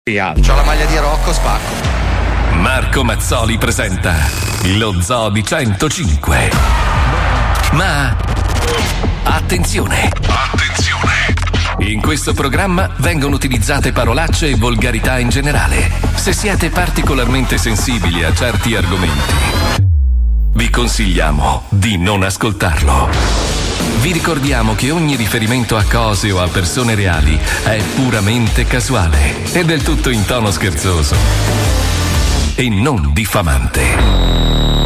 C'ho la maglia di Rocco, spacco. Marco Mazzoli presenta lo Zoo di 105. Ma attenzione! In questo programma vengono utilizzate parolacce e volgarità in generale. Se siete particolarmente sensibili a certi argomenti, vi consigliamo di non ascoltarlo. Vi ricordiamo che ogni riferimento a cose o a persone reali è puramente casuale e del tutto in tono scherzoso e non diffamante.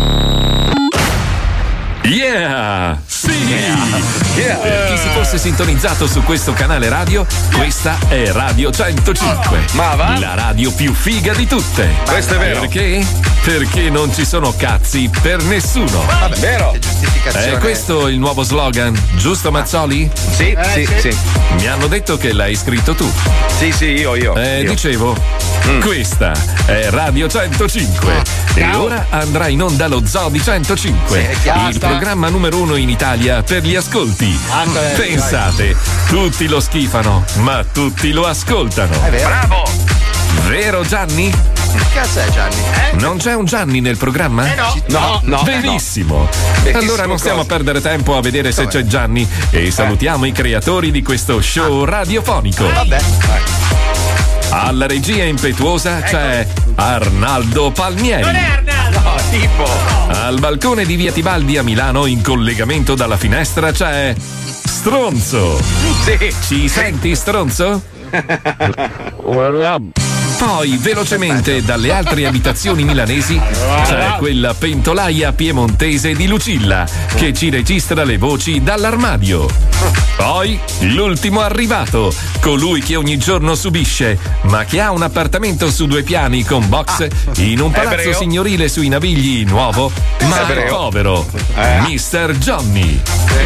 Yeah! Sì! Yeah. Per chi si fosse sintonizzato su questo canale radio, questa è Radio 105. Ma va? La radio più figa di tutte. Questo è vero. Perché? Perché non ci sono cazzi per nessuno. Vabbè, vero. Che giustificazione. È questo il nuovo slogan, giusto Mazzoli? Sì. Mi hanno detto che l'hai scritto tu. Sì, io. Dicevo, questa è Radio 105 e ora andrà in onda lo Zoo di 105, Sì, chiaro. il programma numero 1 in Italia per gli ascolti. Pensate, tutti lo schifano, ma tutti lo ascoltano. È vero. Bravo! Vero Gianni? Che cazzo è Gianni? Non c'è un Gianni nel programma? No. Benissimo. Allora non stiamo a perdere tempo a vedere se c'è Gianni e salutiamo i creatori di questo show radiofonico. Vabbè. Alla regia impetuosa c'è Arnaldo Palmieri. Non è Arnaldo! No, tipo. Al balcone di Via Tibaldi a Milano, in collegamento dalla finestra, c'è Stronzo. Sì. Ci senti, Stronzo? Poi, velocemente, dalle altre abitazioni milanesi c'è quella pentolaia piemontese di Lucilla che ci registra le voci dall'armadio. Poi, l'ultimo arrivato, colui che ogni giorno subisce, ma che ha un appartamento su 2 piani con box in un palazzo Ebreo. signorile sui Navigli, nuovo, ma Ebreo. povero. Mr. Johnny.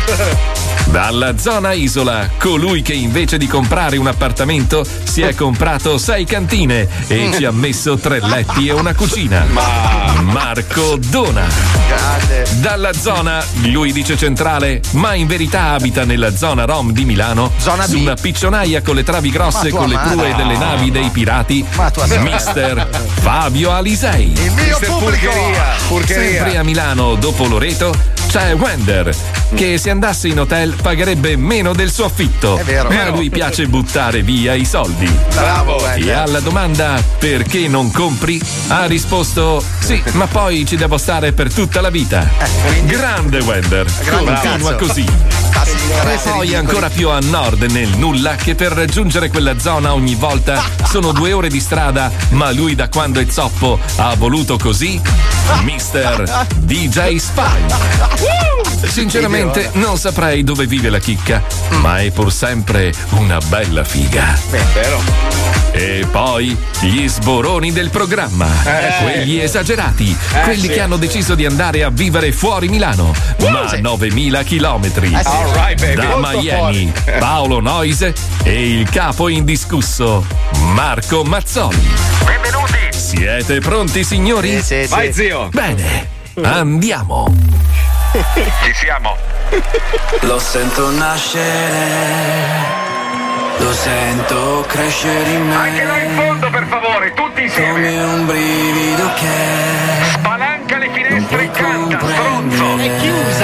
Dalla zona Isola, colui che invece di comprare un appartamento si è comprato 6 cantine e ci ha messo 3 letti e una cucina. Marco Dona. Grande. Dalla zona, lui dice centrale, ma in verità abita nella zona Rom di Milano, Zona B. su una piccionaia con le travi grosse Ma tua con le madre. prue delle navi dei pirati, Ma tua sorella. Mister Fabio Alisei. Il mio Mister pubblico. Porcheria. Sempre a Milano, dopo Loreto, c'è Wender, che se andasse in hotel pagherebbe meno del suo affitto. È vero. Ma a lui piace buttare via i soldi. Bravo, E alla domanda perché non compri ha risposto sì, ma poi ci devo stare per tutta la vita. Grande Wender, Grande continua cazzo. così. E poi ancora più a nord nel nulla, che per raggiungere quella zona ogni volta sono 2 ore di strada, ma lui da quando è zoppo ha voluto così, Mister DJ Spy. Sinceramente non saprei dove vive la chicca, ma è pur sempre una bella figa. Vero. E poi gli sboroni del programma, quelli esagerati, quelli che hanno deciso di andare a vivere fuori Milano, ma 9.000 chilometri. All right, baby. Da Molto Miami, Paolo Noise e il capo indiscusso, Marco Mazzoli. Benvenuti. Siete pronti, signori? Sì. Vai, zio. Bene, andiamo. Ci siamo. Lo sento nascere, lo sento crescere in Anche là in me, fondo, per favore, tutti insieme. come un brivido che Spalanca le finestre e canta, stronzo. È chiusa!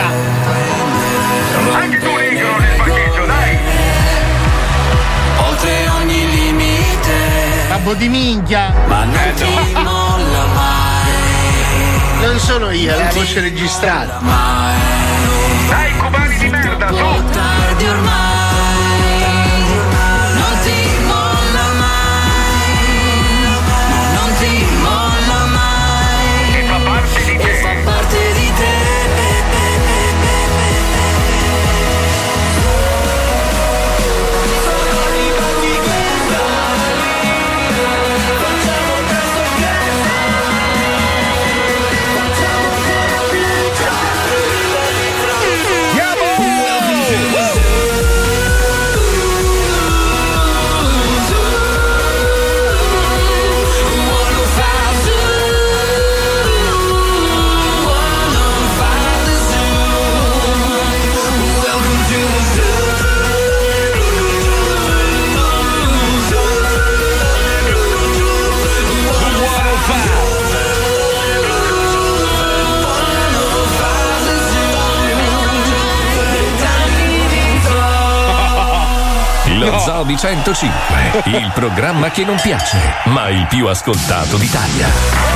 Anche tu, negro, nel parcheggio, dai. oltre ogni limite, Babbo di minchia! ma non ti molla mai, Non sono io, è la voce registrata. mai. Dai, cubani di merda, su. Tardi ormai, non ti molla mai, non ti molla mai, E fa parte di e fa te. parte di te. Zobi 105, il programma che non piace, ma il più ascoltato d'Italia.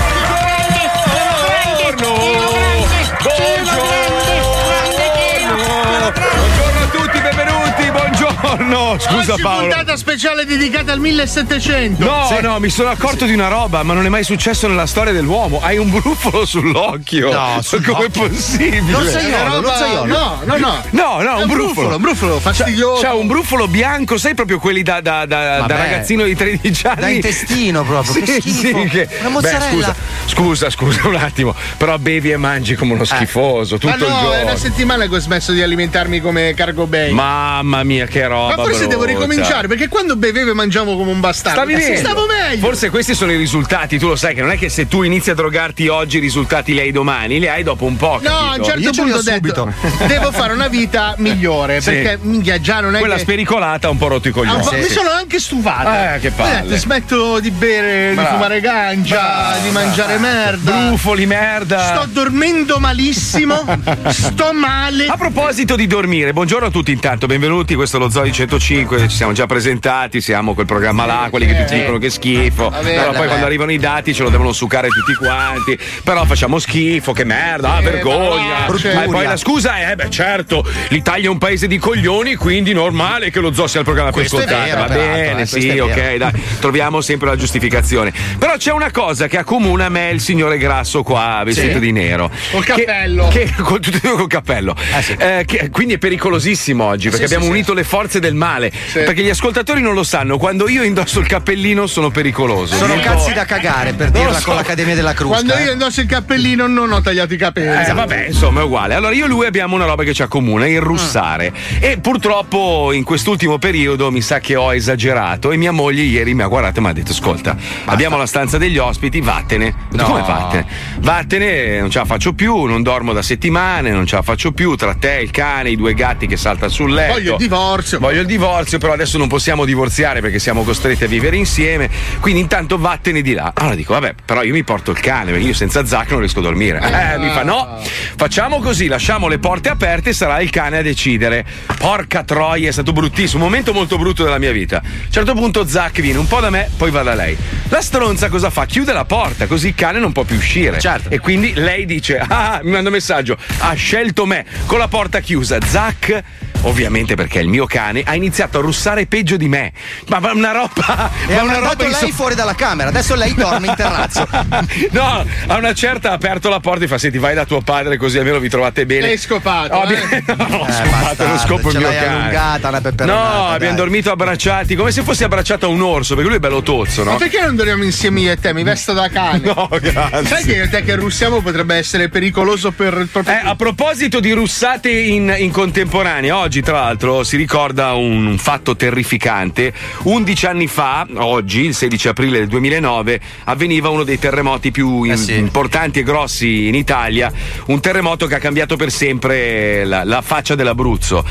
Buongiorno a tutti, benvenuti, buongiorno. Scusa Oggi Paolo. puntata speciale dedicata al 1700. No, mi sono accorto di una roba, ma non è mai successo nella storia dell'uomo. Hai un brufolo sull'occhio. No, com'è possibile? Non sei io, non sei io. No, No, un brufolo. Un brufolo fastidioso. C'ha un brufolo bianco, sai proprio quelli da ragazzino di 13 anni. Da intestino proprio, che schifo. Una mozzarella. Scusa un attimo, però bevi e mangi come uno schifoso tutto Ma il no, giorno. è una settimana che ho smesso di alimentarmi come Cargo Bay. Mamma mia, che roba. Ma forse devo brutta. ricominciare, perché quando bevevo e mangiavo come un bastardo Stavi meglio. stavo meglio. Forse questi sono i risultati, tu lo sai che non è che se tu inizi a drogarti oggi i risultati li hai domani, li hai dopo un po'. No, a un certo Io ce li punto ho ho detto subito. devo fare una vita migliore, Sì. perché minchia già non è Quella che spericolata ha un po' rotto i coglioni. Mi sono anche stufata. Che palle. Ho detto, smetto di bere, Bravo. di fumare ganja, di mangiare merda. Brufoli, merda. Sto dormendo malissimo. Sto male. A proposito di dormire, buongiorno a tutti intanto, benvenuti, questo è lo Zobi 105, ci siamo già presentati, siamo quel programma là, quelli che tutti dicono che è schifo, però poi quando arrivano i dati ce lo devono succare tutti quanti, però facciamo schifo, che merda, vergogna, brutturia. e poi la scusa è, certo, l'Italia è un paese di coglioni, quindi normale che lo Zoo sia il programma più Questo è ascoltato, vero, va peraltro, bene, questo sì, è ok, vero. dai, troviamo sempre la giustificazione, però c'è una cosa che accomuna me e il signore grasso qua, vestito di nero. Col cappello. Con tutti e due col cappello. Sì. Quindi è pericolosissimo oggi perché abbiamo unito le forze del male. Perché gli ascoltatori non lo sanno, quando io indosso il cappellino sono pericoloso. Sono Dico- cazzi da cagare, per Non lo dirla so. con l'Accademia della Crusca. Quando io indosso il cappellino non ho tagliato i capelli. Vabbè, insomma, è uguale. Allora, io e lui abbiamo una roba che ci accomuna, il russare. E purtroppo in quest'ultimo periodo mi sa che ho esagerato. E mia moglie ieri mi ha guardato e mi ha detto: ascolta, abbiamo la stanza degli ospiti, vattene. Ho detto, No. come vattene? Vattene, non ce la faccio più, non dormo da settimane, non ce la faccio più. Tra te, il cane, i due gatti che saltano sul letto. Voglio il divorzio. Voglio il divorzio, però adesso non possiamo divorziare perché siamo costretti a vivere insieme. Quindi intanto vattene di là. Allora dico, vabbè, però io mi porto il cane, perché io senza Zac non riesco a dormire. Mi fa, no, facciamo così, lasciamo le porte aperte e sarà il cane a decidere. Porca troia, è stato bruttissimo, un momento molto brutto della mia vita. A un certo punto Zac viene un po' da me, poi va da lei. La stronza cosa fa? Chiude la porta, così il cane non può più uscire. Certo. E quindi lei dice, mi manda un messaggio, ha scelto me, con la porta chiusa. Zac, ovviamente perché è il mio cane, ha iniziato a russare peggio di me. Ma una roba. E ma ha una mandato roba lei fuori dalla camera, adesso lei dorme in terrazzo. No, a una certa ha aperto la porta e fa: senti, vai da tuo padre così almeno vi trovate bene. L'hai scopato. No, no, scopato, bastardo, lo scopo il ce mio l'hai cane. allungata, una peperonata, No, dai. abbiamo dormito abbracciati come se fossi abbracciato a un orso, perché lui è bello tozzo, no? Ma perché non dormiamo insieme io e te? Mi vesto da cane. No, grazie. Sai che io e te che russiamo potrebbe essere pericoloso per il proprio. A proposito di russate in contemporanea, oggi tra l'altro si ricorda un fatto terrificante. 11 anni fa, oggi, il 16 aprile del 2009, avveniva uno dei terremoti più importanti e grossi in Italia, un terremoto che ha cambiato per sempre la faccia dell'Abruzzo.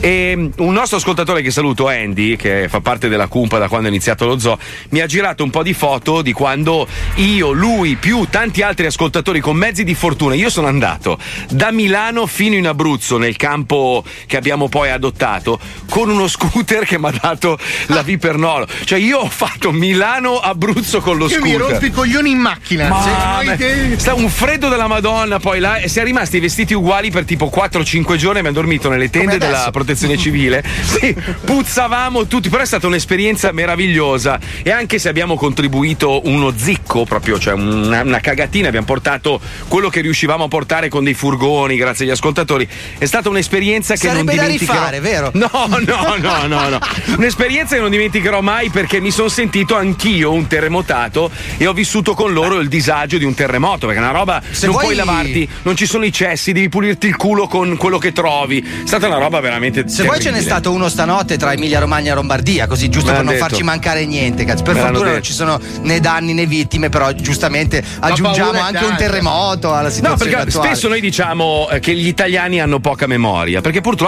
E un nostro ascoltatore che saluto, Andy, che fa parte della cumpa da quando è iniziato lo zoo, mi ha girato un po' di foto di quando io, lui, più tanti altri ascoltatori con mezzi di fortuna, io sono andato da Milano fino in Abruzzo nel campo che abbiamo poi adottato con uno scooter che mi ha dato la Vipernolo. Cioè io ho fatto Milano-Abruzzo con lo Io scooter. mi rompo i coglioni in macchina. Sta un freddo della Madonna poi là e siamo rimasti vestiti uguali per tipo 4-5 giorni. Abbiamo dormito nelle tende della protezione civile. Sì, puzzavamo tutti, però è stata un'esperienza meravigliosa. E anche se abbiamo contribuito uno zicco, proprio, cioè una cagatina, abbiamo portato quello che riuscivamo a portare con dei furgoni, grazie agli ascoltatori. È stata un'esperienza che Sarebbe non da dimenticherò. rifare, vero? No. Un'esperienza che non dimenticherò mai perché mi sono sentito anch'io un terremotato e ho vissuto con loro il disagio di un terremoto, perché è una roba, Se non vuoi- puoi lavarti, non ci sono i cessi, devi pulirti il culo con quello che trovi. È stata una roba veramente Se vuoi ce n'è stato uno stanotte tra Emilia Romagna e Lombardia, così giusto Me per l'hanno non detto. farci mancare niente, cazzo. Per Me l'hanno fortuna non detto. ci sono né danni né vittime, però giustamente aggiungiamo paura è anche un tanta. terremoto alla No, situazione perché attuale. spesso noi diciamo che gli italiani hanno poca memoria, perché purtroppo ci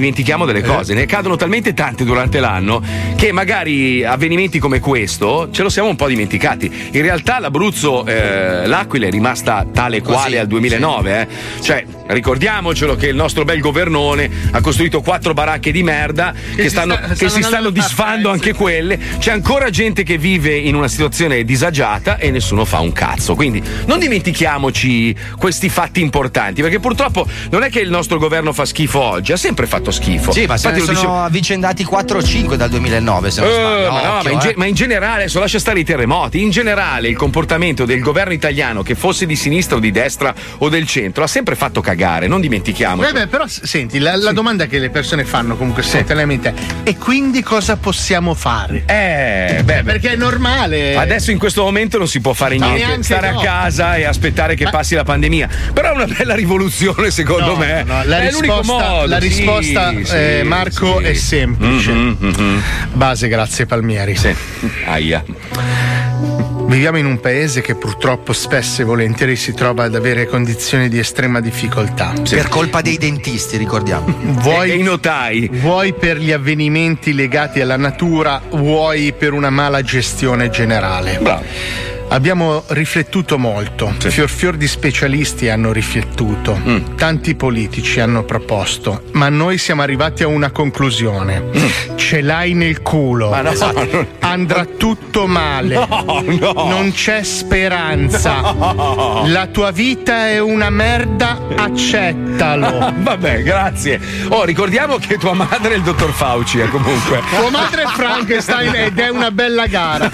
dimentichiamo delle cose. Ne accadono talmente tante durante l'anno che magari avvenimenti come questo ce lo siamo un po' dimenticati. In realtà l'Abruzzo, l'Aquila è rimasta tale quale al 2009. Cioè, ricordiamocelo che il nostro bel governone ha costruito 4 baracche di merda che si stanno disfando anche quelle. C'è ancora gente che vive in una situazione disagiata e nessuno fa un cazzo. Quindi non dimentichiamoci questi fatti importanti, perché purtroppo non è che il nostro governo fa schifo oggi, ha sempre fatto schifo. Sì, ma se ne sono avvicendati 4 o 5 dal 2009, se non sbaglio. Ma in generale, adesso lascia stare i terremoti, in generale il comportamento del governo italiano, che fosse di sinistra o di destra o del centro, ha sempre fatto cagare, non dimentichiamoci. Però senti, la domanda che le persone fanno comunque spontaneamente è: e quindi cosa possiamo fare? Perché è normale. Adesso in questo momento non si può fare niente, stare a casa e aspettare che passi la pandemia. Però è una bella rivoluzione, secondo me. È l'unico modo. La risposta, Marco, è semplice. Base, grazie Palmieri. Sì. Aia. Viviamo in un paese che purtroppo spesso e volentieri si trova ad avere condizioni di estrema difficoltà. Per colpa dei dentisti, ricordiamo. E i notai. Vuoi per gli avvenimenti legati alla natura, vuoi per una mala gestione generale. Bravo. Abbiamo riflettuto molto, fior di specialisti hanno riflettuto, tanti politici hanno proposto, ma noi siamo arrivati a una conclusione. Ce l'hai nel culo, andrà tutto male, non c'è speranza, la tua vita è una merda, accettalo. Vabbè, grazie. Ricordiamo che tua madre è il dottor Fauci, comunque. Tua madre è Frankenstein ed è una bella gara.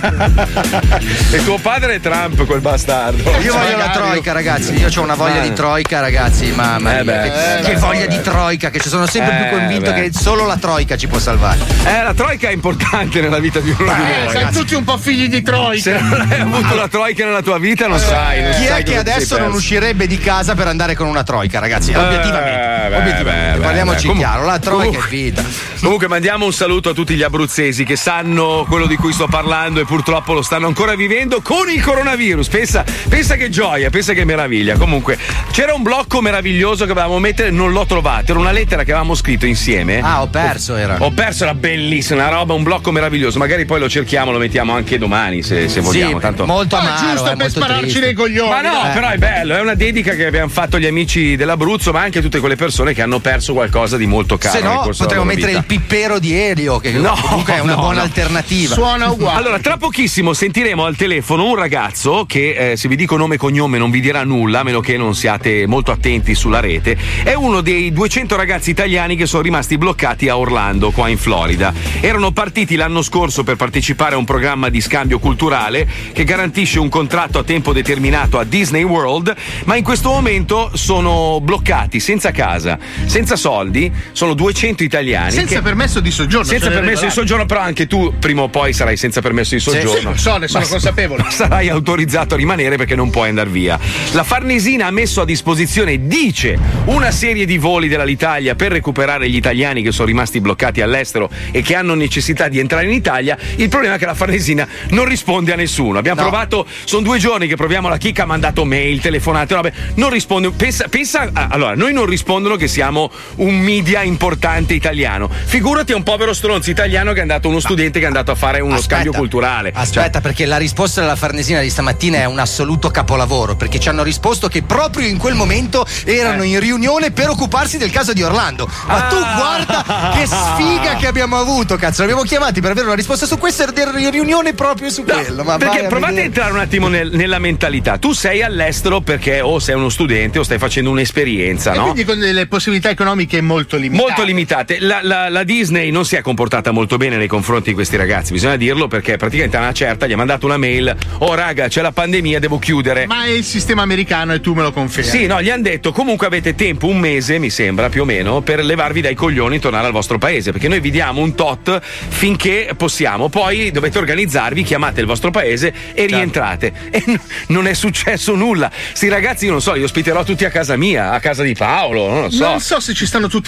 E tuo padre è Trump, quel bastardo. Io voglio la troica, ragazzi. Io ho una voglia di troica, ragazzi. Mamma mia, che voglia di troica, che ci sono sempre più convinto che solo la troica ci può salvare. La troica è importante nella vita di uno di noi. Siamo tutti un po' figli di troica. Se non hai avuto la troica nella tua vita, non sai. Chi è che adesso non uscirebbe di casa per andare con una troica, ragazzi? Obiettivamente. Parliamoci chiaro, la troica è vita. Comunque mandiamo un saluto a tutti gli abruzzesi che sanno quello di cui sto parlando e purtroppo lo stanno ancora vivendo con il coronavirus. Pensa che gioia, pensa che meraviglia. Comunque c'era un blocco meraviglioso che volevamo mettere, non l'ho trovato. Era una lettera che avevamo scritto insieme. Ho perso, era bellissima, una roba, un blocco meraviglioso. Magari poi lo cerchiamo, lo mettiamo anche domani se vogliamo. Tanto molto amaro, giusto per spararci nei coglioni. Ma no, però è bello, è una dedica che abbiamo fatto agli amici dell'Abruzzo, ma anche a tutte quelle persone che hanno perso qualcosa di molto caro. Se no, potremmo mettere il pippero di Elio, che comunque è una buona alternativa. Suona uguale. Allora, tra pochissimo sentiremo al telefono un ragazzo che, se vi dico nome e cognome, non vi dirà nulla, a meno che non siate molto attenti sulla rete. È uno dei 200 ragazzi italiani che sono rimasti bloccati a Orlando, qua in Florida. Erano partiti l'anno scorso per partecipare a un programma di scambio culturale che garantisce un contratto a tempo determinato a Disney World, ma in questo momento sono bloccati, senza casa, senza soldi. Sono 200 italiani. Senza permesso di soggiorno. Senza permesso di soggiorno, però anche tu prima o poi sarai senza permesso di soggiorno. Sì, ne sono consapevole. Sarai autorizzato a rimanere perché non puoi andare via. La Farnesina ha messo a disposizione, dice, una serie di voli dall'Italia per recuperare gli italiani che sono rimasti bloccati all'estero e che hanno necessità di entrare in Italia. Il problema è che la Farnesina non risponde a nessuno. Abbiamo provato, sono 2 giorni che proviamo la chicca, ha mandato mail, telefonate, robe, non risponde. Pensa, allora, noi non rispondono che siamo un media importante italiano. Figurati un povero stronzo italiano che è andato, uno studente che è andato a fare uno scambio culturale. Aspetta, perché la risposta della Farnesina di stamattina è un assoluto capolavoro, perché ci hanno risposto che proprio in quel momento erano in riunione per occuparsi del caso di Orlando. Ma tu guarda che sfiga che abbiamo avuto, cazzo, l'abbiamo chiamati per avere una risposta su questo, ero in riunione proprio su quello. Ma perché provate a entrare un attimo nella mentalità. Tu sei all'estero perché o sei uno studente o stai facendo un'esperienza, no? Quindi con delle possibilità economiche molto limitate. Molto limitate. La Disney non si è comportata molto bene nei confronti di questi ragazzi, bisogna dirlo, perché praticamente a una certa gli ha mandato una mail: oh raga, c'è la pandemia, devo chiudere. Ma è il sistema americano e tu me lo confermi. Sì, no, gli hanno detto comunque avete tempo, un mese mi sembra più o meno, per levarvi dai coglioni e tornare al vostro paese, perché noi vi diamo un tot finché possiamo, poi dovete organizzarvi, chiamate il vostro paese e rientrate. E non è successo nulla. Sti ragazzi, io non so, li ospiterò tutti a casa mia, a casa di Paolo, non lo so. Non so se ci stanno tutti.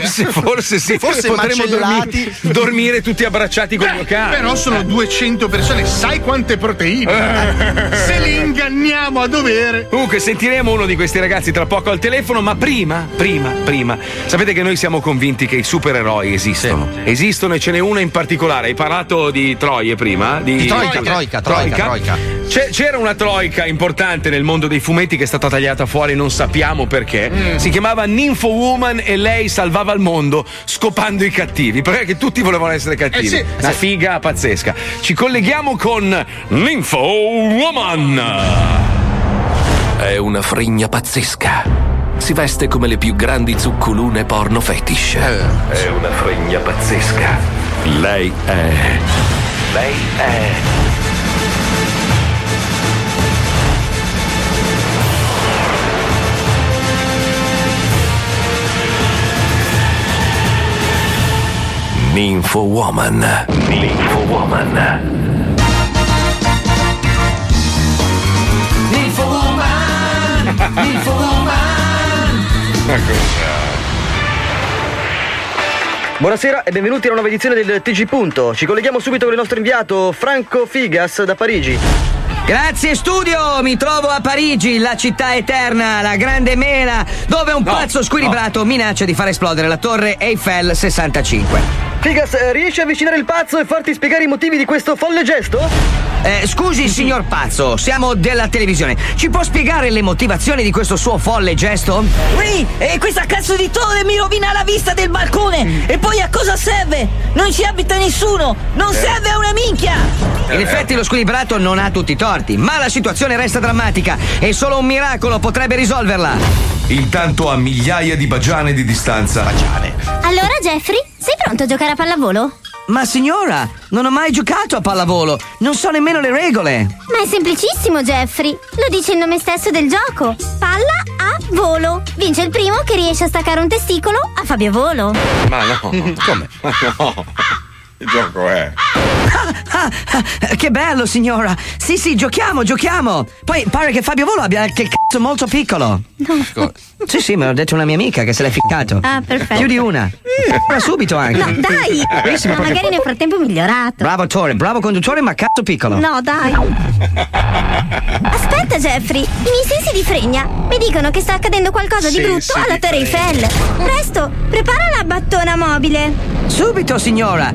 Forse sì, forse potremmo dormire tutti abbracciati con il mio cane. Però sono 200 persone, sai quante proteine? Se li inganniamo a dovere. Comunque sentiremo uno di questi ragazzi tra poco al telefono, ma prima, sapete che noi siamo convinti che i supereroi esistono. Sì. Esistono e ce n'è uno in particolare. Hai parlato di Troie prima? Di Troika. C'era una troika importante nel mondo dei fumetti che è stata tagliata fuori, non sappiamo perché. Si chiamava Nympho Woman e lei salvava il mondo scopando i cattivi, perché tutti volevano essere cattivi. Una figa pazzesca. Ci colleghiamo con Nympho Woman. È una frigna pazzesca. Si veste come le più grandi zuccolune porno fetish. È una frigna pazzesca. Lei è Nympho Woman. Nympho Woman. Nympho Woman. Nympho Woman. Buonasera e benvenuti a una nuova edizione del TG Punto. Ci colleghiamo subito con il nostro inviato Franco Figas da Parigi. Grazie studio, mi trovo a Parigi, la città eterna, la grande mela, dove un pazzo squilibrato minaccia di far esplodere la torre Eiffel 65. Figas, riesci a avvicinare il pazzo e farti spiegare i motivi di questo folle gesto? Scusi signor pazzo, siamo della televisione. Ci può spiegare le motivazioni di questo suo folle gesto? Ui, e questa cazzo di torre mi rovina la vista del balcone. E poi a cosa serve? Non ci abita nessuno. Non serve a una minchia. In effetti lo squilibrato non ha tutti i torti, ma la situazione resta drammatica e solo un miracolo potrebbe risolverla. Intanto a migliaia di bagiane di distanza. Allora Jeffrey, sei pronto a giocare a pallavolo? Ma signora, non ho mai giocato a pallavolo, non so nemmeno le regole. Ma è semplicissimo Jeffrey, lo dice il nome stesso del gioco. Palla a volo. Vince il primo che riesce a staccare un testicolo a Fabio Volo. Ma no, come? Ma no. Il gioco è. Che bello signora. Sì, giochiamo. Poi pare che Fabio Volo abbia che cazzo molto piccolo. No. Sì, me l'ha detto una mia amica che se l'è ficcato. Ah, perfetto. Più di una. Ora subito anche. No, dai. Benissimo, Ma magari nel frattempo è migliorato. Bravo attore, bravo conduttore, ma cazzo piccolo. No, dai. Aspetta Jeffrey, i miei sensi di fregna mi dicono che sta accadendo qualcosa di brutto alla Torre Eiffel. Presto, prepara la battona mobile. Subito signora.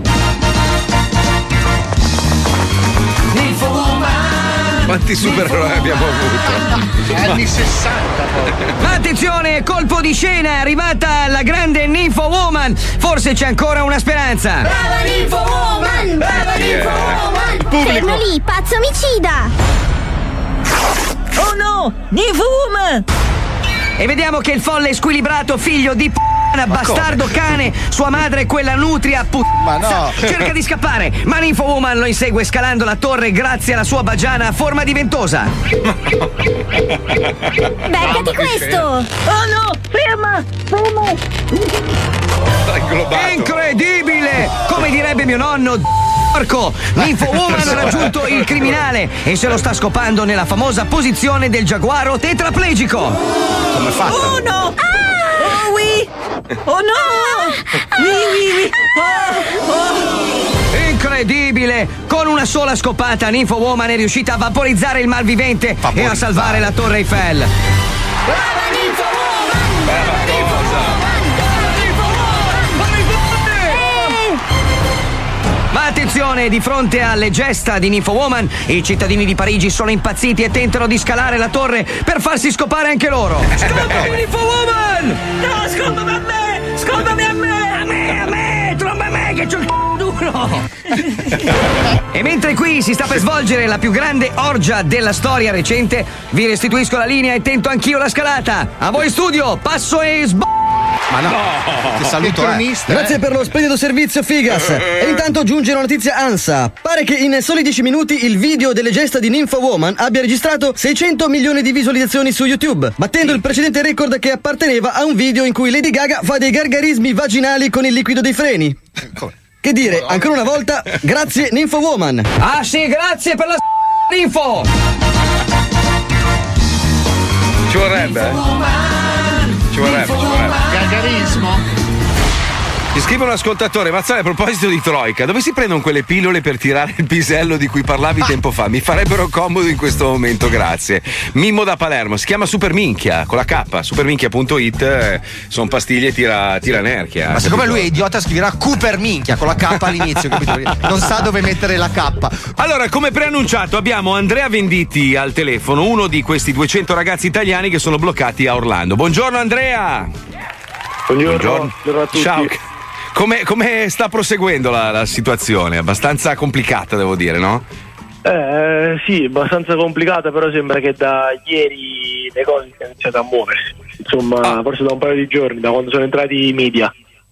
Nympho Woman. Quanti supereroi abbiamo avuto? Anni 60 proprio. Ma attenzione, colpo di scena, è arrivata la grande Nympho Woman. Forse c'è ancora una speranza. Brava Nympho Woman! Brava Nympho Woman! Fermo lì, pazzo omicida! Oh no, Nympho Woman. E vediamo che il folle squilibrato figlio di bastardo cane, sua madre è quella nutria Ma no. cerca di scappare, ma Nympho Woman lo insegue scalando la torre grazie alla sua bagiana a forma di ventosa. Beccati questo! Oh no, ferma. Incredibile! Come direbbe mio nonno, porco! Nympho Woman ha raggiunto il criminale e se lo sta scopando nella famosa posizione del giaguaro tetraplegico. Come è fatta? Oh no. Oh oui. Oh no. Oui. Incredibile! Con una sola scopata Nympho Woman è riuscita a vaporizzare il malvivente e a salvare la torre Eiffel. Brava Nympho Woman! Brava Nympho Woman! Ma attenzione, di fronte alle gesta di Nympho Woman, i cittadini di Parigi sono impazziti e tentano di scalare la torre per farsi scopare anche loro. Scopami Nympho Woman! No, scopami a me! Scopami a me! A me! Tromba a me che c'ho il c***o duro! E mentre qui si sta per svolgere la più grande orgia della storia recente, vi restituisco la linea e tento anch'io la scalata. A voi studio, passo e Ma no, che saluto è. Grazie per lo splendido servizio Figas. E intanto giunge una notizia ANSA. Pare che in soli 10 minuti il video delle gesta di Nympho Woman abbia registrato 600 milioni di visualizzazioni su YouTube, battendo il precedente record che apparteneva a un video in cui Lady Gaga fa dei gargarismi vaginali con il liquido dei freni. Che dire, ancora una volta, grazie Nympho Woman. Ah sì, grazie per la info. Ci vorrebbe. Ci vorrebbe. Gargarismo. Ti scrive un ascoltatore: Mazzale, a proposito di Troika, dove si prendono quelle pillole per tirare il pisello di cui parlavi tempo fa? Mi farebbero comodo in questo momento, grazie. Mimmo da Palermo, si chiama Superminchia con la K, superminchia.it, sono pastiglie tira nerchia. Ma siccome lui è idiota scriverà Cooper Minchia con la K all'inizio, capito? Non sa dove mettere la K. Allora, come preannunciato, abbiamo Andrea Venditti al telefono, uno di questi 200 ragazzi italiani che sono bloccati a Orlando. Buongiorno Andrea. Buongiorno a tutti. Ciao. Come sta proseguendo la situazione? Abbastanza complicata, devo dire, no? Sì, abbastanza complicata, però sembra che da ieri le cose siano iniziate a muoversi. Insomma, forse da un paio di giorni, da quando sono entrati i media.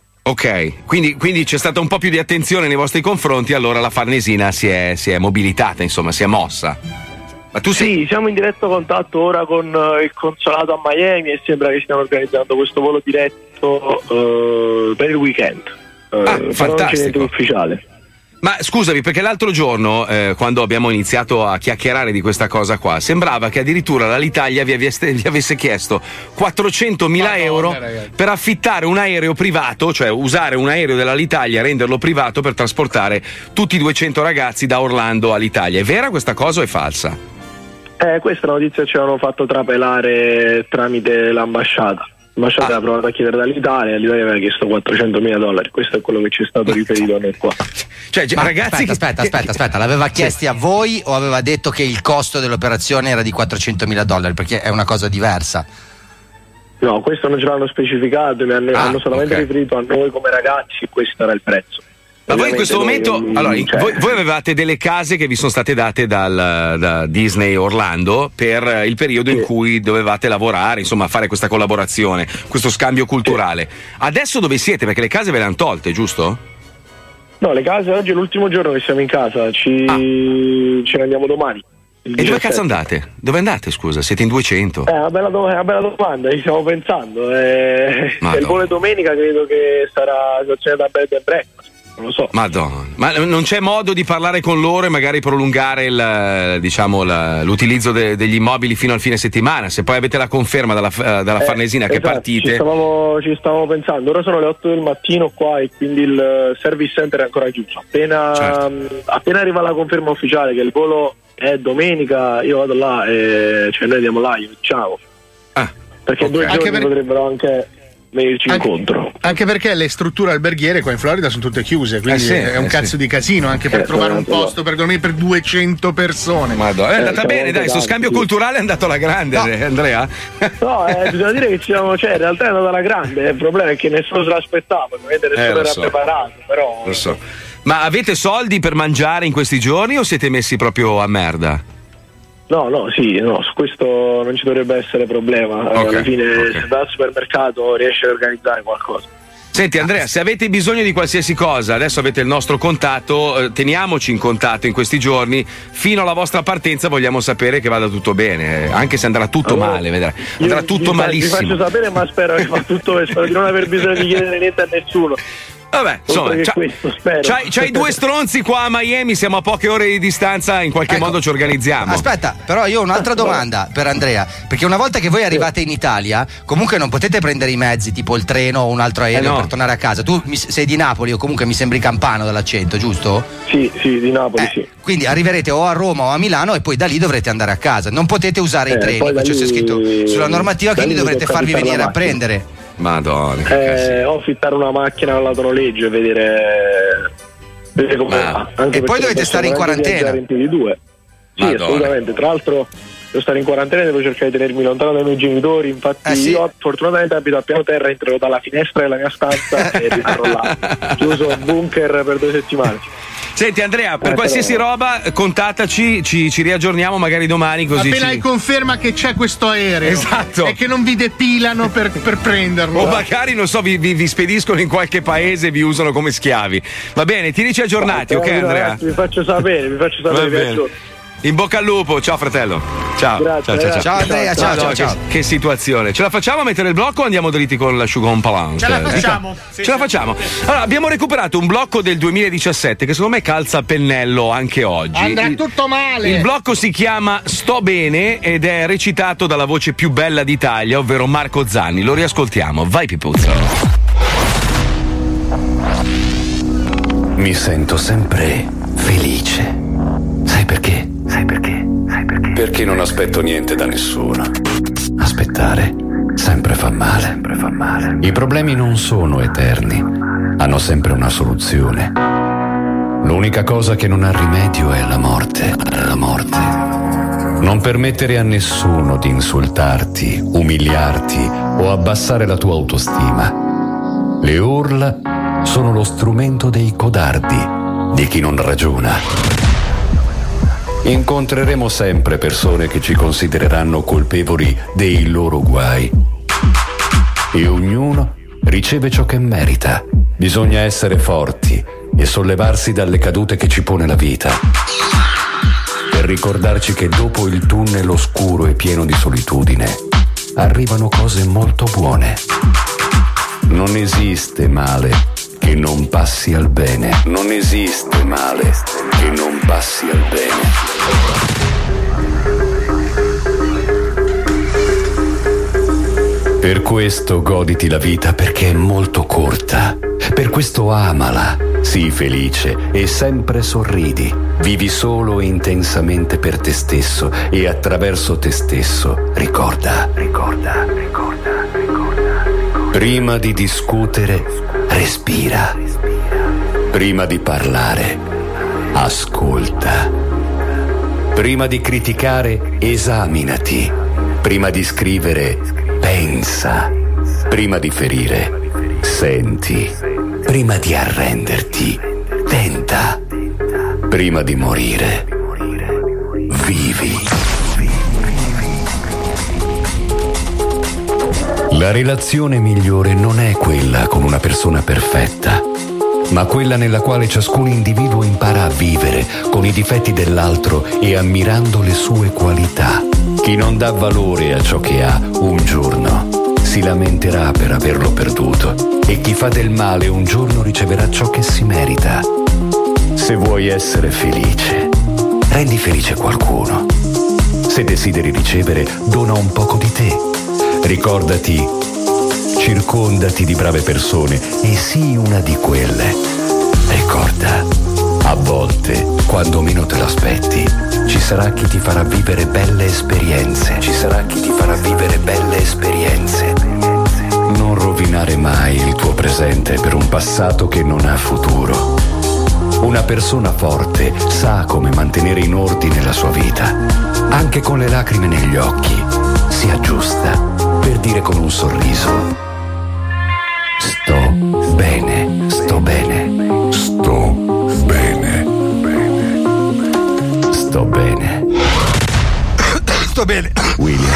Ok, quindi c'è stata un po' più di attenzione nei vostri confronti, allora la Farnesina si è mobilitata, insomma, si è mossa. Ma tu Sì, siamo in diretto contatto ora con il consolato a Miami e sembra che stiano organizzando questo volo diretto per il weekend. Fantastico. Non c'è niente ufficiale. Ma scusami, perché l'altro giorno, quando abbiamo iniziato a chiacchierare di questa cosa qua, sembrava che addirittura l'Alitalia vi avesse chiesto 400.000 euro per affittare un aereo privato, cioè usare un aereo dell'Alitalia, renderlo privato per trasportare tutti i 200 ragazzi da Orlando all'Italia. È vera questa cosa o è falsa? Questa notizia ci avevano fatto trapelare tramite l'ambasciata. L'ambasciata aveva provato a chiedere dall'Italia, l'Italia aveva chiesto $400.000. Questo è quello che ci è stato riferito a noi qua. Cioè, ragazzi, aspetta, l'aveva chiesti a voi o aveva detto che il costo dell'operazione era di $400.000? Perché è una cosa diversa. No, questo non ce l'hanno specificato, hanno solamente riferito a noi come ragazzi, questo era il prezzo. Ma voi in questo momento, voi avevate delle case che vi sono state date da Disney Orlando per il periodo in cui dovevate lavorare, insomma, fare questa collaborazione, questo scambio culturale. Adesso dove siete? Perché le case ve le hanno tolte, giusto? No, le case oggi è l'ultimo giorno che siamo in casa, ce ne andiamo domani. E dove cazzo andate? Dove andate, scusa? Siete in 200? È una bella domanda, ci stiamo pensando. Se il volo è domenica credo che sarà situazione da bed and breakfast. Non lo so. Madonna, ma non c'è modo di parlare con loro e magari prolungare l'utilizzo degli immobili fino al fine settimana? Se poi avete la conferma dalla Farnesina che partite. Ci stavamo pensando. Ora sono le 8 del mattino qua e quindi il service center è ancora chiuso. Appena arriva la conferma ufficiale che il volo è domenica, io vado là e noi andiamo là, ciao. Perché 2 giorni potrebbero anche venirci incontro. Anche perché le strutture alberghiere qua in Florida sono tutte chiuse, quindi è un cazzo di casino anche per trovare un posto per dormire per 200 persone. Madonna, è andata bene, dai, sto scambio culturale è andato alla grande, Andrea. No, bisogna dire che in realtà è andata alla grande, il problema è che nessuno se l'aspettava, nessuno era preparato, però. Lo so. Ma avete soldi per mangiare in questi giorni o siete messi proprio a merda? No, su questo non ci dovrebbe essere problema. Alla fine se vai al supermercato riesci a organizzare qualcosa. Senti Andrea, se avete bisogno di qualsiasi cosa, adesso avete il nostro contatto, teniamoci in contatto in questi giorni, fino alla vostra partenza vogliamo sapere che vada tutto bene, anche se andrà tutto male, vedrai. Andrà tutto malissimo. Vi faccio sapere, ma spero di non aver bisogno di chiedere niente a nessuno. Vabbè, insomma, c'hai 2 stronzi qua a Miami, siamo a poche ore di distanza, in qualche modo ci organizziamo. Aspetta, però io ho un'altra domanda per Andrea, perché una volta che voi arrivate in Italia, comunque non potete prendere i mezzi, tipo il treno o un altro aereo per tornare a casa. Tu sei di Napoli o comunque mi sembri campano dall'accento, giusto? Sì, di Napoli, sì. Quindi arriverete o a Roma o a Milano e poi da lì dovrete andare a casa. Non potete usare i treni, c'è scritto sulla normativa, quindi dovrete farvi venire a prendere. Madonna. O affittare una macchina alla noleggio e vedere come va. E poi dovete stare in quarantena. Sì, assolutamente. Tra l'altro devo stare in quarantena e devo cercare di tenermi lontano dai miei genitori. Infatti io fortunatamente abito a piano terra, entro dalla finestra della mia stanza e rimarrò là. Chiuso bunker per 2 settimane. Senti Andrea, per qualsiasi roba contattaci, ci riaggiorniamo magari domani, così appena hai conferma che c'è questo aereo, esatto, e che non vi depilano per prenderlo, o magari non so vi spediscono in qualche paese e vi usano come schiavi. Va bene, tienici aggiornati, ok Andrea? Ragazzi, vi faccio sapere. In bocca al lupo, ciao fratello. Ciao. Grazie, ciao Andrea, ciao. Che situazione. Ce la facciamo a mettere il blocco o andiamo dritti con l'asciugamano palante? Ce la facciamo. Ce la facciamo. Allora, abbiamo recuperato un blocco del 2017 che secondo me calza a pennello anche oggi. Andrà tutto male. Il blocco si chiama Sto bene ed è recitato dalla voce più bella d'Italia, ovvero Marco Zanni. Lo riascoltiamo. Vai Pipuzzo. mi sento sempre felice. Sai perché? Perché non aspetto niente da nessuno. Aspettare sempre fa male. I problemi non sono eterni, hanno sempre una soluzione. L'unica cosa che non ha rimedio è la morte. Non permettere a nessuno di insultarti, umiliarti o abbassare la tua autostima. Le urla sono lo strumento dei codardi, di chi non ragiona. Incontreremo sempre persone che ci considereranno colpevoli dei loro guai. E ognuno riceve ciò che merita. Bisogna essere forti e sollevarsi dalle cadute che ci pone la vita. Per ricordarci che dopo il tunnel oscuro e pieno di solitudine arrivano cose molto buone. Non esiste male che non passi al bene. Non esiste male che non passi al bene. Per questo goditi la vita, perché è molto corta. Per questo amala, sii felice e sempre sorridi. Vivi solo e intensamente per te stesso e attraverso te stesso ricorda. Prima di discutere, respira. Prima di parlare, ascolta. Prima di criticare, esaminati. Prima di scrivere, pensa. Prima di ferire, senti. Prima di arrenderti, tenta. Prima di morire, vivi. La relazione migliore non è quella con una persona perfetta, ma quella nella quale ciascun individuo impara a vivere con i difetti dell'altro e ammirando le sue qualità. Chi non dà valore a ciò che ha un giorno si lamenterà per averlo perduto, e chi fa del male un giorno riceverà ciò che si merita. Se vuoi essere felice, rendi felice qualcuno. Se desideri ricevere, dona un poco di te. Ricordati, circondati di brave persone e sii una di quelle. Ricorda, a volte, quando meno te l'aspetti, ci sarà chi ti farà vivere belle esperienze. Non rovinare mai il tuo presente per un passato che non ha futuro. Una persona forte sa come mantenere in ordine la sua vita, anche con le lacrime negli occhi. Si aggiusta per dire con un sorriso: sto bene. William.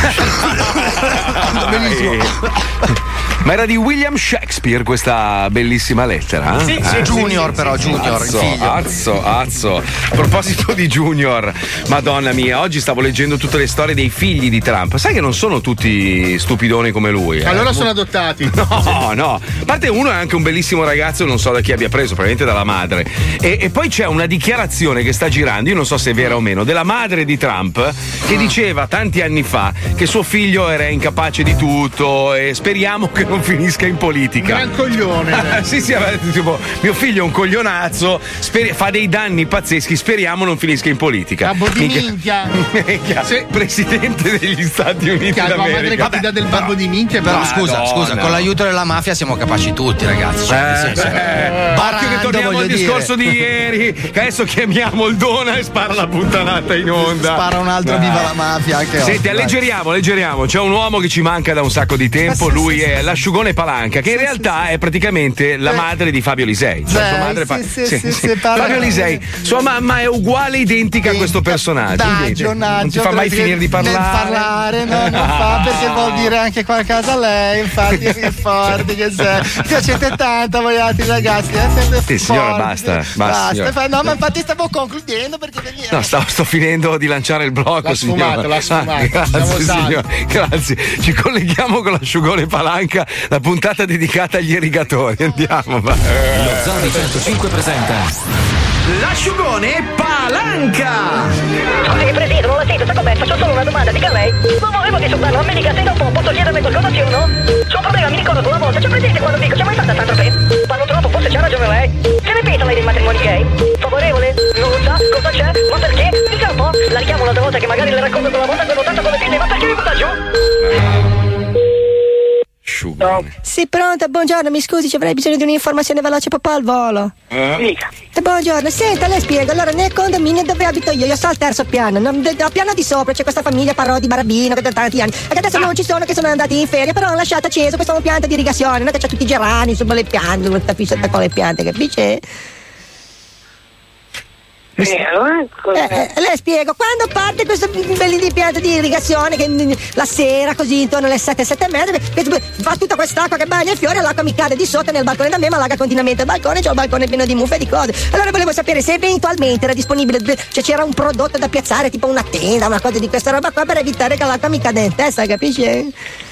Benissimo. Ma era di William Shakespeare questa bellissima lettera? Sì, Junior, però, Junior, il figlio. Azzo. A proposito di Junior, madonna mia, oggi stavo leggendo tutte le storie dei figli di Trump. Sai che non sono tutti stupidoni come lui. Allora sono adottati. No. A parte, uno è anche un bellissimo ragazzo, non so da chi abbia preso, probabilmente dalla madre. E poi c'è una dichiarazione che sta girando, io non so se è vera o meno, della madre di Trump, che diceva tanti anni fa che suo figlio era incapace di tutto e speriamo che non finisca in politica. Un gran coglione. Sì, tipo, mio figlio è un coglionazzo, fa dei danni pazzeschi, speriamo non finisca in politica. Babbo di minchia. Sì. Presidente degli Stati Uniti d'America. Capita del babbo di minchia. Però scusa, con l'aiuto della mafia siamo capaci tutti, ragazzi. Cioè, Occhio che torniamo al discorso di ieri, che adesso chiamiamo il Dona e spara la puttanata in onda. Spara un altro viva la mafia anche oggi. Senti, alleggeriamo. C'è un uomo che ci manca da un sacco di tempo, lui è l'asciugone Palanca, che in realtà è praticamente la madre di Fabio Lisei. Cioè, sua madre Fabio Lisei, sua mamma è uguale, identica a questo personaggio. Non ti fa mai finire di parlare. Non fa, perché vuol dire anche qualcosa a lei. Infatti è forte che sei. Piacete tanto voi altri ragazzi, siete signora, basta. No, ma infatti stavo concludendo perché no, sto finendo di lanciare il blocco. L'ha sfumato. Grazie. Ci colleghiamo con l'asciugone Palanca, la puntata dedicata agli irrigatori. Andiamo. Lo Zoo di 105 presenta l'asciugone Palanca. Scusi, Presidente, non la sento, sa com'è? Faccio solo una domanda, dica lei. Ma volevo disturbarlo, non mi dica, se dopo posso chiedermi qualcosa, sì o no? C'ho un problema, mi ricordo una volta, c'è presente quando dico, c'è mai stata tanto tempo? Parlo troppo, forse c'ha ragione lei. Che ne pensa lei del matrimonio sangue nuotando come pinne, ma perché mi butta giù? Sì, pronta, buongiorno, mi scusi, ci avrei bisogno di un'informazione veloce proprio al volo. Dica. Buongiorno, senta, le spiego, allora nel condominio dove abito io sto al terzo piano, al piano di sopra c'è questa famiglia Parodi Barabino che da tanti anni, e che adesso non ci sono, che sono andati in ferie, però hanno lasciato acceso questo impianto di irrigazione, no? Che c'ha tutti i gerani sopra le piante, questa fissata con le piante, capisce? Le spiego, quando parte questo bell'impianto di irrigazione che la sera così intorno alle 7:30 va tutta quest'acqua che bagna i fiori, l'acqua mi cade di sotto nel balcone da me, ma allaga continuamente il balcone, c'ho il balcone pieno di muffe e di cose. Allora volevo sapere se eventualmente era disponibile, cioè c'era un prodotto da piazzare, tipo una tenda, una cosa di questa roba qua, per evitare che l'acqua mi cade in testa, capisci?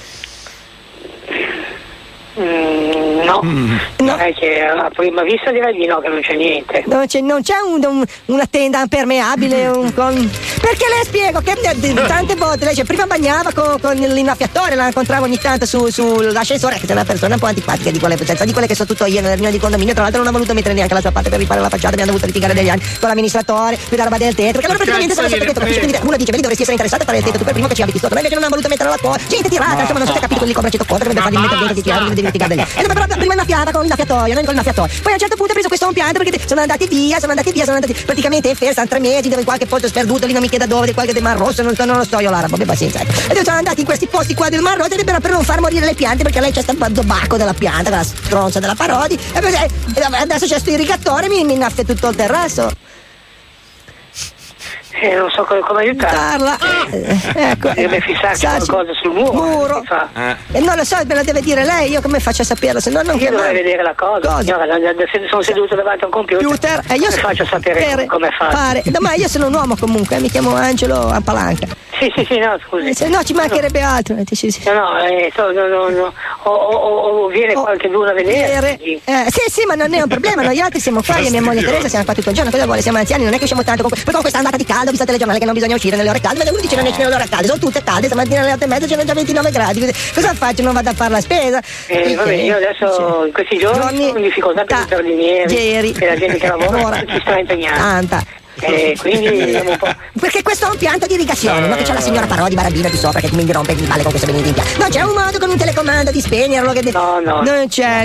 No, è che a prima vista direi di no, che non c'è niente. Non c'è una tenda impermeabile, perché le spiego che tante volte lei prima bagnava con l'innaffiatore, la incontravo ogni tanto sull'ascensore, che è una persona un po' antipatica di quelle che so tutto io nella riunione di condominio, tra l'altro non ha voluto mettere neanche la sua parte per rifare la facciata, abbiamo dovuto litigare degli anni con l'amministratore, più da roba del tetto, perché allora praticamente sono stato detto, quindi uno dice, vedi, dovresti essere interessato a fare il tetto tu per primo che ci abiti sotto, noi invece non abbiamo voluto mettere la tua gente tirata, insomma non so se capito quelli con braccetto contro, che deve fare l'intervento di tirare, devi litigare lì. E però prima innaffiata con l'innaffiatoio, non con l'innaffiatoio. Poi a un certo punto ho preso questo impianto perché sono andati via praticamente in ferie, stanno 3 mesi, dove in qualche posto sperduto, lì non mi chieda dove, di qualche del Mar Rosso, non lo so io l'arabo, abbi pazienza. E sono andati in questi posti qua del Mar Rosso per non far morire le piante, perché lei c'è sta bacco della pianta, la stronza della Parodi, e adesso c'è sto irrigatore, mi innaffia tutto il terrazzo. Non so come aiutarla. Ecco. Deve fissarci qualcosa sul muro. E non lo so, me lo deve dire lei, io come faccio a saperlo? Se no non io dovrei vedere la cosa. Signora, sono seduto davanti a un computer. E io come faccio a sapere come fare? No, ma io sono un uomo comunque, mi chiamo Angelo Ampalanca. Sì, no, scusi. No, ci mancherebbe altro. Sì. O viene qualcuno a vedere. Sì, ma non è un problema, noi altri siamo qua, io e mia moglie Teresa siamo qua tutto il giorno, cosa vuole? Siamo anziani, non è che usciamo tanto, poi con questa andata di caldo, visto il telegiornale che non bisogna uscire nelle ore calde, ma uno dice non esce nelle ore calde, sono tutte calde, stamattina alle 8:30 c'erano già 29 gradi, cosa faccio? Non vado a fare la spesa? Vabbè, io adesso in questi giorni sono in difficoltà per i giardinieri, per la gente che lavora, ci sta impegnando. Quindi un po'. Perché questo è un pianto di irrigazione, no? Che c'è la signora Parodi Barabino di sopra che mi rompe il palle con questo benedetto impianto. Non c'è un modo con un telecomando di spegnerlo? No. Non c'è.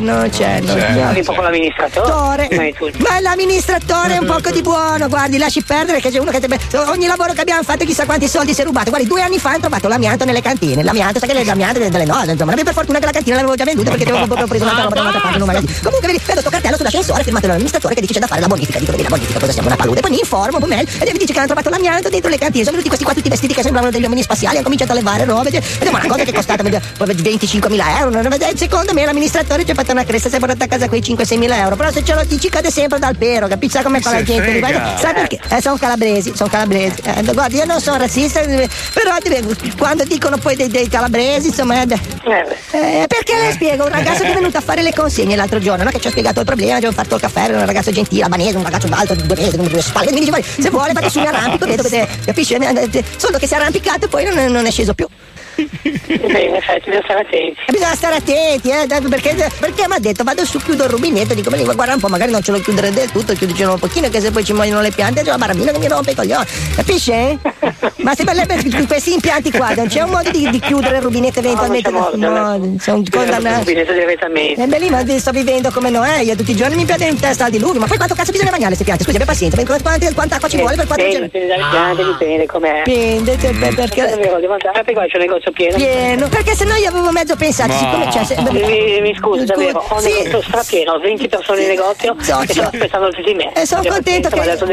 Un po' con l'amministratore. Ma l'amministratore è un poco di buono, guardi, lasci perdere che c'è uno che ogni lavoro che abbiamo fatto chissà quanti soldi si è rubato. Guardi, 2 anni fa hanno trovato l'amianto nelle cantine. L'amianto, sai che l'amianto delle nose, insomma. Per fortuna che la cantina l'avevo già venduta perché avevo proprio preso un'altra roba da un'altra parte in un magazzino. Comunque vedi, vedo sto cartello sull'ascensore firmato dall'amministratore che dice c'è da fare la bonifica. Dico, vedi la bonifica, cosa siamo, una palude? Poi mi informo un po' meglio e mi dice che hanno trovato l'amianto dentro le cantine. Sono venuti questi qua tutti vestiti che sembravano degli uomini spaziali, hanno cominciato a levare robe. Ed è una cosa che è costata 25.000 euro. Secondo me l'amministratore ci ha fatto una cresta, si è portato a casa quei 5-6.000 euro. Però se ce lo dici cade sempre dal pero, capisci? Sa come fa la gente? Sai perché? Sono calabresi. Guardi, io non sono razzista, però quando dicono poi dei calabresi, insomma. Perché le spiego? Un ragazzo che è venuto a fare le consegne l'altro giorno, no? Che ci ha spiegato il problema, ci ho fatto il caffè, era un ragazzo gentile, albanese, un ragazzo alto, 2 metri, 2 spalle. Mi dice, se vuole vado su un arrampico, vedo che capisci? Solo che si è arrampicato e poi non è sceso più. In effetti bisogna stare attenti, perché mi ha detto vado su, chiudo il rubinetto, dico ma guarda un po', magari non ce lo chiudere del tutto, chiudicelo un pochino, che se poi ci muoiono le piante c'è la Barabino che mi rompe i coglioni, capisci? Ma se per questi impianti qua non c'è un modo di chiudere il rubinetto eventualmente? Sono condannati. Lì ma sto vivendo come Noè, io tutti i giorni mi piace in testa al diluvio, ma poi quanto cazzo bisogna bagnare queste piante? Scusi, abbia pazienza, quanta acqua ci vuole per quanto dipende com'è. Dipende, perché devo andare perché c'è un negozio pieno, perché se no io avevo mezzo pensato, siccome c'è mi scusi davvero, ho un negozio strapieno, ho 20 persone in negozio che stanno aspettando tutti me e sono contento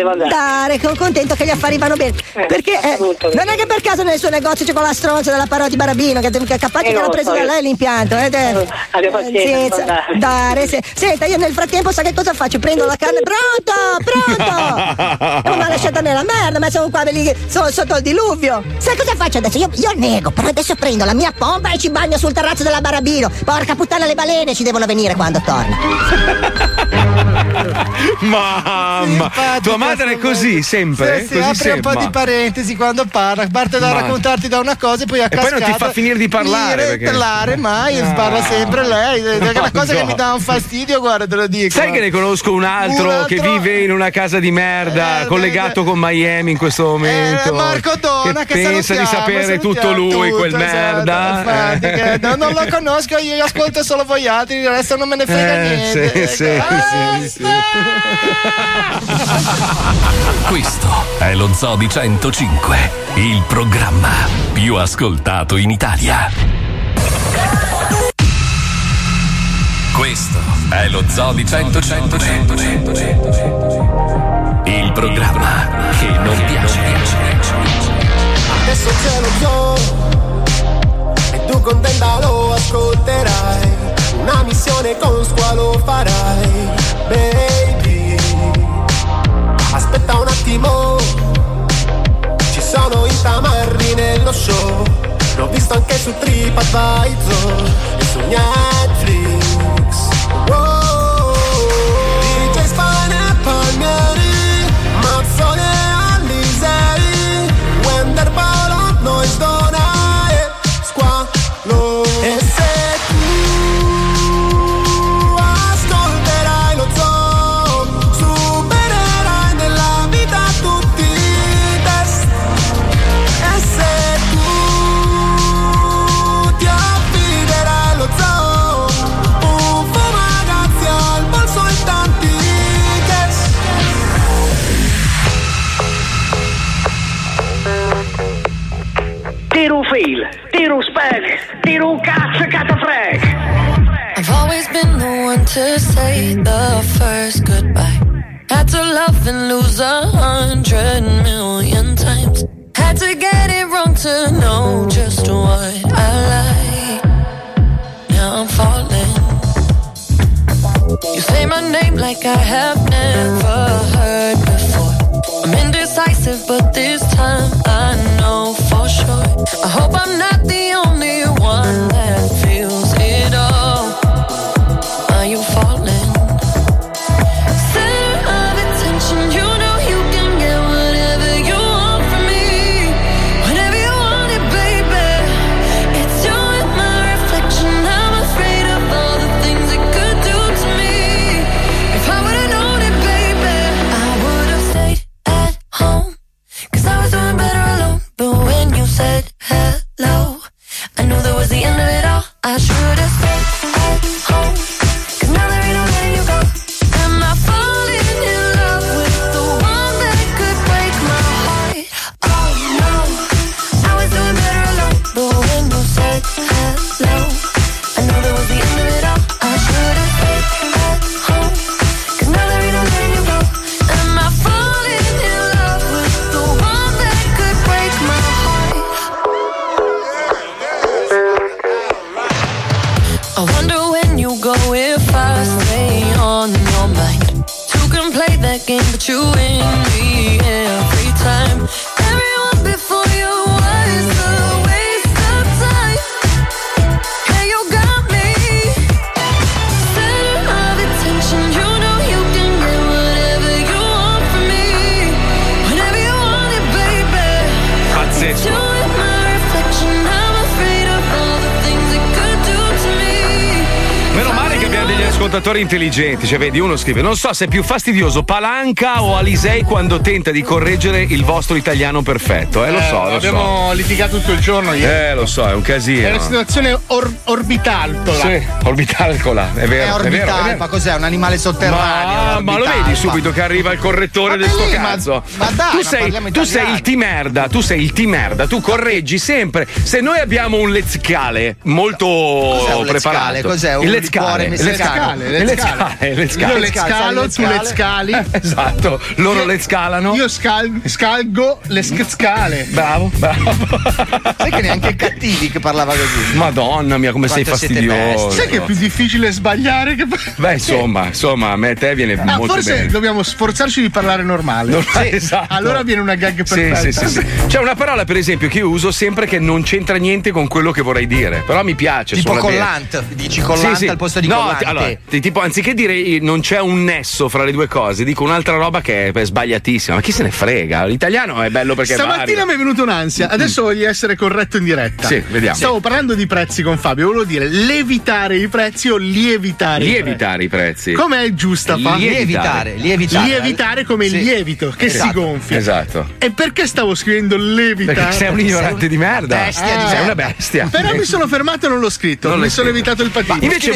che gli affari vanno bene, perché non è che per caso nel suo negozio c'è quella stronza della Parodi Barabino che è capace che hanno preso da lei l'impianto abbia pazienza, senta, io nel frattempo sa che cosa faccio? Prendo la carne, pronto non mi ha lasciata nella merda, ma sono qua sono sotto il diluvio, sai cosa faccio adesso? Io nego, però adesso prendo la mia pompa e ci bagno sul terrazzo della Barabino. Porca puttana, le balene ci devono venire quando torno. Mamma, tua madre è così sempre? Sì, Così apre sempre. un po' di parentesi quando parla, parte da raccontarti da una cosa e poi a poi non cascata ti fa finire di parlare, perché- parlare mai, parla sempre lei. È una cosa che mi dà un fastidio, guarda, te lo dico. Sai che ne conosco un altro che vive in una casa di merda, collegato con Miami in questo momento. Marco Dona, che pensa di sapere tutto lui, quel merda. Infatti, che non lo conosco, io ascolto solo voi altri, il resto non me ne frega niente. Sì. Questo è lo Zoo di 105, il programma più ascoltato in Italia. Questo è lo Zoo di 105, il programma che non piace. Adesso c'è lo zoo e tu contenta lo ascolterai. Una missione con squalo farai, baby. Aspetta un attimo, ci sono i tamarri nello show. L'ho visto anche su TripAdvisor e su Netflix. Wow. DJ Spine e Palmieri, Mazzone e Alisei, Wender Paolo, noi Dona e Squalo. E se tu ascolterai lo zoo, supererai nella vita tutti i test. E se tu ti affiderai allo zoo, un po' ragazzi al polso e tanti guest. Tiro un fil, tiro un spec, tiro un cazzo che te frega. I've always been the one to say the first goodbye. Had to love and lose 100,000,000 times. Had to get it wrong to know just what I like. Now I'm falling. You say my name like I have never heard before. I'm indecisive, but this time I know for sure. I hope I'm not the only one that feels it all. Are you falling? Center of attention, you know you can get whatever you want from me. Whenever you want it, baby. It's you and my reflection. I'm afraid of all the things it could do to me. If I would've known it, baby, I would've stayed at home. 'Cause I was doing better alone. But when you said hello, I knew that was the end of it all. I should've stayed at home. 'Cause now there ain't no letting you go. Am I falling in love with the one that could break my heart? Oh no, I was doing better alone. But when you said hello, I knew that was the end of it all. I should've stayed at home. 'Cause now there ain't no letting you go. Am I falling in love with the one that could break my heart? I wonder when you go if I stay on your mind. Two can play that game, but you win me every time. Everyone before you was a waste of time. Hey, you got me. Center of attention, you know you can get whatever you want from me. Whenever you want it, baby. Pazzesco. You and my reflection, I'm afraid of all the things it could do to me. Meno male che abbiamo degli ascoltatori intelligenti. Cioè, vedi, uno scrive: non so se è più fastidioso Palanca o Alisei quando tenta di correggere il vostro italiano perfetto. Lo so. Abbiamo litigato tutto il giorno ieri. Lo so, è un casino. È una situazione orbitaltola. Sì, orbitalcola, è vero. È orbitalpa, cos'è? Un animale sotterraneo? Ma lo vedi subito che arriva il correttore del sto cazzo. Ma dai, tu sei il T-merda, tu correggi sempre. Se noi abbiamo un lezzcale molto un preparato. lezzcale? Cos'è? Il Un lezzcale. liquore Io lezzcalo, tu lezzcali. Esatto, loro lezzcalano. Io scalgo le scale. Bravo. Sai che neanche estivi che parlava così. Madonna mia, come sei fastidioso. Sai che è più difficile sbagliare che. Beh, insomma, a me e te viene molto forse bene. dobbiamo sforzarci di parlare normale. Esatto. Allora viene una gag perfetta. Sì. C'è una parola, per esempio, che io uso sempre che non c'entra niente con quello che vorrei dire, però mi piace. Tipo suona collant, bene. dici collant al posto di collante. Allora, tipo, anziché dire non c'è un nesso fra le due cose, dico un'altra roba che è sbagliatissima. Ma chi se ne frega? L'italiano è bello perché stamattina mi è venuta un'ansia. Adesso voglio essere corretto in diretta. Sì, vediamo. Stavo parlando di prezzi con Fabio. Volevo dire levitare i prezzi o lievitare i prezzi. Com'è giusta, Fabio? Lievitare come il lievito che si gonfia. Esatto. E perché stavo scrivendo levitare? Perché sei un ignorante di merda. Sei una bestia. Però mi sono fermato e non l'ho scritto. Mi sono evitato il patino. Invece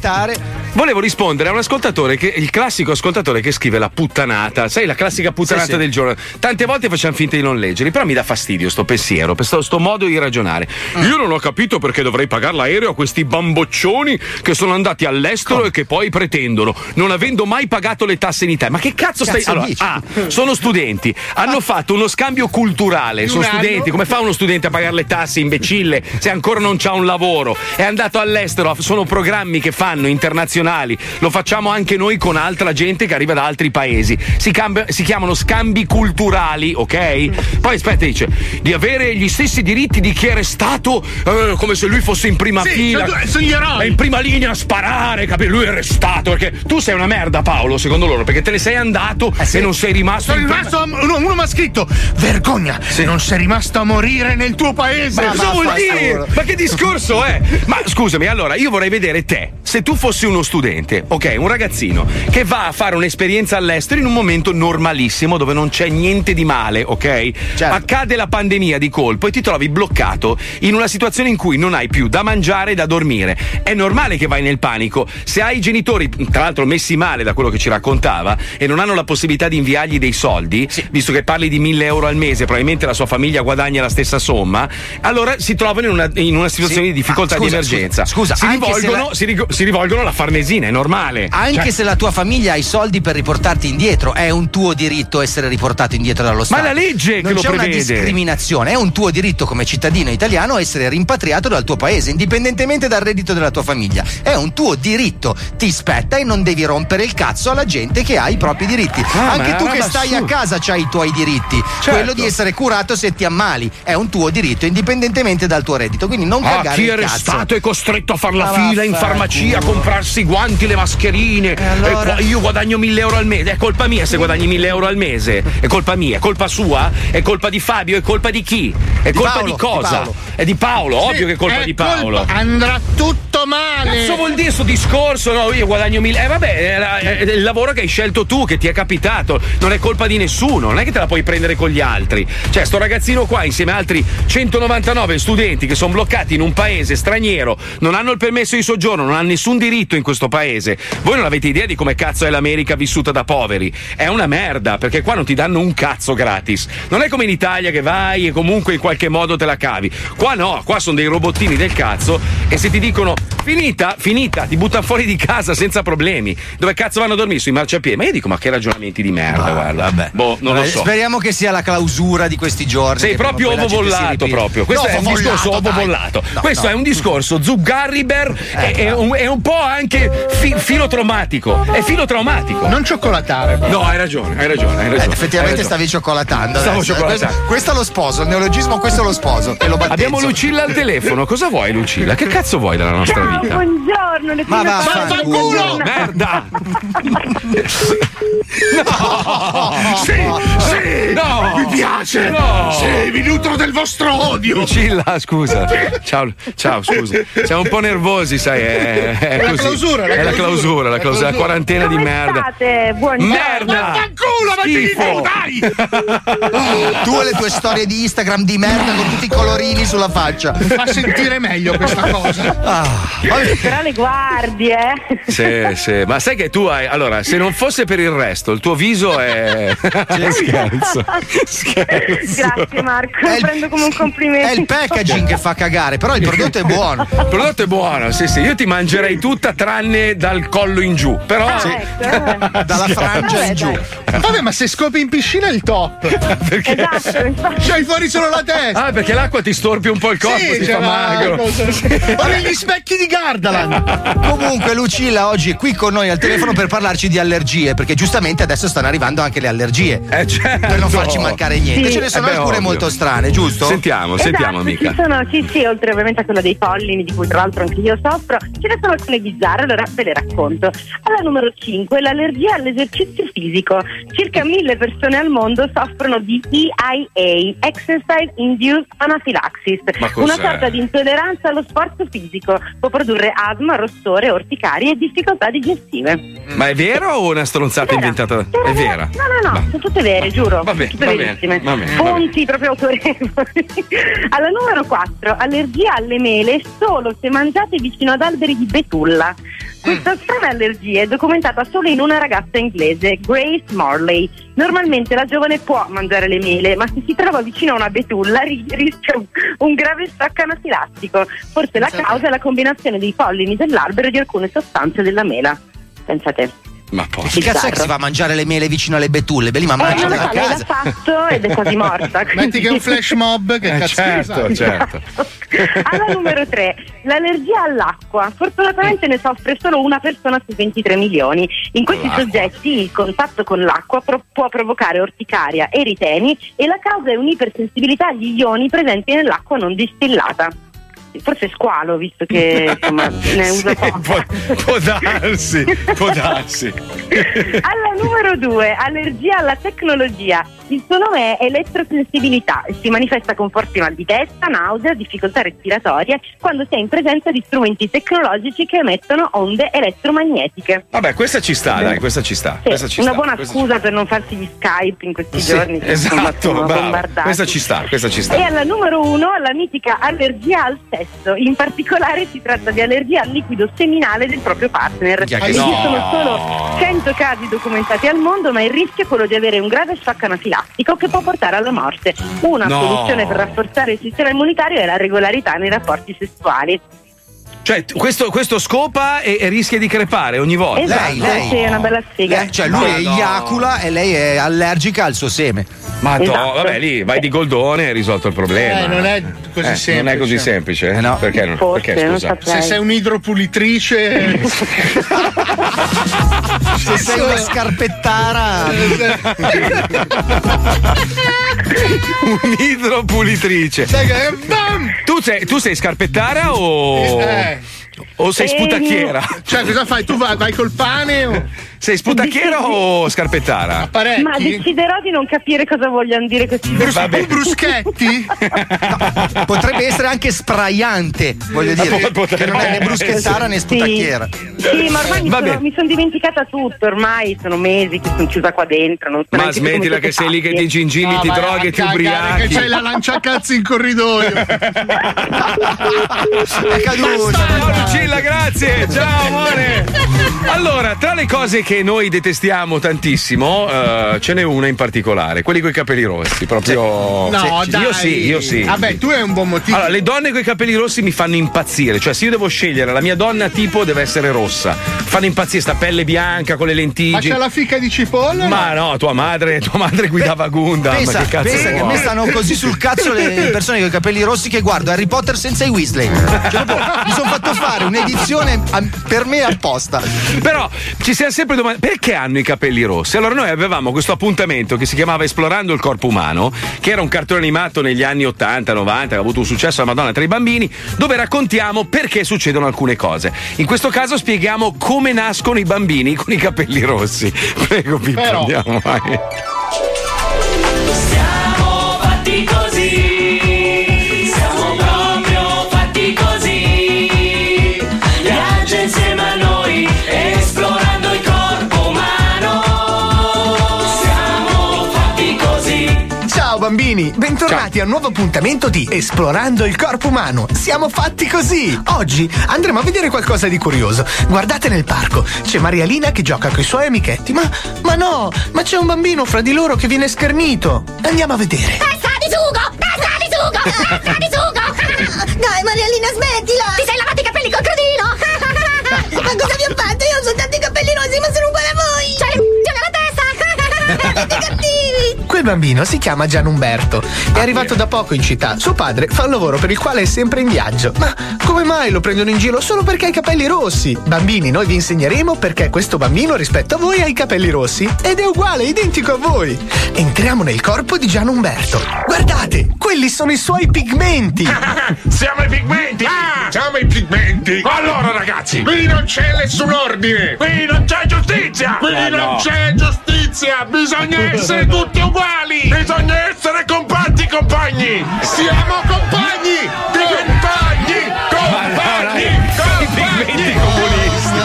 volevo rispondere a un ascoltatore il classico ascoltatore che scrive la puttanata. Sai, la classica puttanata del giorno. Tante volte facciamo finta di non leggerli, però mi dà fastidio sto pensiero, sto modo di ragionare. Io non ho capito perché dovrei pagare l'aereo a questi bamboccioni che sono andati all'estero e che poi pretendono, non avendo mai pagato le tasse in Italia. Ma che cazzo stai? Allora, sono studenti, hanno fatto uno scambio culturale. Sono studenti, come fa uno studente a pagare le tasse, imbecille, se ancora non c'ha un lavoro? È andato all'estero, sono programmi che fanno internazionali, lo facciamo anche noi con altra gente che arriva da altri paesi. Si chiamano scambi culturali, ok? Poi aspetta, dice di avere gli stessi diritti di chi è restato, come se lui fosse in prima fila. Sono gli eroi. È in prima linea a sparare, capito? Lui è restato perché tu sei una merda, Paolo, secondo loro, perché te ne sei andato e non sei rimasto. Uno mi ha scritto: vergogna, se non sei rimasto a morire nel tuo paese. Ma cosa vuol dire? Ma che discorso è? Ma scusami, allora io vorrei vedere te, se tu fossi uno studente, ok, un ragazzino che va a fare un'esperienza all'estero in un momento normalissimo dove non c'è niente di male, ok? Certo. Accade la pandemia di colpo e ti trovi bloccato in una situazione in cui non hai più da mangiare e da dormire. È normale che vai nel panico. Se hai i genitori, tra l'altro messi male da quello che ci raccontava, e non hanno la possibilità di inviargli dei soldi, visto che parli di 1.000 euro al mese, probabilmente la sua famiglia guadagna la stessa somma, allora si trovano in una situazione di difficoltà, di emergenza. Scusa, si rivolgono alla Farnesina, è normale. Anche se la tua famiglia ha i soldi per riportarti indietro, è un tuo diritto essere riportato indietro dallo Stato. Ma la legge non che lo c'è prevede. Una discriminazione, è un tuo diritto come cittadino italiano essere rimpatriato dal tuo paese, indipendentemente dal reddito della tua famiglia. È un tuo diritto, ti spetta e non devi rompere il cazzo alla gente che ha i propri diritti. Anche tu che stai a casa c'hai i tuoi diritti. Certo. Quello di essere curato se ti ammali è un tuo diritto, indipendentemente dal tuo reddito. Quindi non cagare chi il è cazzo. restato è costretto a far la fila in farmacia a comprarsi i guanti, le mascherine. Allora... io guadagno 1.000 euro al mese. È colpa mia se guadagni 1.000 euro al mese. È colpa mia, è colpa sua, è colpa di Fabio, è colpa di chi? È colpa Paolo, di cosa? di È di Paolo, ovvio che è colpa di Paolo. Andrà tutto male. Cazzo vuol dire sto discorso? No, io guadagno 1.000. Vabbè, è il lavoro che hai scelto tu, che ti è capitato. Non è colpa di nessuno, non è che te la puoi prendere con gli altri. Cioè, sto ragazzino qua, insieme a altri 199 studenti che sono bloccati in un paese straniero, non hanno il permesso di soggiorno, non hanno nessun diritto in questo paese. Voi non avete idea di come cazzo è l'America vissuta da poveri. È una merda, perché qua non ti danno un cazzo gratis. Non è come in Italia che vai e comunque in qualche modo te la cavi. Qua no, qua sono dei robottini del cazzo e se ti dicono finita, ti buttano fuori di casa senza problemi. Dove cazzo vanno a dormire? Sui marciapiedi? Ma io dico, ma che ragionamenti di merda, guarda. Vabbè. Boh, non lo so. Speriamo che sia la clausura di questi giorni. Sei proprio ovobollato proprio. Questo è un discorso ovobollato. Questo è un discorso Zuccarriber è un po' anche filotraumatico. È filotraumatico. Non cioccolatare. No, hai ragione. Effettivamente stavi cioccolatando. Stavo cioccolatando. Questo lo sposo, il neologismo questo lo sposo. Te lo battezzo. Abbiamo Lucilla al telefono. Cosa vuoi, Lucilla? Che cazzo vuoi dalla nostra vita? Buongiorno, ma vaffanculo. Merda! No! Sì! No! Mi piace! No! Sì, mi nutro del vostro odio! Lucilla, scusa. Ciao, scusa. Siamo un po' nervosi, sai. È la così. clausura, è la clausura, la quarantena come di merda. state? Buongiorno. Merda! Vaffanculo, ma ti dico, dai! Tu e le tue storie di Instagram di merda con tutti i colorini sulla faccia. Mi fa sentire meglio questa cosa. Vabbè, Però le guardi, Sì, ma sai che tu hai. Allora, se non fosse per il resto, il tuo viso è. Scherzo. Grazie Marco, lo prendo come un complimento. È il packaging che fa cagare, però il prodotto è buono. Il prodotto è buono, sì. Io ti mangerei tutta tranne dal collo in giù. Però. Dalla frangia in giù. Vabbè, ma se scopi in piscina è il top. Perché? Esatto, c'hai fuori solo la testa. Ah, perché l'acqua ti storpia un po' il corpo, Sì, ti fa magro. Ho negli specchi di Gardaland. Comunque Lucilla oggi è qui con noi al telefono per parlarci di allergie, perché giustamente adesso stanno arrivando anche le allergie. Certo. Per non farci mancare niente. Sì. Ce ne sono Beh, alcune ovvio. molto strane, giusto? Sentiamo amica. Ci sono, sì, oltre ovviamente a quella dei pollini, di cui tra l'altro anche io soffro, ce ne sono alcune bizzarre, allora ve le racconto. Alla numero 5, l'allergia all'esercizio fisico. Circa 1000 persone al mondo soffrono di EIA, Exercise Induced Anaphylaxis, Ma cos'è? una sorta di intolleranza allo sforzo fisico. Può produrre asma, rossore, orticarie e difficoltà digestive. Ma è vero o una stronzata inventata? È vera. No, sono tutte vere, giuro. Vabbè, tutte va verissime. bene. Fonti proprio autorevoli. Alla numero 4, allergia alle mele solo se mangiate vicino ad alberi di betulla. Questa strana allergia è documentata solo in una ragazza inglese, Grace Morley. Normalmente la giovane può mangiare le mele, ma se si trova vicino a una betulla rischia un grave shock anafilattico. Forse la causa è la combinazione dei pollini dell'albero e di alcune sostanze della mela. Pensate. Ma poi. Che cazzo è che si va a mangiare le mele vicino alle betulle? Beh, lì ma mangia Non lo a so, lei l'ha casa. fatto ed è quasi morta. Metti che è un flash mob, che cazzo certo. Alla numero 3, l'allergia all'acqua. Fortunatamente ne soffre solo una persona su 23 milioni. In questi soggetti il contatto con l'acqua può provocare orticaria, eritemi e la causa è un'ipersensibilità agli ioni presenti nell'acqua non distillata. Forse squalo, visto che insomma ne uso poco. Può darsi. Alla numero 2, allergia alla tecnologia. Il suo nome è elettrosensibilità e si manifesta con forti mal di testa, nausea, difficoltà respiratorie quando si è in presenza di strumenti tecnologici che emettono onde elettromagnetiche. Vabbè, questa ci sta, dai, questa ci sta. Sì, Questa ci una sta. buona Questa scusa per non farsi gli Skype in questi giorni. Esatto, sono bravo. bombardati. Questa ci sta. E alla numero 1, la mitica allergia al sesso. In particolare si tratta di allergia al liquido seminale del proprio partner. Esistono solo 100 casi documentati al mondo, ma il rischio è quello di avere un grave shock anafilattico che può portare alla morte. Una soluzione per rafforzare il sistema immunitario è la regolarità nei rapporti sessuali. Cioè, questo scopa e rischia di crepare ogni volta. Esatto, Lei. sì, è una bella sfiga. Cioè lui eiacula e lei è allergica al suo seme. Ma Esatto. vabbè, lì vai di Goldone e hai risolto il problema. Non è così semplice. Non è così semplice. No. Perché non? Forse, Perché, non scusa? saprei. Se sei un'idropulitrice. Se sei una scarpettara. Un'idropulitrice. Sai che bam! Tu sei scarpettara o sei sputacchiera? Cioè, cosa fai? Tu vai col pane o Sei sputacchiera o scarpettara? parecchi? Ma deciderò di non capire cosa vogliono dire questi Bruschetti? No, potrebbe essere anche spraiante, voglio dire, che non è né bruschettara né sputacchiera. Sì, ma ormai mi sono dimenticata tutto, ormai sono mesi che sono chiusa qua dentro. Non so Ma neanche smettila come che siete sei lì che fatti. ti gingilli, ti droghi e ti ubriachi. Che c'hai la lanciacazzi in corridoio. È caduta. Ciao Lucilla, grazie. Ciao amore. Allora, tra le cose che noi detestiamo tantissimo, ce n'è una in particolare, quelli coi capelli rossi, proprio. No, Sì, dai. Io sì. Vabbè, tu hai un buon motivo. Allora, le donne coi capelli rossi mi fanno impazzire, cioè se io devo scegliere la mia donna tipo deve essere rossa. Fanno impazzire sta pelle bianca con le Ma lentiglie. c'è la fica di cipolla? Ma no, tua madre guidava Gundam. Pensa, Ma che cazzo pensa che a me vuoi? stanno così sul cazzo le persone con i capelli rossi che guardo Harry Potter senza i Weasley. Cioè, mi sono fatto fare un'edizione per me apposta. Però ci siamo sempre domandati perché hanno i capelli rossi. Allora noi avevamo questo appuntamento che si chiamava Esplorando il corpo umano, che era un cartone animato negli anni 80, 90, che ha avuto un successo alla Madonna tra i bambini, dove raccontiamo perché succedono alcune cose. In questo caso spieghiamo come nascono i bambini con i capelli rossi. Prego Pippo, andiamo, vai. Siamo fatti così, siamo proprio fatti così. Viaggia insieme a noi, esplorando il corpo umano. Siamo fatti così. Ciao bambini, bentornati a un nuovo appuntamento di Esplorando il corpo umano. Siamo fatti così. Oggi andremo a vedere qualcosa di curioso. Guardate nel parco, c'è Marialina che gioca con i suoi amichetti. Ma no, ma c'è un bambino fra di loro che viene schernito. Andiamo a vedere. Testa di sugo! Testa di sugo! Testa di sugo! Dai Marialina, smettila! Ti sei lavato i capelli col crodino! Ma cosa vi ho fatto? Io ho soltanto i capelli rossi, ma sono uguale a voi! C'hai le nella testa! Siete cattivi! Quel bambino si chiama Gianumberto. È arrivato da poco in città. Suo padre fa un lavoro per il quale è sempre in viaggio. Ma come mai lo prendono in giro solo perché ha i capelli rossi? Bambini, noi vi insegneremo perché questo bambino rispetto a voi ha i capelli rossi ed è uguale, identico a voi. Entriamo nel corpo di Gianumberto. Guardate, quelli sono i suoi pigmenti. Siamo i pigmenti! Siamo i pigmenti! Allora ragazzi, qui non c'è nessun ordine! Qui non c'è giustizia! Qui non c'è giustizia! Bisogna essere tutti uguali! Bisogna essere compatti compagni! Siamo compagni! Compagni! Compagni! Compagni! comunisti!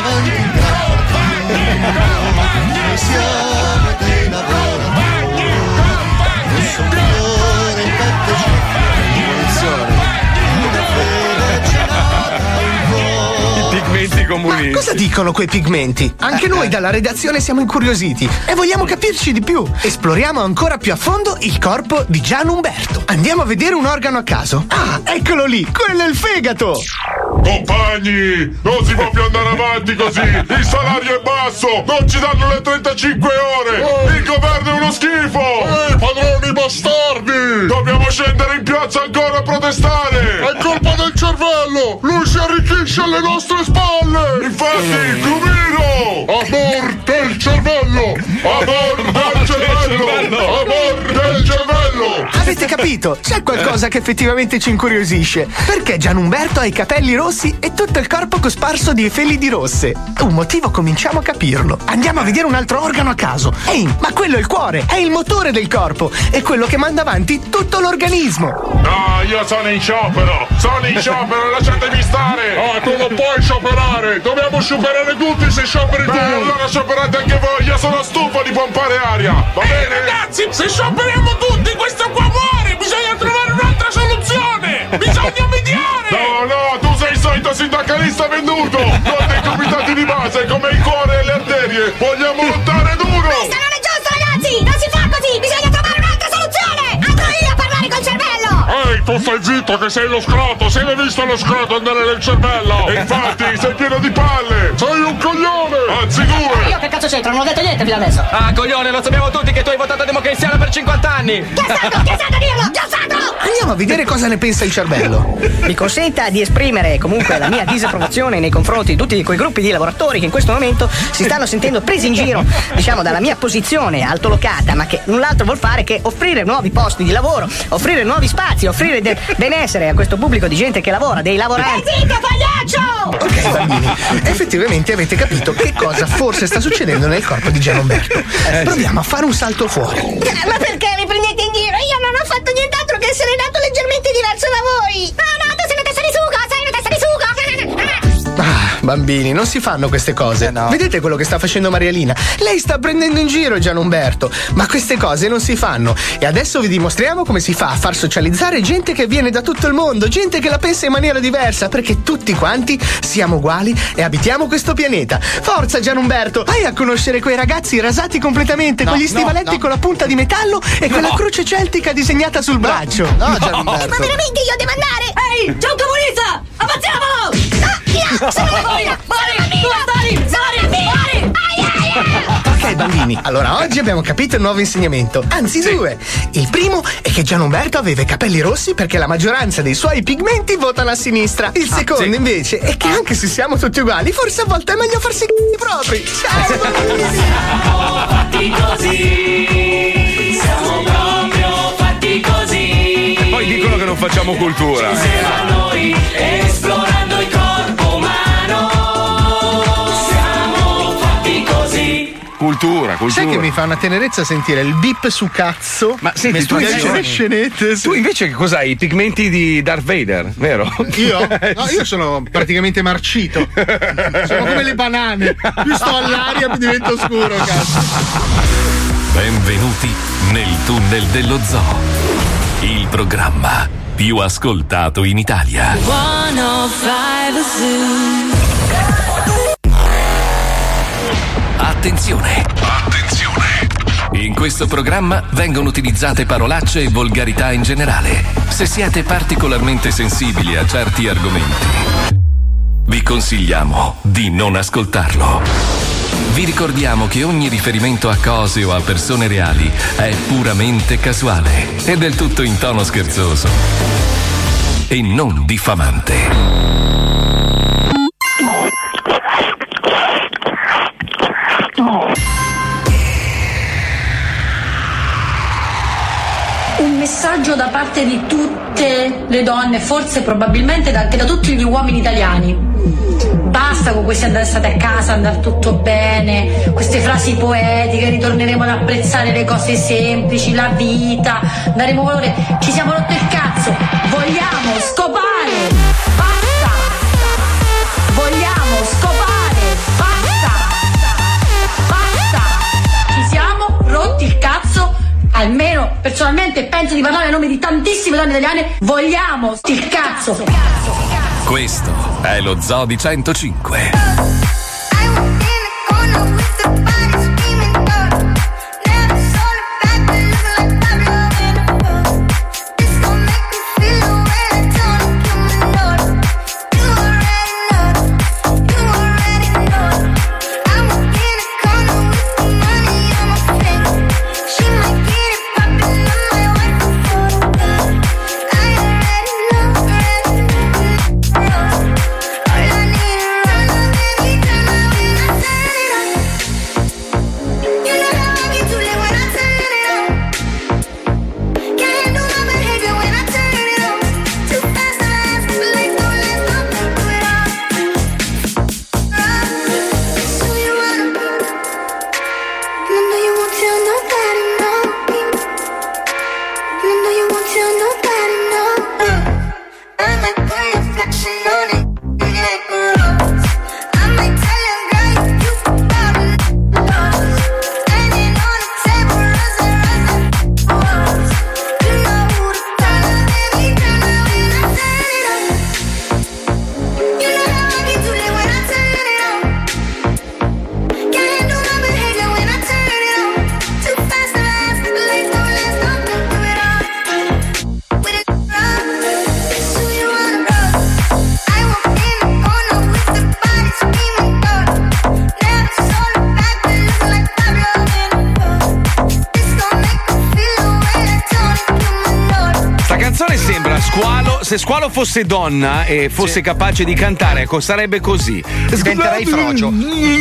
Pigmenti comunisti. Ma cosa dicono quei pigmenti? Anche noi dalla redazione siamo incuriositi e vogliamo capirci di più. Esploriamo ancora più a fondo il corpo di Gianumberto. Andiamo a vedere un organo a caso. Ah, eccolo lì, quello è il fegato. Compagni, non si può più andare avanti così. Il salario è basso, non ci danno le 35 ore. Il governo è uno schifo. Padroni bastardi. Dobbiamo scendere in piazza ancora a protestare. È colpa del cervello. Lui si arricchisce alle nostre spalle. Infatti, Cumiro, a morte il cervello. A morte il cervello. A morte il cervello. Avete capito? C'è qualcosa che effettivamente ci incuriosisce. Perché Gianumberto ha i capelli rossi e tutto il corpo cosparso di feli di rosse? Un motivo cominciamo a capirlo. Andiamo a vedere un altro organo a caso. Ehi, ma quello è il cuore, è il motore del corpo, è quello che manda avanti tutto l'organismo. No, io sono in sciopero, lasciatemi stare. Ah, tu non puoi scioperare, dobbiamo scioperare tutti se scioperi tu. Allora scioperate anche voi, io sono stufo di pompare aria. Va bene? Ragazzi, se scioperiamo tutti questo qua muore, bisogna trovare un'altra soluzione. Bisogna mediare. No, tu sei il solito sindacalista venduto. Noi dei comitati di base come il cuore e le arterie vogliamo lottare duro. Questo non è giusto, ragazzi! Non si fa così! Bisogna trovare un'altra soluzione! Andrò io a parlare col cervello! Ehi, tu stai zitto che sei lo scroto! Sei mai visto lo scroto andare nel cervello? E infatti sei pieno di palle! Sei un coglione! Anzi due! Io che cazzo c'entro? Non ho detto niente fino adesso! Ah, coglione, lo sappiamo tutti che tu hai votato Democristiano per 50 anni! Chi è stato a dirlo? Chi è stato? Andiamo a vedere cosa ne pensa il cervello. Mi consenta di esprimere comunque la mia disapprovazione nei confronti di tutti quei gruppi di lavoratori che in questo momento si stanno sentendo presi in giro, diciamo, dalla mia posizione altolocata, ma che null'altro vuol fare che offrire nuovi posti di lavoro, offrire nuovi spazi, offrire benessere a questo pubblico di gente che lavora, dei lavoranti. Zitto, pagliaccio! Ok, bambini, effettivamente avete capito che cosa forse sta succedendo nel corpo di Gianumberto. Proviamo a fare un salto fuori. Ma perché mi prendete in giro? Io non ho fatto nient'altro che essere nato leggermente diverso da voi! No, tu sei una testa di sugo! Sei una testa di sugo! Ah, bambini, non si fanno queste cose. No. Vedete quello che sta facendo Marialina? Lei sta prendendo in giro Gianumberto. Ma queste cose non si fanno. E adesso vi dimostriamo come si fa a far socializzare gente che viene da tutto il mondo, gente che la pensa in maniera diversa, perché tutti quanti siamo uguali e abitiamo questo pianeta. Forza Gianumberto, vai a conoscere quei ragazzi rasati completamente, con gli stivaletti con la punta di metallo e quella croce celtica disegnata sul braccio. No, Gianumberto. Ma veramente io devo andare? Ehi, c'è un comunista! Ammazziamolo! Ok bambini, allora oggi abbiamo capito il nuovo insegnamento, anzi due. Il primo è che Gianumberto aveva i capelli rossi perché la maggioranza dei suoi pigmenti votano a sinistra. Il secondo invece è che anche se siamo tutti uguali, forse a volte è meglio farsi i propri. Ciao bambini! Siamo fatti così, siamo proprio fatti così. E poi dicono che non facciamo cultura. Insieme a noi, esplorando il corpo umano, siamo fatti così. Cultura. Sai che mi fa una tenerezza sentire il bip su cazzo? Ma senti, tu le scenette. Tu invece che cos'hai? I pigmenti di Darth Vader, vero? Io? No, io sono praticamente marcito. Sono come le banane. Più sto all'aria più divento scuro, cazzo. Benvenuti nel tunnel dello zoo. il programma più ascoltato in Italia. 105 Zoo. Attenzione! In questo programma vengono utilizzate parolacce e volgarità in generale. Se siete particolarmente sensibili a certi argomenti, vi consigliamo di non ascoltarlo. Vi ricordiamo che ogni riferimento a cose o a persone reali è puramente casuale e del tutto in tono scherzoso e non diffamante. Un messaggio da parte di tutte le donne, forse probabilmente anche da tutti gli uomini italiani. Basta con questi andare state a casa, andare tutto bene, queste frasi poetiche, ritorneremo ad apprezzare le cose semplici, la vita, daremo valore. Ci siamo rotto il cazzo, vogliamo scopare, basta! Vogliamo scopare, basta! Basta! Ci siamo rotti il cazzo. Almeno personalmente penso di parlare a nome di tantissime donne italiane. Vogliamo il cazzo. Questo è lo Zoo di 105. Se Squalo fosse donna e fosse capace di cantare, ecco, sarebbe così. Diventerei Frocio.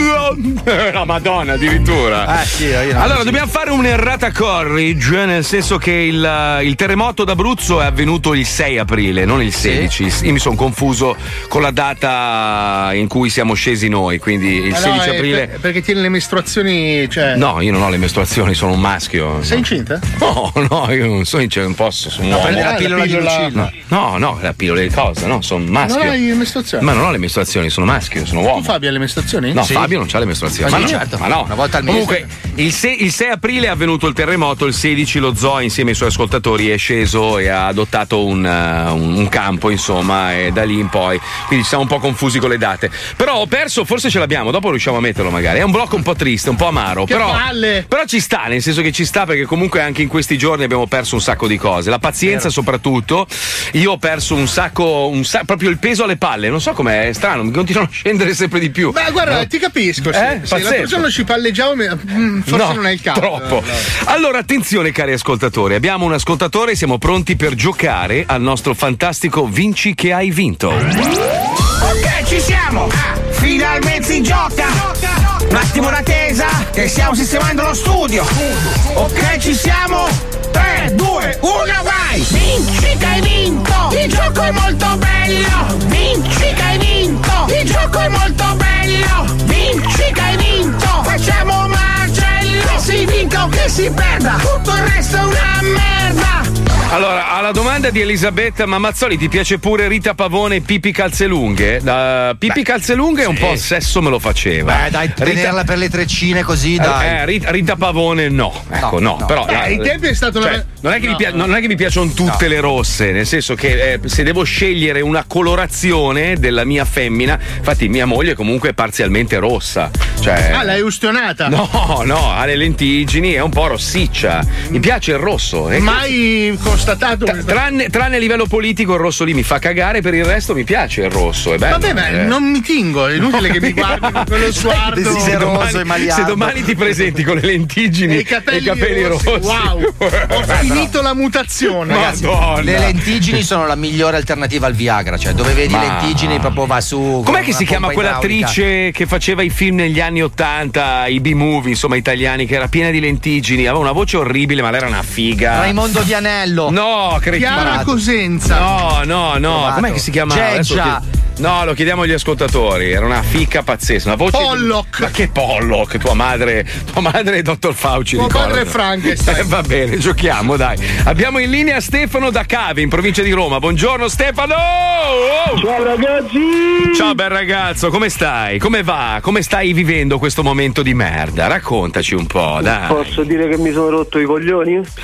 La Madonna, addirittura. Sì, io allora, dobbiamo fare un'errata corrige, nel senso che il terremoto d'Abruzzo è avvenuto il 6 aprile, non il 16. Sì. Io mi sono confuso con la data in cui siamo scesi noi, quindi il 16 aprile. Perché tieni le mestruazioni, cioè. No, io non ho le mestruazioni, sono un maschio. Sei incinta? No, io non sono incinta, non posso, sono un uomo. Prendi la pillola di Lucilla. No, la pillola di cosa? No, sono maschio. Non hai le mestruazioni? Ma non ho le mestruazioni, sono maschio, sono uomo. Tu Fabio ha le mestruazioni? No, sì. Fabio non c'ha le mestruazioni. Ma no, certo. Ma no, una volta al mese. Comunque, il 6 aprile è avvenuto il terremoto, il 16 lo Zoo insieme ai suoi ascoltatori è sceso e ha adottato un campo, insomma, e da lì in poi. Quindi ci siamo un po' confusi con le date. Però ho perso, forse ce l'abbiamo, dopo riusciamo a metterlo magari. È un blocco un po' triste, un po' amaro. Che palle! Però ci sta, nel senso che ci sta perché comunque anche in questi giorni abbiamo perso un sacco di cose. La pazienza soprattutto. Io ho perso un sacco, proprio il peso alle palle. Non so com'è, è strano, mi continuano a scendere sempre di più. Beh, guarda, ti capisco. Se l'altro giorno ci palleggiamo, forse non è il caso. Troppo. Allora, attenzione, cari ascoltatori. Abbiamo un ascoltatore e siamo pronti per giocare al nostro fantastico Vinci che hai vinto. Ok, ci siamo! Finalmente si gioca! Un attimo d'attesa, che stiamo sistemando lo studio. Ok, ci siamo? 3, 2, 1, vai! Vinci che hai vinto! Il gioco è molto bello! Vinci che hai vinto! Il gioco è molto bello! Vinci che hai vinto! Facciamo un macello! Che si vinca o che si perda! Tutto il resto è una merda! Allora, alla domanda di Elisabetta, ma Mazzoli ti piace pure Rita Pavone e Pippi Calzelunghe? Pippi Calzelunghe un po' il sesso me lo faceva. Beh, dai, tenerla per le treccine così, dai. Rita Pavone no. Ecco, no. Però ai tempi è stato non è che mi piacciono tutte le rosse, nel senso che se devo scegliere una colorazione della mia femmina, infatti mia moglie comunque è parzialmente rossa. Cioè... Ah, l'hai ustionata? No, ha le lentiggini, è un po' rossiccia. Mi piace il rosso. Mai constatato. Tranne a livello politico il rosso lì mi fa cagare, per il resto mi piace il rosso, è bello. Vabbè, ma non mi tingo, è inutile che mi guardi con quello sguardo desideroso e maliardo. Se domani ti presenti con le lentiggini e i capelli rossi. Wow, ho finito la mutazione. Ragazzi, le lentiggini sono la migliore alternativa al Viagra, cioè dove vedi lentiggini proprio va su. Com'è che si chiama quell'attrice che faceva i film negli anni '80, i B-movie, insomma, italiani, che era piena di lentiggini, aveva una voce orribile, ma lei era una figa. Raimondo Vianello. No, Chiara Cosenza. No. Com'è che si chiama? No, lo chiediamo agli ascoltatori. Era una fica pazzesca. Una voce Pollock. Ma che Pollock? Tua madre è Dottor Fauci. Tuo padre è Frankenstein. Va bene, giochiamo, dai. Abbiamo in linea Stefano da Cave, in provincia di Roma. Buongiorno Stefano! Ciao ragazzi! Ciao bel ragazzo, come stai? Come va? Come stai vivendo questo momento di merda? Raccontaci un po', dai. Posso dire che mi sono rotto i coglioni? Sì,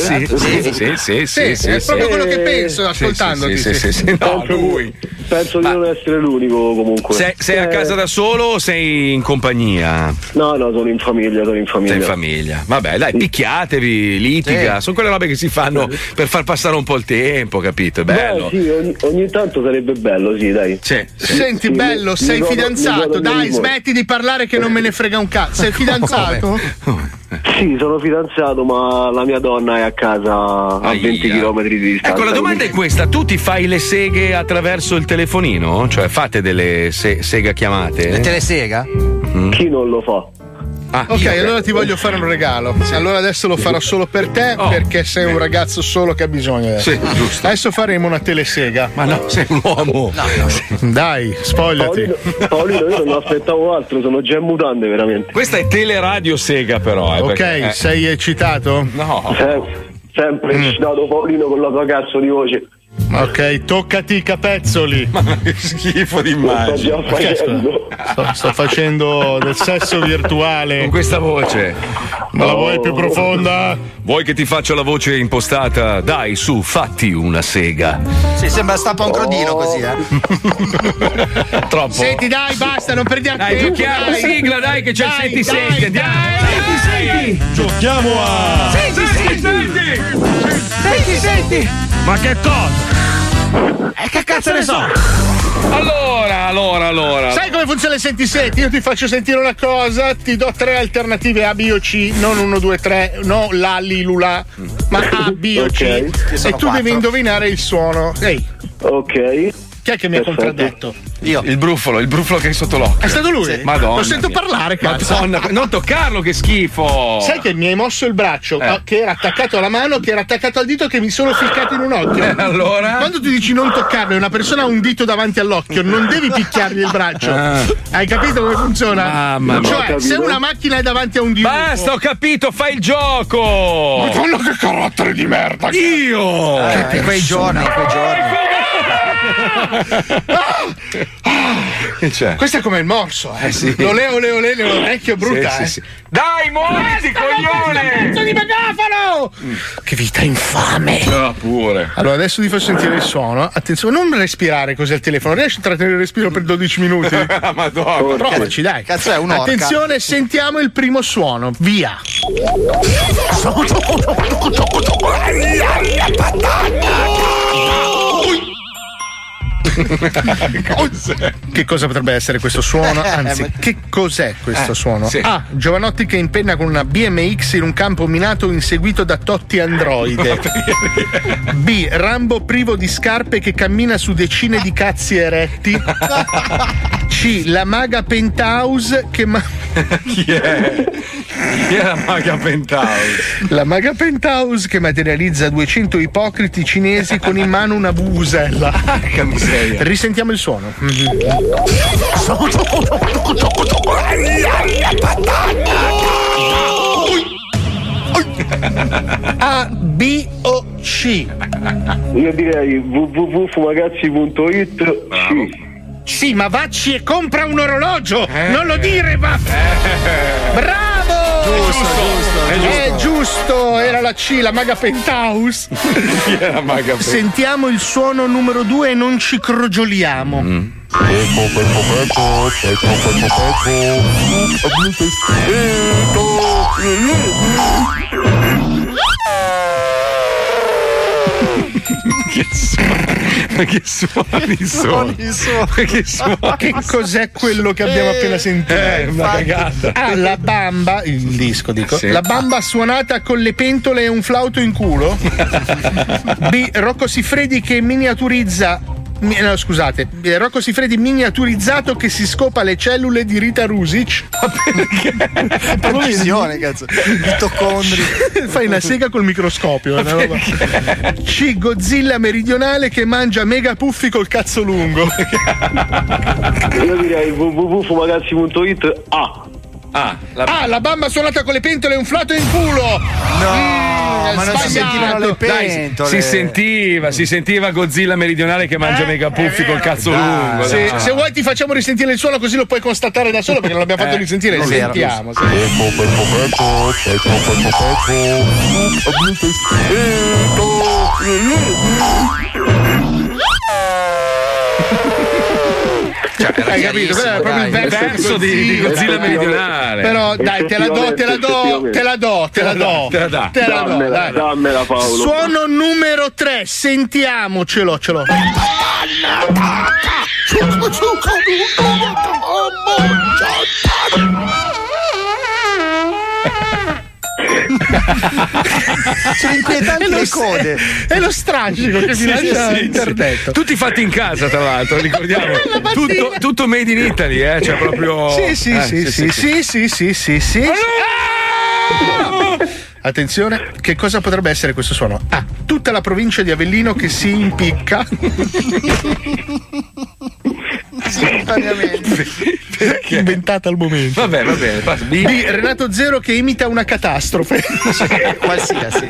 è proprio quello che penso ascoltandoti. Sì. No, lui. Penso di non essere l'unico comunque. Sei a casa da solo o sei in compagnia? No, sono in famiglia. Sei in famiglia. Vabbè, dai, picchiatevi, litiga. Sono quelle robe che si fanno per far passare un po' il tempo, capito? È bello. Beh, sì, ogni tanto sarebbe bello, sì, dai. Senti, bello, sei fidanzato? Dai, smetti di parlare che non me ne frega un cazzo. Sei fidanzato? Sì, sono fidanzato, ma la mia donna è a casa a 20 km di distanza. Ecco, la domanda è questa: tu ti fai le seghe attraverso il telefonino? Cioè fate delle sega chiamate? Le telesega? Chi non lo fa? Ok, allora ti voglio fare un regalo. Allora adesso lo farò solo per te, perché sei un ragazzo solo che ha bisogno. Sì, giusto. Adesso faremo una telesega. Ma no, sei un uomo. Dai, spogliati. Paolino, io non aspettavo altro, sono già in mutande veramente. Questa è teleradio sega, però. Ok, perché, sei eccitato? No. Sempre eccitato, Paolino, con la tua cazzo di voce. Ok, toccati i capezzoli. Ma che schifo di immagine. Sto facendo del sesso virtuale. Con questa voce. Ma la vuoi più profonda? Vuoi che ti faccia la voce impostata? Dai, su, fatti una sega. Sì, sembra stappa un crodino così, Troppo. Senti, dai, basta, non perdiamo tempo. Dai, giochiamo, sigla, dai, che c'è il senti. Andiamo. Senti. Giochiamo a... Senti. Ma che cosa? Che cazzo ne so? Allora. Sai come funziona il senti? Io ti faccio sentire una cosa, ti do 3 alternative A, B o C, non 1, 2, 3, no la, li, lula, ma A, B o C. E tu devi indovinare il suono. Ehi. Ok. Chi è che mi ha contraddetto? Io. Il brufolo che hai sotto l'occhio. È stato lui? Sì. Madonna. Lo sento parlare, cazzo. Madonna, non toccarlo, che schifo. Sai che mi hai mosso il braccio che era attaccato alla mano, che era attaccato al dito, che mi sono ficcato in un occhio. Allora? Quando tu dici non toccarlo e una persona ha un dito davanti all'occhio, non devi picchiargli il braccio. Hai capito come funziona? Mamma mia. Cioè, se una macchina è davanti a un dirupo. Basta, ho capito, fai il gioco. Madonna, che carattere di merda. Io. In quei giorni. Che c'è? Questo è come il morso, sì. Lo leo nell'orecchio, brutta. Sì. Dai, muoviti, coglione! Cazzo di megafono! Che vita infame! Pure. Allora, adesso ti faccio sentire il suono. Attenzione, non respirare così al telefono. Riesci a trattenere il respiro per 12 minuti? Madonna. Provaci, dai. Cazzo, è un'orca. Attenzione, sentiamo il primo suono. Via. Che cosa potrebbe essere questo suono? Anzi, che cos'è questo suono? Sì. A. Giovanotti che impenna con una BMX in un campo minato inseguito da Totti androide. B. Rambo privo di scarpe che cammina su decine di cazzi eretti. C. La maga Penthouse che Chi è? Chi è la maga Penthouse? La maga Penthouse che materializza 200 ipocriti cinesi con in mano una busella. Che miseria. Risentiamo il suono. A, B o C? Io direi www.fumagazzi.it. Sì, ma vacci e compra un orologio! Non lo dire, ma. Bravo! È giusto, era la C, la Maga Penthouse. Era Maga Penthouse. Sentiamo il suono numero 2 e non ci crogioliamo. Ma che suoni sono? Che suoni? Che cos'è quello che abbiamo appena sentito? Una cagata. Ah, la bamba, il disco dico. Sì. La bamba suonata con le pentole e un flauto in culo. B. Rocco Siffredi che miniaturizza. No, scusate, Rocco Siffredi miniaturizzato che si scopa le cellule di Rita Rusic. Precisione, cazzo. Mitocondri. Fai una sega col microscopio. Una roba. C. Godzilla meridionale che mangia mega puffi col cazzo lungo. Io direi www.fumagazzi.it. La bamba suonata con le pentole e un flauto in culo. Ma non si sentivano le pentole. Dai, si sentiva Godzilla meridionale che mangia mega puffi col cazzo lungo. Se vuoi ti facciamo risentire il suono così lo puoi constatare da solo perché non l'abbiamo fatto risentire. Sentiamo. Hai capito? Quello era proprio il verso di Godzilla meridionale. Però dai, te la do. Dammela, Paolo. Suono numero 3, sentiamocelo. Sono inquietanti le code. È lo strascico che si lascia interdetto. Tutti fatti in casa, tra l'altro, ricordiamo. Tutto made in Italy, cioè proprio. Sì. Attenzione, che cosa potrebbe essere questo suono? A. Tutta la provincia di Avellino che si impicca. Simultaneamente. Inventata al momento. Va bene. B. Renato Zero che imita una catastrofe. Qualsiasi.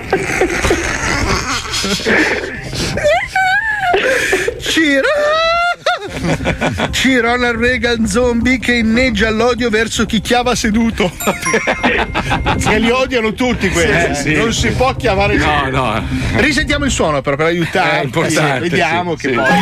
C. Ronald Reagan zombie che inneggia l'odio verso chi chiava seduto. Che li odiano tutti quelli. Non si può chiamare seduto. No. Risentiamo il suono però per aiutare. È importante. Vediamo che poi.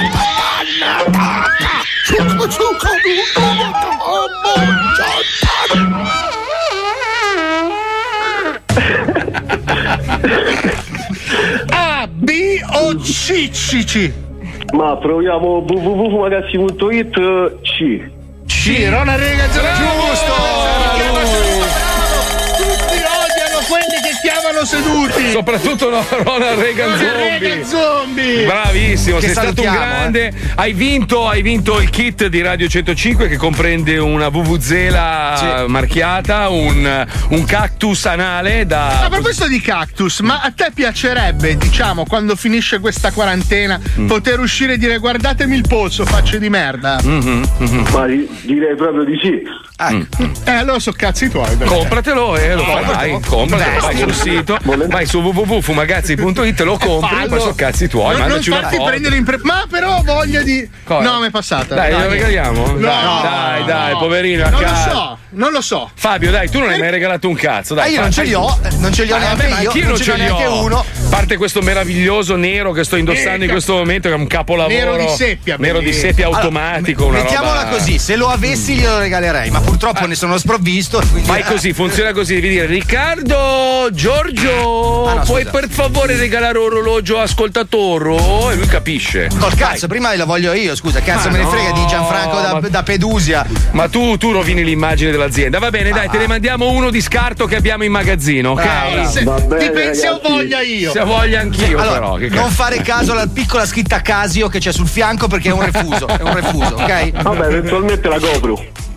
A, B o C? Ma proviamo www.fumagazzi.it. C. Ronald Reagan giusto. Tutti odiano quelli che chiamano seduti. Soprattutto Ronald Reagan zombie. Bravissimo, sei stato un grande. Hai vinto il kit di Radio 105 che comprende una vuvuzela marchiata, un cactus anale da. A proposito di cactus, ma a te piacerebbe, diciamo, quando finisce questa quarantena, poter uscire e dire guardatemi il polso, facce di merda? Ma direi proprio di sì. Allora so cazzi tuoi. Compratelo e lo fai. Compratelo, vai sul sito, vai su www.fumagazzi.it, lo compri, poi so cazzi tuoi. Non farti prendere ma però voglia di. Cosa? No, mi è passata. Dai, lo regaliamo? No. Dai, poverino. Non lo so. Fabio, dai, tu non hai mai regalato un cazzo. Dai, io non ce li ho neanche io. Anch'io non ce li ho. Uno. A parte questo meraviglioso nero che sto indossando in questo momento, che è un capolavoro. Nero di seppia automatico. Allora, mettiamola così: se lo avessi, glielo regalerei, ma purtroppo ne sono sprovvisto. Fai così, funziona così: devi dire Riccardo, Giorgio, puoi per favore regalare orologio ascoltatore? E lui capisce. Col cazzo, prima lo voglio io, scusa, cazzo me ne frega di Gianfranco da Pedusia. Ma tu rovini l'immagine dell'azienda. Va bene, dai, te ne mandiamo uno di scarto che abbiamo in magazzino, ok? Dipende se ho voglia io. Se ho voglia anch'io, allora, però. Non fare caso alla piccola scritta Casio che c'è sul fianco perché è un refuso, ok? Vabbè, eventualmente la copro.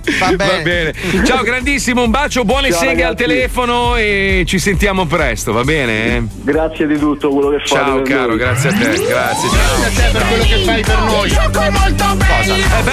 Va Va bene. Ciao grandissimo, un bacio, buone Ciao, seghe al ragazzi. telefono e ci sentiamo presto, va bene? Grazie di tutto quello che fate. Ciao per caro, noi. grazie a te, grazie. Grazie a te per quello che fai per noi. Il gioco è molto bello. È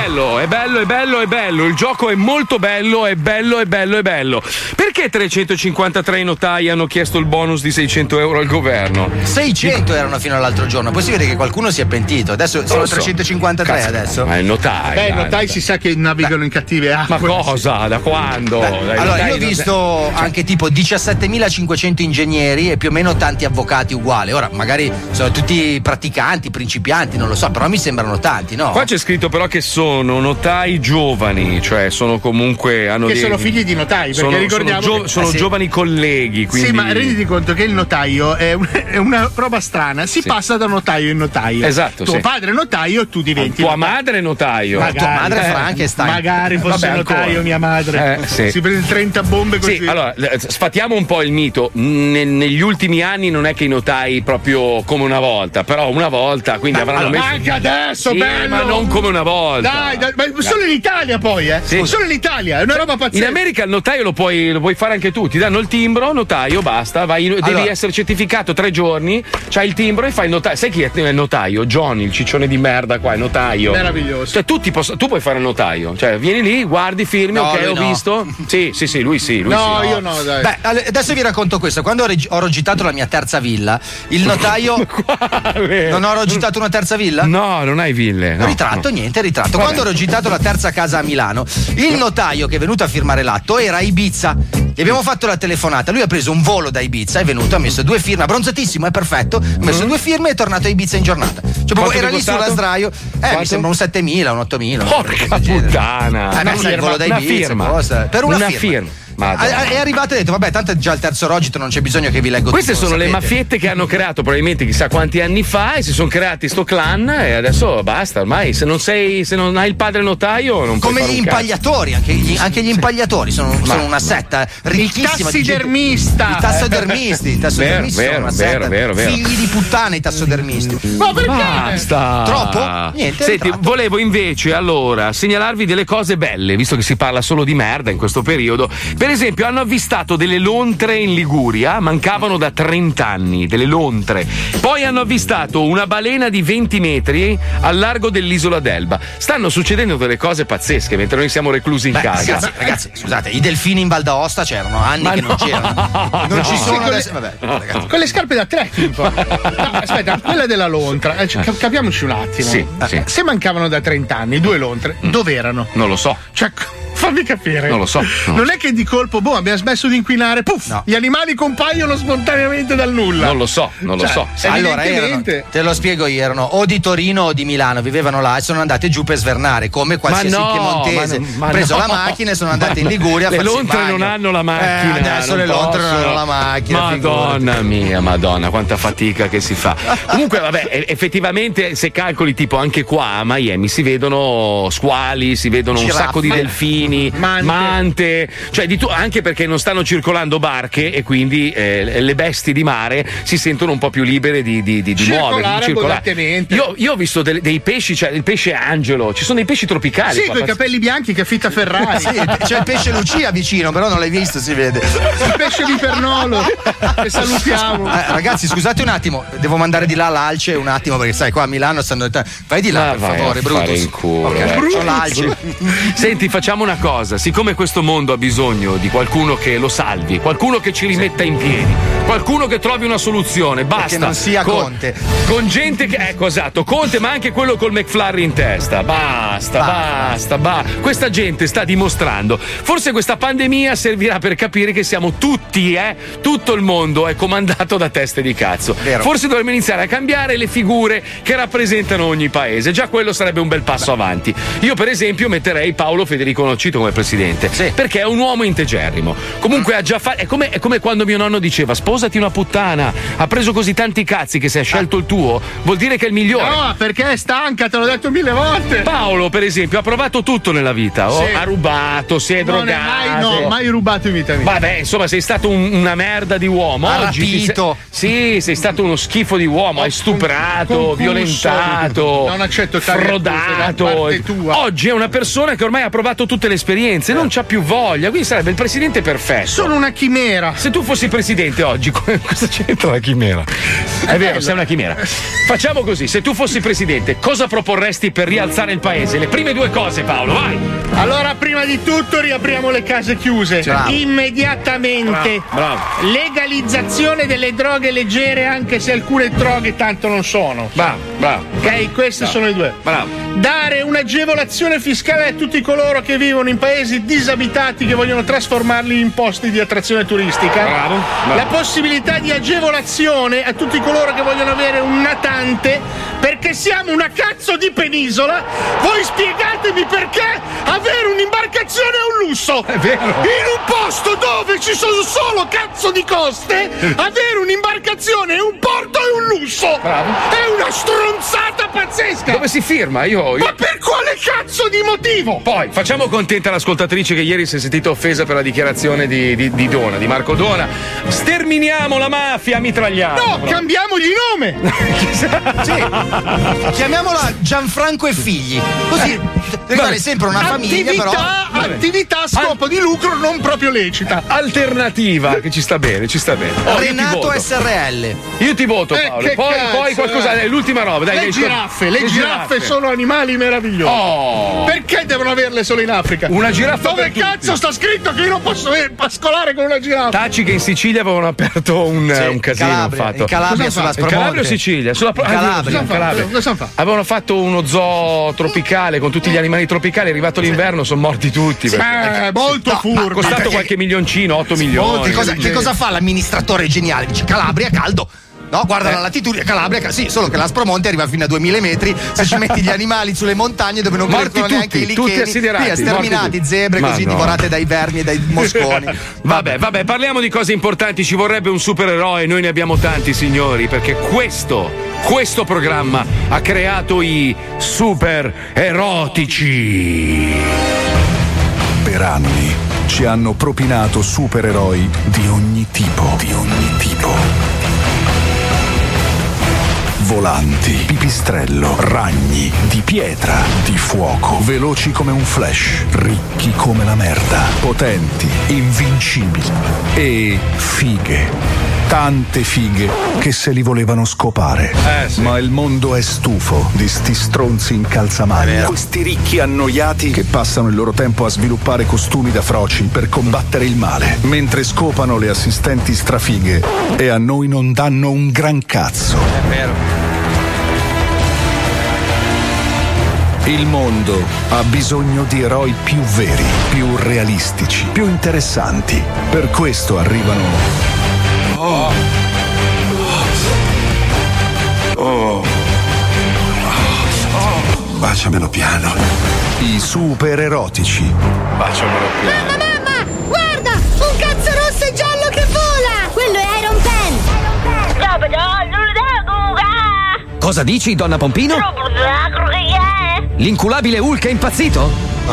bello, il gioco è molto bello, è bello. Perché 353 notai hanno chiesto il bonus di 600 euro al governo? 600 erano fino all'altro giorno, poi si vede che qualcuno si è pentito. Adesso sono lo so. 353 Cazzo, adesso. Ma è notai. Beh, dai, notai si sa che navigano in cattive Ma acque. cosa? Da quando? Dai, Allora, dai, io ho non- visto anche tipo 17.500 ingegneri e più o meno tanti avvocati uguali. Ora, magari sono tutti praticanti, principianti, non lo so, però mi sembrano tanti, no? Qua c'è scritto però che sono notai giovani, cioè sono comunque hanno Che dei- sono figli di notai, perché ricordiamo che- sono sì. giovani colleghi, quindi Sì, ma renditi conto che il notaio è una roba strana. Si passa da notaio in notaio. Esatto, Tuo sì. padre è notaio, tu diventi. tua notaio. madre è notaio. Magari, tua madre è Frankenstein. Magari fosse Vabbè, notaio, ancora. mia madre. Sì. Si prende 30 bombe così. Sì, allora sfatiamo un po' il mito. Negli ultimi anni non è che i notai proprio come una volta, però una volta, quindi avranno allora, messo. ma anche adesso, Sì, bello! ma non come una volta. Dai, ma solo in Italia poi, Sì. Solo in Italia, è una roba pazzesca. In America il notaio lo puoi fare anche tu, ti danno il timbro, notaio, basta, devi Allora. essere certificato 3 giorni, c'hai il timbro e fai il notaio. Sai chi è il notaio? Johnny, il ciccione di merda qua, il notaio. Meraviglioso. Cioè tu puoi fare il notaio, cioè vieni lì, guardi, firmi, No, ok, lui ho no. visto. Sì, lui sì. No, io no, dai. Beh, adesso vi racconto questo. Quando ho rogitato la mia terza villa, il notaio. Non ho rogitato una terza villa? No, non hai ville. No, ritratto. Vabbè. Quando ho rogitato la terza casa a Milano, il notaio che è venuto a firmare l'atto era a Ibiza. Gli abbiamo fatto la telefonata. Lui ha preso un volo da Ibiza, è venuto, ha messo 2 firme, abbronzatissimo, è perfetto. Ha messo 2 firme e è tornato a Ibiza in giornata. Cioè, proprio Quanto era ti è lì costato? sulla sdraio. Mi Quanto? sembra un 7.000, un 8.000. Porca puttana. Ma sai, il volo da Una Ibiza. firma. Cosa? Per una firma. Madonna. È arrivato e ha detto: vabbè, tanto è già il terzo rogito, non c'è bisogno che vi leggo Queste tutto, sono lo le sapete. maffiette che hanno creato probabilmente chissà quanti anni fa e si sono creati sto clan e adesso basta, ormai se non hai il padre notaio non puoi Come fare gli un cazzo. impagliatori, anche gli impagliatori sono una setta ricchissima. Il tassidermista. I tassodermisti Vero, sono una setta. vero. Figli di puttana i tassodermisti. Ma perché? Basta. Troppo? Niente. Senti, volevo invece allora segnalarvi delle cose belle, visto che si parla solo di merda in questo periodo. Per esempio, hanno avvistato delle lontre in Liguria, mancavano da 30 anni, delle lontre. Poi hanno avvistato una balena di 20 metri al largo dell'isola d'Elba. Stanno succedendo delle cose pazzesche mentre noi siamo reclusi in casa. Ragazzi, scusate, i delfini in Val d'Aosta c'erano anni Ma che no, non c'erano. Non ci no. sono Sì, adesso. Vabbè, ragazzi. Con le scarpe da trekking poi. No, aspetta, quella della lontra, capiamoci un attimo. Sì. Se mancavano da 30 anni 2 lontre, dove erano? Non lo so. Cioè, fammi capire. Non lo so. Non è che di colpo, abbiamo smesso di inquinare, puff, gli animali compaiono spontaneamente dal nulla. Non lo so. Allora, evidentemente. te lo spiego io, erano o di Torino o di Milano, vivevano là e sono andate giù per svernare, come qualsiasi Ma no, piemontese. ma Hanno preso no. la macchina e sono andate in Liguria a Le farsi il lontre bagno. non hanno la macchina. Adesso le lontre non hanno la macchina. Madonna mia, madonna, quanta fatica che si fa. Comunque, vabbè, effettivamente, se calcoli tipo anche qua a Miami si vedono squali, si vedono un Giraffe. sacco di delfini, mante, cioè anche perché non stanno circolando barche e quindi le bestie di mare si sentono un po' più libere di muoversi, di circolare. abbondantemente. Io ho visto dei pesci, cioè il pesce angelo, ci sono dei pesci tropicali. Sì, qua, con i capelli bianchi che affitta Ferrari. Sì, c'è il pesce Lucia vicino, però non l'hai visto, si vede. Il pesce di Pernolo. Che salutiamo. Ragazzi, scusate un attimo, devo mandare di là l'alce un attimo perché sai, qua a Milano stanno. Vai di là, per vai favore, a fare Brutus. in culo, Ok, Brutus. c'ho l'alce. Senti, facciamo una cosa, siccome questo mondo ha bisogno di qualcuno che lo salvi, qualcuno che ci rimetta in piedi, qualcuno che trovi una soluzione, basta. Che non sia Conte. Con gente che. Ecco, esatto, Conte, ma anche quello col McFlurry in testa. Basta. Questa gente sta dimostrando. Forse questa pandemia servirà per capire che siamo tutti, tutto il mondo è comandato da teste di cazzo. Vero. Forse dovremmo iniziare a cambiare le figure che rappresentano ogni paese. Già quello sarebbe un bel passo avanti. Io, per esempio, metterei Paolo Federico Nocito come presidente. Sì. Perché è un uomo integerrimo. Comunque ha già fatto. È come quando mio nonno diceva: sposati una puttana. Ha preso così tanti cazzi che se ha scelto il tuo, vuol dire che è il migliore. No, perché è stanca, te l'ho detto 1000 volte. Paolo, per esempio, ha provato tutto nella vita. Sì. Ha rubato, si è Non è drogato. mai rubato in vita mia. Vabbè, insomma, sei stato una merda di uomo. Ha Oggi rapito. sei stato uno schifo di uomo. Hai stuprato, concusso. violentato, Non accetto tali accuse da frodato. parte tua. Oggi è una persona che ormai ha provato tutte le esperienze, non c'ha più voglia, quindi sarebbe il presidente perfetto. Sono una chimera. Se tu fossi presidente oggi, cosa c'entra la chimera? È vero, sei una chimera. Facciamo così, se tu fossi presidente, cosa proporresti per rialzare il paese? Le prime due cose, Paolo, vai! Allora, prima di tutto riapriamo le case chiuse. Bravo. Immediatamente. Bravo. Legalizzazione delle droghe leggere, anche se alcune droghe tanto non sono. Bravo. Ok, queste sono le due. Bravo. Dare un'agevolazione fiscale a tutti coloro che vivono in paesi disabitati che vogliono trasformarli in posti di attrazione turistica. Bravo. La possibilità di agevolazione a tutti coloro che vogliono avere un natante, perché siamo una cazzo di penisola. Voi spiegatemi perché avere un'imbarcazione è un lusso. È vero. In un posto dove ci sono solo cazzo di coste, avere un'imbarcazione e un porto è un lusso. Bravo. È una stronzata pazzesca. Dove si firma? Io... Ma per quale cazzo di motivo? Poi facciamo contenta l'ascoltatrice che ieri si è sentita offesa per la dichiarazione di Dona, di Marco Dona. Sterminiamo la mafia mitragliana. No, cambiamogli nome. Sì. Chiamiamola Gianfranco e figli. Così rimane sempre una famiglia, però. Attività a scopo di lucro non proprio lecita. Alternativa, che ci sta bene, ci sta bene. Renato SRL. Io ti voto, Paolo. Che Poi cazzo, qualcosa, l'ultima roba, dai. Le giraffe sono animali meravigliosi. Oh. Perché devono averle solo in Africa? Una giraffa. Dove cazzo sta scritto che io non posso pascolare con una giraffa? Taci che in Sicilia avevano aperto un casino. Calabria, fatto. in Calabria sulla In Calabria o Sicilia? Calabria. Cosa fa? Avevano fatto uno zoo tropicale con tutti gli animali tropicali, è arrivato l'inverno, sono morti tutti. Molto furbo. Ha costato qualche milioncino, 8 milioni. Che cosa fa l'amministratore geniale? Dice Calabria caldo. No, guarda la latitudine, Calabria, sì, solo che l'Aspromonte arriva fino a 2000 metri. Se ci metti gli animali sulle montagne dove non crescono neanche i licheni, tutti assiderati, via, sterminati, zebre così divorate dai vermi e dai mosconi. Vabbè, parliamo di cose importanti. Ci vorrebbe un supereroe, noi ne abbiamo tanti, signori, perché questo programma ha creato i super erotici. Per anni ci hanno propinato supereroi di ogni tipo. Volanti, pipistrello, ragni, di pietra, di fuoco, veloci come un flash, ricchi come la merda, potenti, invincibili e fighe. Tante fighe che se li volevano scopare. Sì. Ma il mondo è stufo di sti stronzi in calzamaglia. Questi ricchi annoiati che passano il loro tempo a sviluppare costumi da froci per combattere il male, mentre scopano le assistenti strafighe e a noi non danno un gran cazzo. È vero. Il mondo ha bisogno di eroi più veri, più realistici, più interessanti. Per questo arrivano... Baciamelo piano. I super erotici. Baciamelo piano. Mamma, guarda! Un cazzo rosso e giallo che vola! Quello è Iron Pen! Cosa dici, donna Pompino? L'inculabile Hulk è impazzito?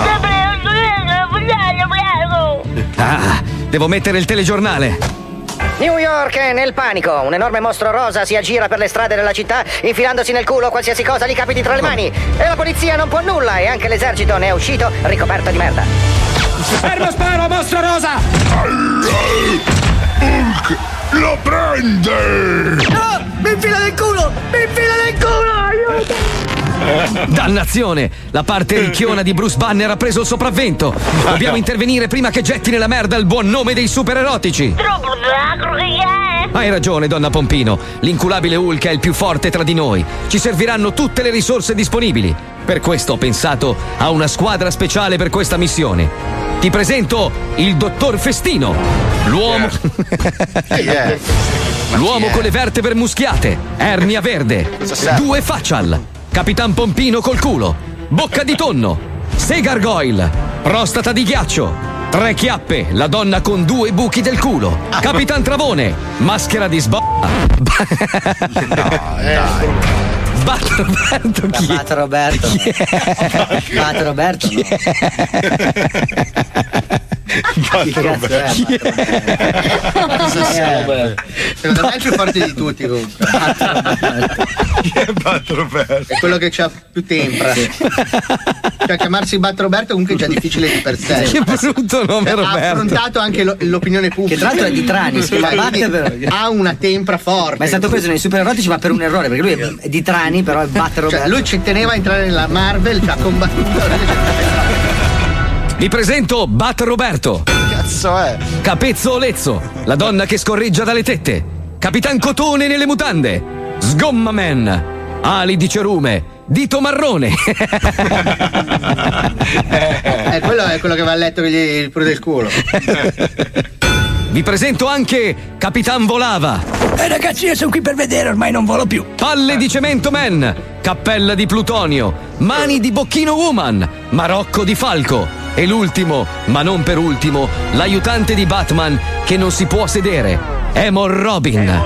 Ah, devo mettere il telegiornale. New York è nel panico. Un enorme mostro rosa si aggira per le strade della città, infilandosi nel culo qualsiasi cosa gli capiti tra le mani. E la polizia non può nulla, e anche l'esercito ne è uscito ricoperto di merda. Fermo, sparo, mostro rosa! Hulk lo prende! No! Mi infila nel culo! Aiuto! Dannazione! La parte ricchiona di Bruce Banner ha preso il sopravvento. Dobbiamo intervenire prima che getti nella merda il buon nome dei super erotici. Hai ragione, donna Pompino. L'inculabile Hulk è il più forte tra di noi. Ci serviranno tutte le risorse disponibili. Per questo ho pensato a una squadra speciale per questa missione. Ti presento il dottor Festino. L'uomo. L'uomo con le vertebre muschiate. Ernia verde. 2 facial. Capitan Pompino col culo. Bocca di tonno. 6 gargoyle. Prostata di ghiaccio. 3 chiappe. La donna con 2 buchi del culo. Capitan Travone. Maschera di Bato Roberto chi è? Bato Roberto. Bato Roberto. Secondo me è il più forte di tutti comunque. Chi è Bat Roberto? È quello che c'ha più tempra. Cioè chiamarsi Bat Roberto comunque è già difficile di per sé. Che brutto nome, Ha Roberto. affrontato anche l'opinione pubblica. Che tra l'altro è di Trani, si chiama Bat, però. Ha una tempra forte. Ma è stato preso nei super erotici ma per un errore, perché lui è di Trani, però è Bat Roberto. Cioè, lui ci teneva a entrare nella Marvel, ci ha combattuto. Vi presento Bat Roberto. Cazzo è? Capezzolezzo, la donna che scorreggia dalle tette. Capitan Cotone nelle mutande. Sgomma Man, ali di cerume, dito marrone. Quello è quello che va a letto che gli prude il culo. Vi presento anche Capitan Volava. Ragazzi, io sono qui per vedere, ormai non volo più. Palle di cemento man, cappella di plutonio, mani di bocchino woman, marocco di falco. E l'ultimo, ma non per ultimo, l'aiutante di Batman che non si può sedere, Emor Robin.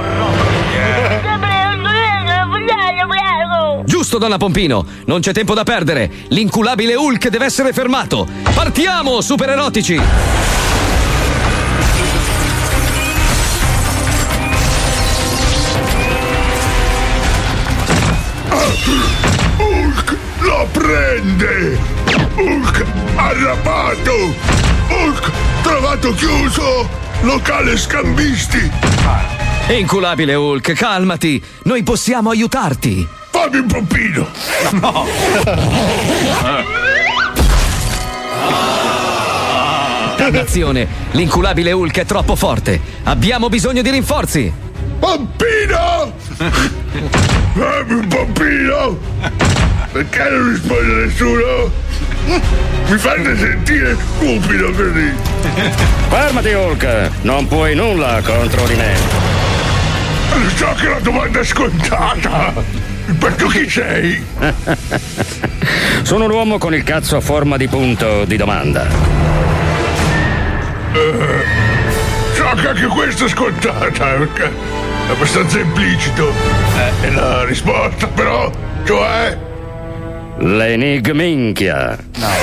Giusto, donna Pompino, non c'è tempo da perdere. L'inculabile Hulk deve essere fermato. Partiamo, super erotici! Hulk la prende! Hulk arrabbiato! Hulk trovato chiuso! Locale scambisti! Inculabile Hulk, calmati, noi possiamo aiutarti. Fammi un pompino! No. Dannazione, l'inculabile Hulk è troppo forte. Abbiamo bisogno di rinforzi. Pompino! Fammi un pompino! Perché non risponde nessuno? Mi fate sentire stupido così! Fermati Hulk, non puoi nulla contro di me. So che la domanda è scontata! Ma tu chi sei? Sono un uomo con il cazzo a forma di punto di domanda. So che anche questa è scontata, perché è abbastanza implicito. È la risposta, però, cioè... L'enigminchia.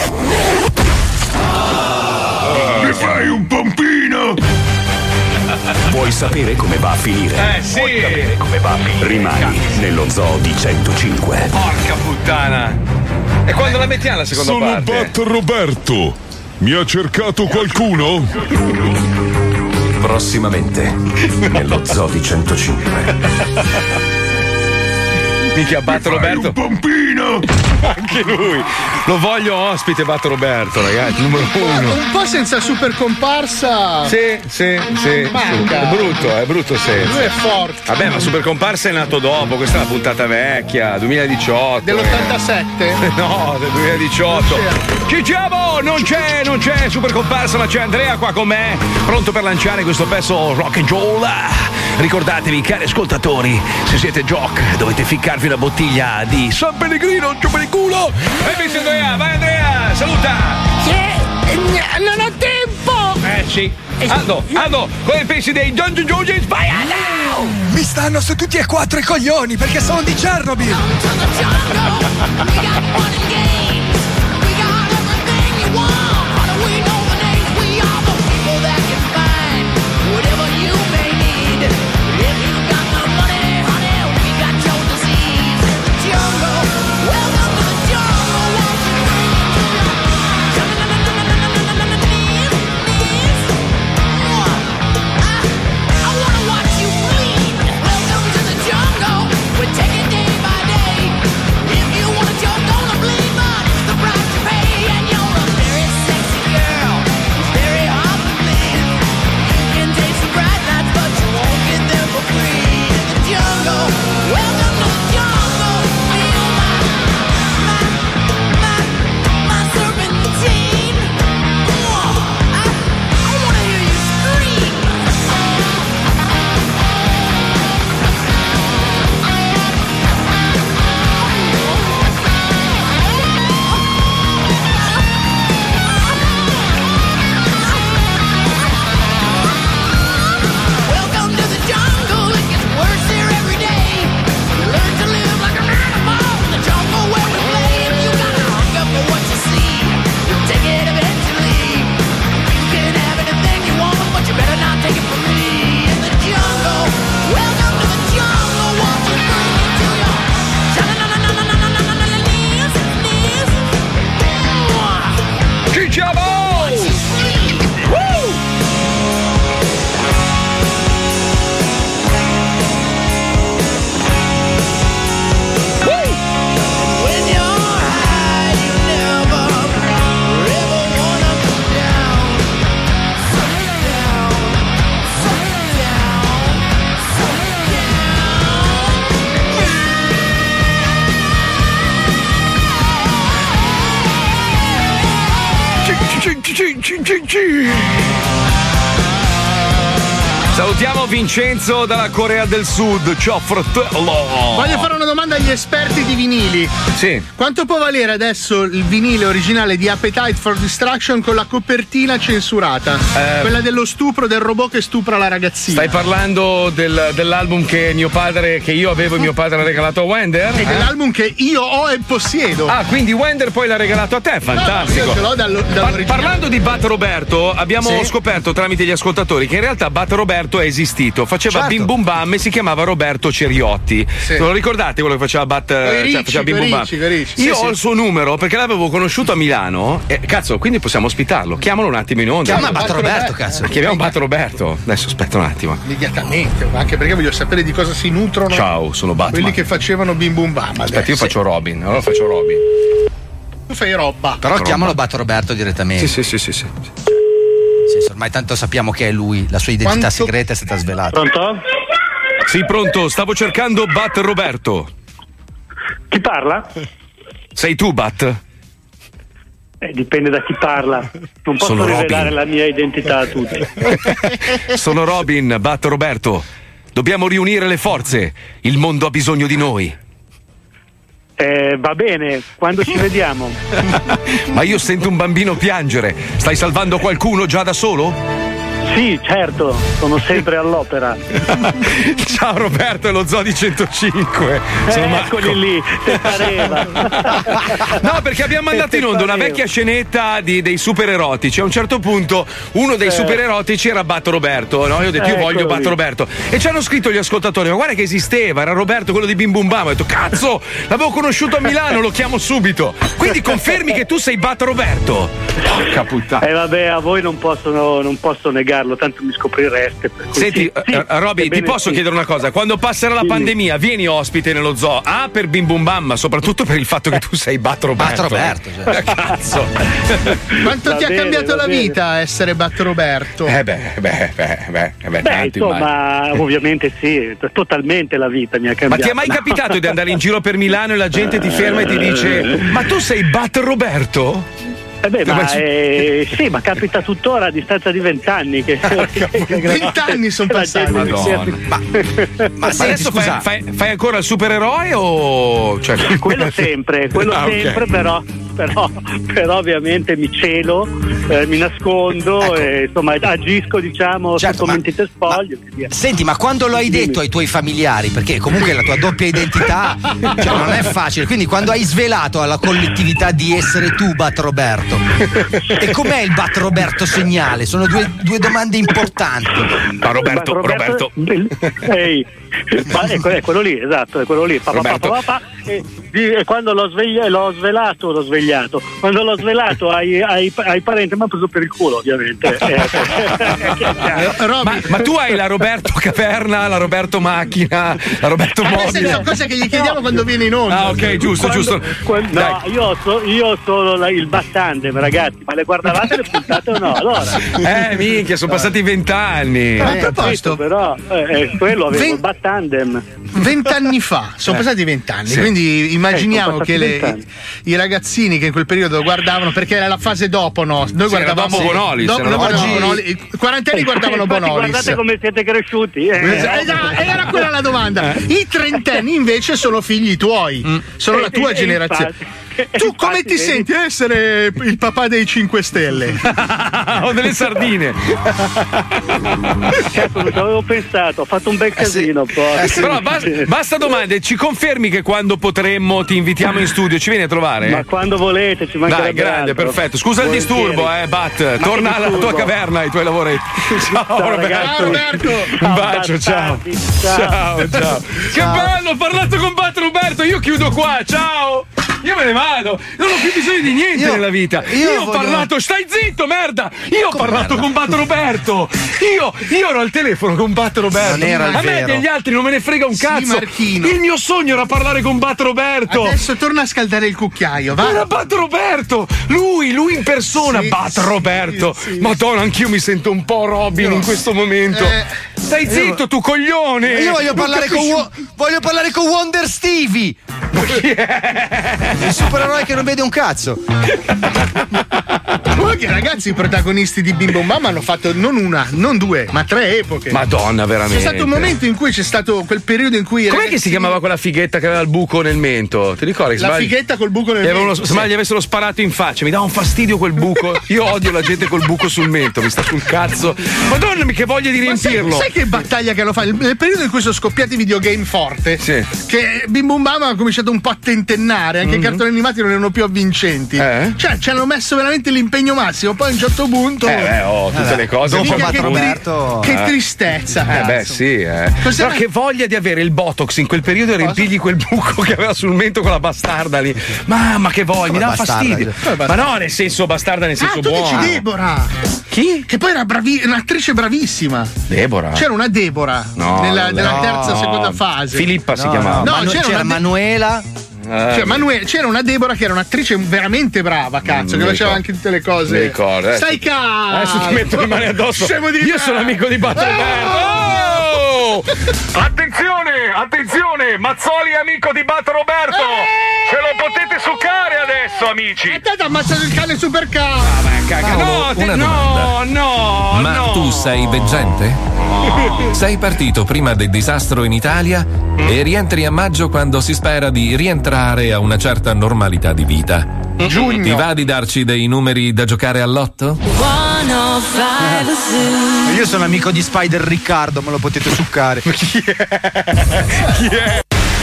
Mi fai un pompino? Vuoi sapere come va a finire? Sì! Vuoi sapere come va a finire? Rimani nello Zoo di 105. Porca puttana! E quando la mettiamo la seconda Sono parte? Bat Roberto. Mi ha cercato qualcuno? Prossimamente nello Zoo di 105. Minchia, Bat Roberto. Un pompino! Anche lui! Lo voglio ospite, Bat Roberto, ragazzi, numero uno. Un po' senza super comparsa. Sì. Manca. È brutto senza. Lui è forte. Vabbè, ma Super Comparsa è nato dopo, questa è una puntata vecchia, 2018. Dell'87? No, del 2018. Ci siamo! Non c'è Super Comparsa, ma c'è Andrea qua con me, pronto per lanciare questo pezzo rock and roll. Ricordatevi, cari ascoltatori, se siete Jock, dovete ficcarvi una bottiglia di San Pellegrino, giù per il culo. Vai Andrea, saluta! Non ho tempo! Sì. Aldo, come pensi dei Dungeon Jones? Vai Aldo! Mi stanno su tutti e quattro i coglioni perché sono di Chernobyl! Take it day by day. If you want it, you're gonna bleed. Salutiamo Vincenzo dalla Corea del Sud. Ciao fratello. Voglio fare una domanda agli esperti di vinili. Sì. Quanto può valere adesso il vinile originale di Appetite for Destruction con la copertina censurata? Quella dello stupro, del robot che stupra la ragazzina. Stai parlando dell'album che io avevo e mio padre ha regalato a Wender? E dell'album che io ho e possiedo. Ah, quindi Wender poi l'ha regalato a te, fantastico. No, io ce l'ho dall'originale. Parlando di Bat Roberto, abbiamo scoperto tramite gli ascoltatori che in realtà Bat Roberto è esistito, faceva Bim Bum Bam e si chiamava Roberto Ceriotti. Sì. Lo ricordate quello che faceva faceva Bim Bum Bam? Io ho il suo numero perché l'avevo conosciuto a Milano e cazzo, quindi possiamo ospitarlo. Chiamalo un attimo in onda. Chiama Bat Roberto, cazzo. Chiamiamo Bat Roberto. Adesso aspetta un attimo. Immediatamente, anche perché voglio sapere di cosa si nutrono. Ciao, sono Batman. Quelli che facevano Bim Bum Bam. Aspetta, io faccio Robin. Allora faccio Robin. Tu fai roba. Però chiamalo Bat Roberto direttamente. Sì. Ormai tanto sappiamo che è lui, la sua identità segreta è stata svelata. Pronto? Sì, pronto, stavo cercando Bat Roberto. Chi parla? Sei tu, Bat? Dipende da chi parla. Non posso Sono rivelare Robin. la mia identità a tutti. Sono Robin, Bat Roberto. Dobbiamo riunire le forze. Il mondo ha bisogno di noi. Va bene, quando ci vediamo? Ma io sento un bambino piangere. Stai salvando qualcuno già da solo? Sì, certo, sono sempre all'opera. Ciao Roberto, è lo Zoo di 105. Sono Marco. Eccoli lì, te pareva. No, perché abbiamo mandato in onda una vecchia scenetta dei super erotici. A un certo punto uno dei super erotici era Bat Roberto, no? Io ho detto io voglio Bat Roberto. E ci hanno scritto gli ascoltatori, ma guarda che esisteva, era Roberto, quello di Bim Bum Bam. Ho detto cazzo, l'avevo conosciuto a Milano, lo chiamo subito. Quindi confermi che tu sei Bat Roberto. Porca puttana. Vabbè, a voi non posso negarlo, tanto mi scoprireste. Senti, Roby, ti posso chiedere una cosa? Quando passerà la pandemia, vieni ospite nello zoo. Per Bim Bum Bam, ma soprattutto per il fatto che tu sei Bat Roberto. Bat Roberto, cioè. Cazzo. Quanto ti ha cambiato la vita essere Bat Roberto? Insomma, ovviamente sì, totalmente la vita mi ha cambiato. Ma ti è mai capitato di andare in giro per Milano e la gente ti ferma e ti dice: ma tu sei Bat Roberto? Sì, ma capita tuttora a distanza di 20 anni. 20 anni sono passati. Ma adesso fai ancora il supereroe o. Cioè... Quello sempre, sempre, però ovviamente mi celo, mi nascondo e insomma agisco, diciamo, sotto mentite spoglio. Senti, ma quando lo hai detto ai tuoi familiari, perché comunque la tua doppia identità non è facile, quindi quando hai svelato alla collettività di essere tu Bat Roberto, e com'è il Bat Roberto segnale? Sono due domande importanti. Ma Roberto. Ehi, è quello lì, esatto, è quello lì. E quando l'ho svegliato, quando l'ho svelato ai parenti mi ha preso per il culo, ovviamente. Ma tu hai la Roberto Caverna, la Roberto Macchina, la Roberto Mobile. Sono cose che gli chiediamo quando viene in onda. Ah, ok, giusto. No, io ho solo il Battandem, ragazzi, ma le guardavate le puntate o no? Allora. Minchia, sono passati 20 anni. A proposito, però quello avevo il Battandem. 20 anni fa, sono passati 20 anni, quindi immaginiamo che i ragazzini che in quel periodo guardavano, perché era la fase dopo, no? Noi guardavamo dopo Bonolis. I quarantenni guardavano Bonolis. Guardate come siete cresciuti. Era quella la domanda. I trentenni invece sono figli tuoi, sono la tua generazione. Tu come ti senti a essere il papà dei 5 Stelle? O delle sardine? Cazzo, non ci avevo pensato, ho fatto un bel casino poi. Però basta domande, ci confermi che quando potremmo ti invitiamo in studio, ci vieni a trovare? Ma quando volete, ci mancherebbe. Dai, grande, altro. perfetto. Scusa il disturbo, Bat. Torna alla tua caverna, ai tuoi lavoretti. Ciao Roberto. Un bacio, ciao. Che bello, ho parlato con Bat Roberto, io chiudo qua, ciao. Io me ne vado, non ho più bisogno di niente nella vita. Io ho parlato, stai zitto, merda! Io ho parlato con Bat Roberto. Io ero al telefono con Bat Roberto. Non era a me degli altri non me ne frega un cazzo. Marchino. Il mio sogno era parlare con Bat Roberto. Adesso torna a scaldare il cucchiaio, va? Era Bat Roberto, lui in persona, Bat Roberto. Madonna, anch'io mi sento un po' Robin in questo momento. Stai zitto, tu coglione. Io voglio parlare con Wonder Stevie. Ma chi è? Il supereroe che non vede un cazzo. Ma Poi che ragazzi, i protagonisti di Bim Bom Bam hanno fatto non una, non due, ma 3 epoche. Madonna, veramente. C'è stato un momento in cui c'è stato quel periodo in cui com'è che si chiamava quella fighetta che aveva il buco nel mento? Ti ricordi? La fighetta col buco nel mento. Gli avessero sparato in faccia, mi dà un fastidio quel buco. Io odio la gente col buco sul mento, mi sta sul cazzo. Madonna, che voglia di riempirlo. Sai che battaglia che hanno fatto? Nel periodo in cui sono scoppiati i videogame forte, sì, che Bim Bum Bam ha cominciato un po' a tentennare, anche i cartoni animati non erano più avvincenti. Cioè, ci hanno messo veramente l'impegno massimo. Poi a un certo punto. Tutte le cose. Che tristezza. Beh, sì. Però che voglia di avere il Botox in quel periodo e riempirgli quel buco che aveva sul mento con la bastarda lì. Mamma che voglia, mi dà fastidio. Ma no, nel senso bastarda, nel senso tu buono. dici Deborah. Chi? Che poi era un'attrice bravissima. Deborah? C'era una Deborah nella terza, seconda fase. Filippa si chiamava. No, c'era Manuela. C'era una Deborah che era un'attrice veramente brava, cazzo, che faceva anche tutte le cose. Mi ricordo. Stai calmo. Adesso ti metto le mani addosso. Io sono amico di Battroberto. Attenzione, Mazzoli è amico di Battroberto. Ce lo potete succare adesso, amici. E te ti ha ammazzato il cane super car. No. Ma tu sei veggente? Sei partito prima del disastro in Italia e rientri a maggio quando si spera di rientrare a una certa normalità di vita. Giugno. Ti va di darci dei numeri da giocare all'otto? Io sono amico di Spider Riccardo, me lo potete succare. Chi è?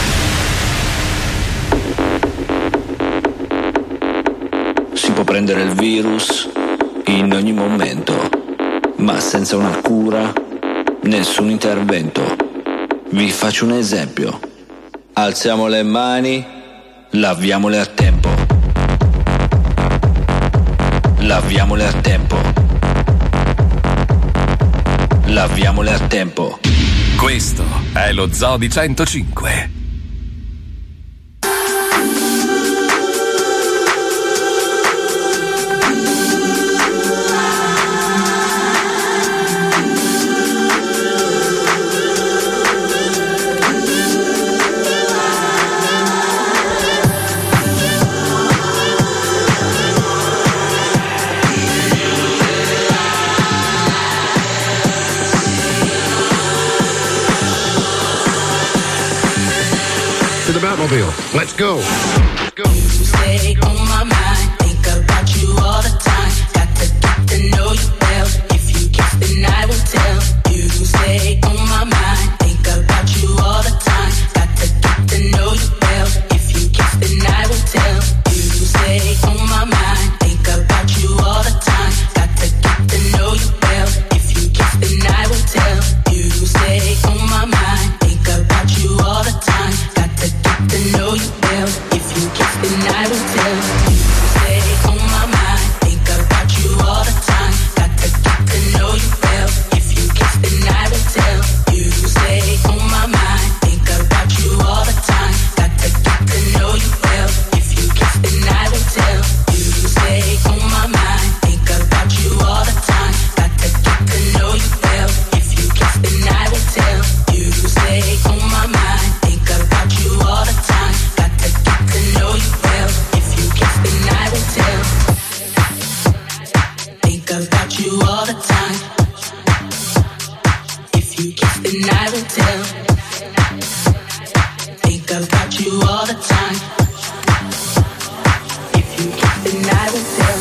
Si può prendere il virus in ogni momento, ma senza una cura, nessun intervento. Vi faccio un esempio. Alziamo le mani, laviamole a tempo. Laviamole a tempo. Laviamole a tempo. Questo è lo Zoo di 105. Let's go. Stay on my mind, think about you all the time. Got to get to know you well. If you kiss, then I will tell. You stay on my mind, think about you all the time. Got to get to know you well. If you kiss, then I will tell. You stay on my mind, think about you all the time. Got to get to know you well. If you kiss, then I will tell. You stay on my mind, think about you all the time. Got to get to know you well. If you kiss, then I will tell. You stay on my mind, think about you all the time. Got to get to know you well. If you kiss, then I will tell. You stay on my mind, think about you all the time. Got to get to know you well. If you kiss, then I will tell. You stay on my mind, think about you all the time. Got to get to know you well. If you kiss, then I will tell. You stay on my mind, think about you all the time. Got to get to know you well. If you kiss, then I will tell. Think about you all the time. If you kiss, then I will tell. Think about you all the time. If you kiss, then I will tell.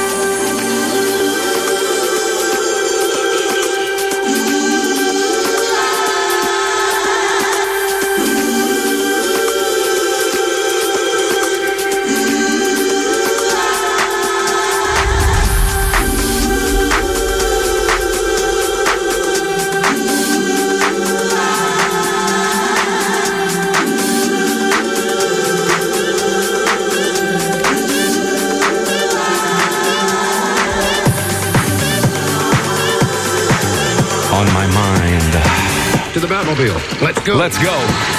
On my mind. To the Batmobile. Let's go. Let's go.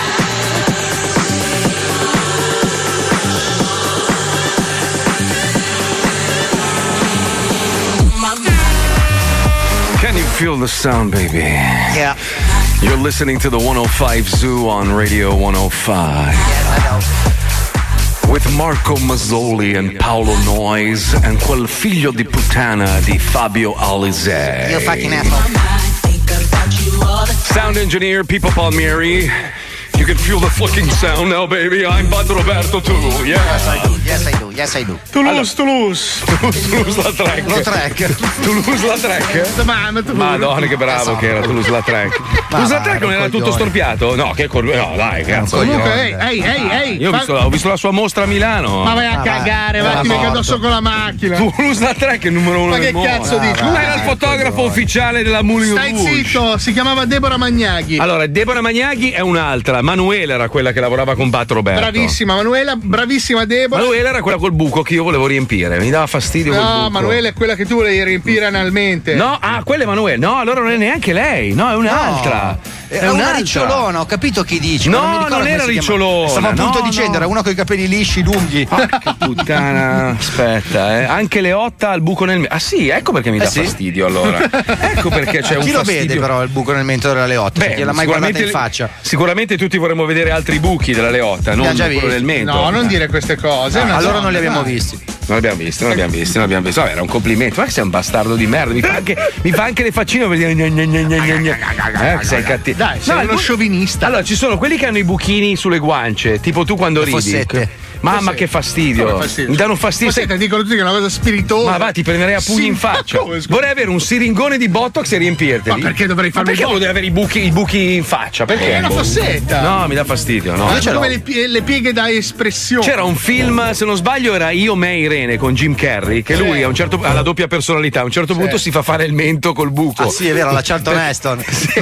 Can you feel the sound, baby? Yeah. You're listening to the 105 Zoo on Radio 105. Yes, I know. with Marco Mazzoli and Paolo Noyes and quel figlio di puttana di Fabio Alisei. You fucking asshole. Sound engineer Pippo Palmieri. You can feel the fucking sound now, baby. I'm Bad Roberto too. Yeah. Yes, I do. Toulouse Lautrec. Toulouse-Lautrec. Madonna, che bravo che era Toulouse-Lautrec. Toulouse-Lautrec non era tutto storpiato? No, che no, dai, cazzo. Comunque, ehi. Io ho visto la sua mostra a Milano. Ma vai a cagare, ti vengo addosso con la macchina. Toulouse-Lautrec è il numero 1 ma del che mondo. cazzo dici? Ma era il fotografo ufficiale della Moulin Stai Rouge. zitto, si chiamava Deborah Magnaghi. Allora, Deborah Magnaghi è un'altra. Manuela era quella che lavorava con Pat Roberto. Bravissima Manuela, bravissima Deborah. Manuela era quella col buco che io volevo riempire, mi dava fastidio quel buco. No, Manuela è quella che tu volevi riempire analmente. No, quella è Manuela. No, allora non è neanche lei. No, è un'altra. È una ricciolona, ho capito chi dici. No, non era ricciolona. Stavo appunto dicendo, era una con i capelli lisci, lunghi. Porca puttana. Aspetta, anche Leotta ha il buco nel mento. Ah sì, ecco perché mi dà fastidio allora. Ecco perché c'è un chi fastidio. Chi lo vede però il buco nel mento della Leotta? Chi l'ha mai guardata in faccia? Sicuramente tutti vorremmo vedere altri buchi della Leotta, non quello del mento. No, non dire queste cose. Allora non li abbiamo visti. Non l'abbiamo visto. Vabbè, era un complimento. Ma che sei un bastardo di merda. Mi fa anche le faccine per dire sei cattivo. Dai, sei uno sciovinista. Allora, ci sono quelli che hanno i buchini sulle guance, tipo tu quando ridi. Fossette. Mamma che fastidio. Mi danno fastidio. Fossette, dicono tutti che è una cosa spiritosa. Ma va, ti prenderei a pugni in faccia. Vorrei avere un siringone di Botox e riempirteli. Ma perché dovrei farmi perché devi avere i buchi in faccia? Perché? È una fossetta. No, mi dà fastidio. No. Come le pieghe da espressione. C'era un film, se non sbaglio, era Io, me, Irene con Jim Carrey, che lui ha la doppia personalità. A un certo punto si fa fare il mento col buco. Ah sì, è vero, la Charlton Heston.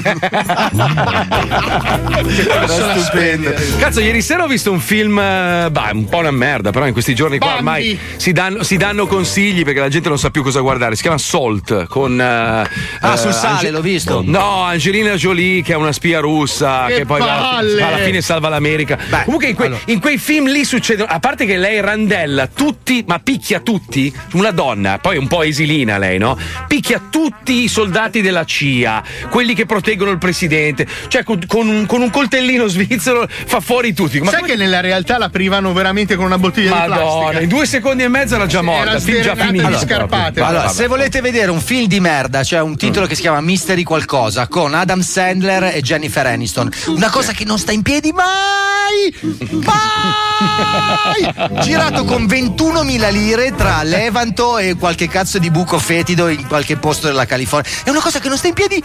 Stupendo. Cazzo, ieri sera ho visto un film, un po' una merda, però in questi giorni qua ormai si danno consigli perché la gente non sa più cosa guardare. Si chiama Salt con sul sale, l'ho visto. No, Angelina Jolie che è una spia russa che poi alla fine salva l'America. Comunque in quei film lì succedono, a parte che lei randella tutti, ma picchia tutti, una donna, poi un po' esilina lei, no? Picchia tutti i soldati della CIA, quelli che proteggono il presidente, cioè con un coltellino svizzero fa fuori tutti. Ma sai che nella realtà la privano veramente con una bottiglia di plastica? In 2 secondi e mezzo era già morta, film già finito. Allora, se volete vedere un film di merda, c'è un titolo che si chiama Mystery qualcosa con Adam Sandler e Jennifer Aniston. Una cosa che non sta in piedi mai! Girato con 21.000 lire tra Levanto e qualche cazzo di buco fetido in qualche posto della California. È una cosa che non sta in piedi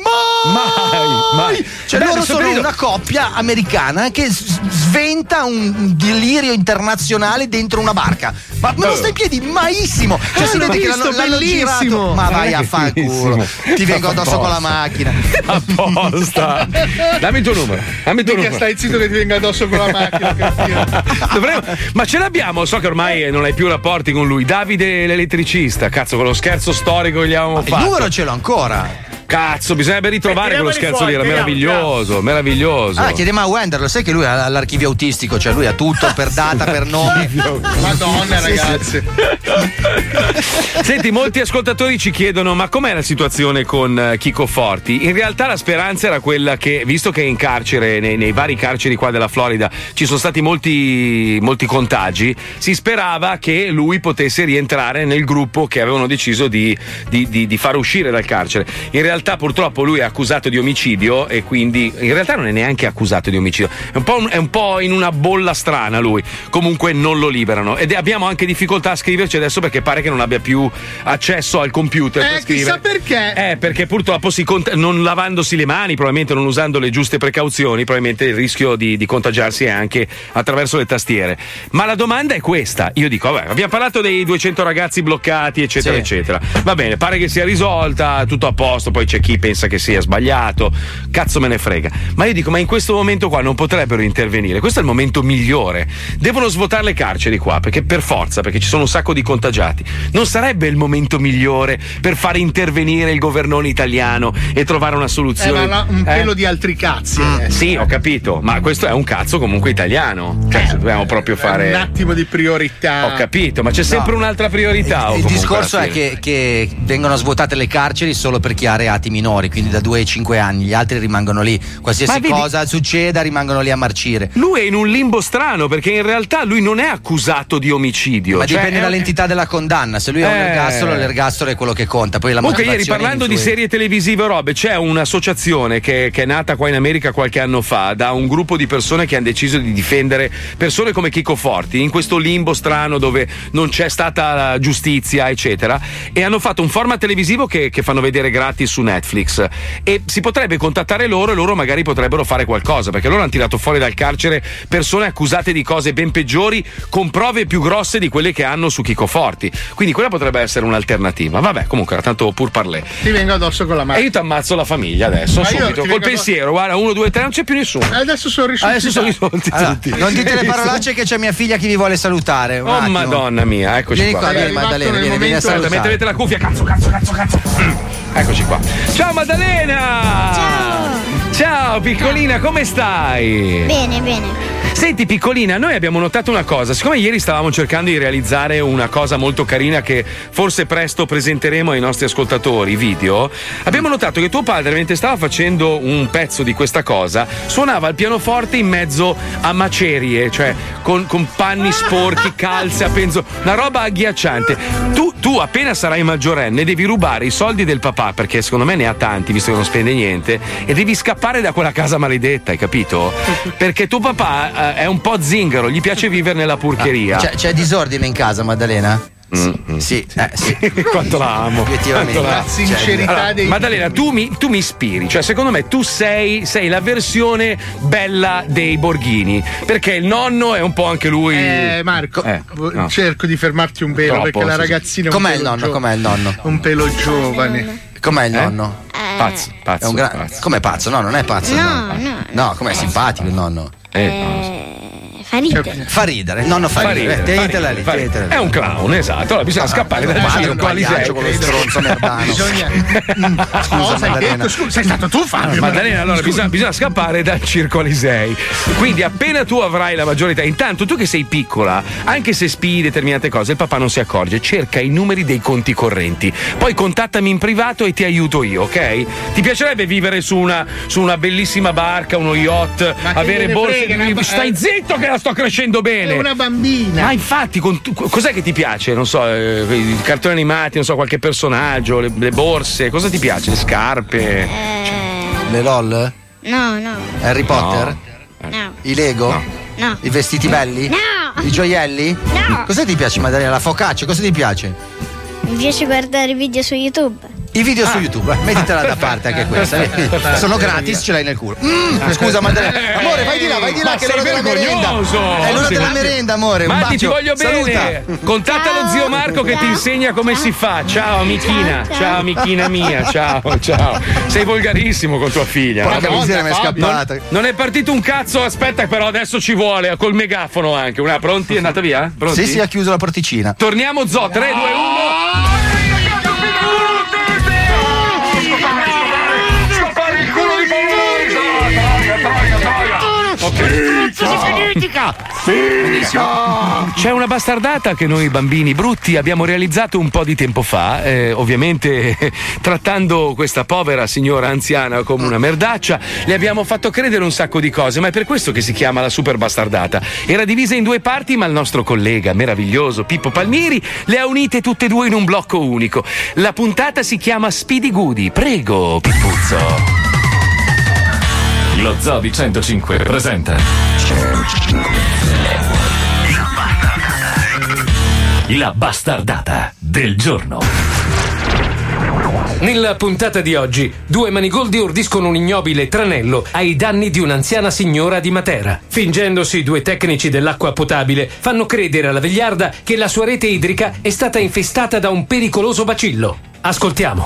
mai. Cioè loro sono una coppia americana che sventa un delirio internazionale dentro una barca, ma non sta in piedi maissimo. Cioè si vede che l'hanno girato. Ma vai a fanculo, ti vengo addosso con la macchina apposta. Dammi il tuo numero. Stai zitto che ti venga addosso con la macchina. Ma ce l'abbiamo, so che ormai non hai più rapporti con lui. Davide l'elettricista, cazzo, con lo scherzo storico che gli avevamo fatto. Il numero ce l'ho ancora. Cazzo, bisognerebbe ritrovare quello scherzo lì, era meraviglioso. Chiediamo a Wender, lo sai che lui ha l'archivio autistico, cioè lui ha tutto per data, per nome. Madonna, ragazzi. Senti, molti ascoltatori ci chiedono: ma com'è la situazione con Chico Forti? In realtà la speranza era quella che, visto che in carcere, nei vari carceri qua della Florida, ci sono stati molti contagi, si sperava che lui potesse rientrare nel gruppo che avevano deciso di far uscire dal carcere. In realtà purtroppo lui è accusato di omicidio e quindi in realtà non è neanche accusato di omicidio, è un po' in una bolla strana lui. Comunque non lo liberano ed abbiamo anche difficoltà a scriverci adesso perché pare che non abbia più accesso al computer per scrivere. Chissà perché. Perché purtroppo non lavandosi le mani, probabilmente non usando le giuste precauzioni, probabilmente il rischio di contagiarsi è anche attraverso le tastiere. Ma la domanda è questa, io dico, vabbè, abbiamo parlato dei 200 ragazzi bloccati eccetera eccetera, va bene, pare che sia risolta, tutto a posto, poi c'è chi pensa che sia sbagliato, cazzo me ne frega, ma io dico, ma in questo momento qua non potrebbero intervenire? Questo è il momento migliore, devono svuotare le carceri qua perché per forza, perché ci sono un sacco di contagiati. Non sarebbe sarebbe il momento migliore per fare intervenire il governone italiano e trovare una soluzione? Ma un pelo di altri cazzi. Sì, ho capito, ma questo è un cazzo comunque italiano. Cioè, se dobbiamo proprio fare un attimo di priorità. Ho capito, ma c'è sempre un'altra priorità. Il discorso è che vengono svuotate le carceri solo per chi ha reati minori, quindi da 2 ai 5 anni, gli altri rimangono lì. Qualsiasi cosa succeda, rimangono lì a marcire. Lui è in un limbo strano perché in realtà lui non è accusato di omicidio. Ma dipende dall'entità della condanna. Se lui ha un l'ergastolo è quello che conta. Poi la comunque ieri, parlando di serie televisive o robe, c'è un'associazione che è nata qua in America qualche anno fa da un gruppo di persone che hanno deciso di difendere persone come Chico Forti in questo limbo strano dove non c'è stata giustizia, eccetera, e hanno fatto un format televisivo che fanno vedere gratis su Netflix, e si potrebbe contattare loro e loro magari potrebbero fare qualcosa, perché loro hanno tirato fuori dal carcere persone accusate di cose ben peggiori con prove più grosse di quelle che hanno su Chico Forti, quindi quella potrebbe essere un'alternativa. Vabbè, comunque era tanto pur parlé. Ti vengo addosso con la mano e io ti ammazzo la famiglia adesso, subito, col pensiero, guarda, 1, 2, 3, non c'è più nessuno. Adesso sono risolti tutti. Non dite le parolacce che c'è mia figlia che vi vuole salutare. Oh madonna mia, eccoci vieni qua. Vieni Maddalena, vieni a salutare. Mettete la cuffia, cazzo. Eccoci qua. Ciao Maddalena! Ciao piccolina, come stai? Bene. Senti piccolina, noi abbiamo notato una cosa, siccome ieri stavamo cercando di realizzare una cosa molto carina che forse presto presenteremo ai nostri ascoltatori, video, abbiamo notato che tuo padre, mentre stava facendo un pezzo di questa cosa, suonava il pianoforte in mezzo a macerie, cioè con panni sporchi, calze a penzo, una roba agghiacciante. Tu appena sarai maggiorenne devi rubare i soldi del papà, perché secondo me ne ha tanti visto che non spende niente, e devi scappare da quella casa maledetta, hai capito? Perché tuo papà è un po' zingaro, gli piace vivere nella porcheria. C'è disordine in casa, Maddalena? Sì. Quanto la amo. Obiettivamente. La sincerità dei Maddalena, tu mi ispiri, cioè secondo me tu sei la versione bella dei Borghini, perché il nonno è un po' anche lui. Marco, cerco di fermarti un pelo, perché la ragazzina com'è il nonno? Un pelo giovane. Com'è il nonno? Pazzo. È un pazzo. Com'è pazzo? No, non è pazzo. No, com'è simpatico il nonno? Fa ridere. Il nonno fa ridere. Tenitela lì. È un clown, esatto. Allora bisogna scappare dal circo Alisei con lo stronzo merdano. Scusa, Maddalena. Sei stato tu, Fabio. Maddalena, allora bisogna scappare dal circo Alisei. Quindi appena tu avrai la maggiore età, intanto tu che sei piccola, anche se spii determinate cose, il papà non si accorge, cerca i numeri dei conti correnti. Poi contattami in privato e ti aiuto io, ok? Ti piacerebbe vivere su una bellissima barca, uno yacht, avere borse? Stai zitto che la sto crescendo bene. È una bambina. Ma infatti, cos'è che ti piace? Non so, i cartoni animati, non so, qualche personaggio, le borse, cosa ti piace? Le scarpe? Le LOL? No. Harry Potter? No. I Lego? No. I vestiti belli? No. I gioielli? No. Cosa ti piace, Maddalena? La focaccia? Cosa ti piace? Mi piace guardare video su YouTube. I video su YouTube, mettitela da parte anche questa. Sono gratis, ce l'hai nel culo. Scusa, Maddalena. Amore, vai di là, che è l'ora della merenda. È l'ora della merenda, amore. Matti, ti voglio bene. Contatta lo zio Marco che ti insegna come si fa. Ciao, amichina. Ciao, amichina mia. Ciao. Sei volgarissimo con tua figlia. Porca miseria, mi è scappata. Non è partito un cazzo, aspetta, però adesso ci vuole, col megafono anche. Pronti? È andata via? Pronti? Sì, ha chiuso la porticina. Torniamo, Zo. 3, 2, 1. C'è una bastardata che noi bambini brutti abbiamo realizzato un po' di tempo fa, ovviamente trattando questa povera signora anziana come una merdaccia, le abbiamo fatto credere un sacco di cose, ma è per questo che si chiama la super bastardata. Era divisa in 2 parti, ma il nostro collega meraviglioso Pippo Palmieri le ha unite tutte e 2 in un blocco unico. La puntata si chiama Speedy Goody. Prego, Pippuzzo. Lo Zoo di 105 presenta La bastardata del giorno. Nella puntata di oggi, 2 manigoldi ordiscono un ignobile tranello ai danni di un'anziana signora di Matera. Fingendosi 2 tecnici dell'acqua potabile, fanno credere alla vegliarda che la sua rete idrica è stata infestata da un pericoloso bacillo. Ascoltiamo.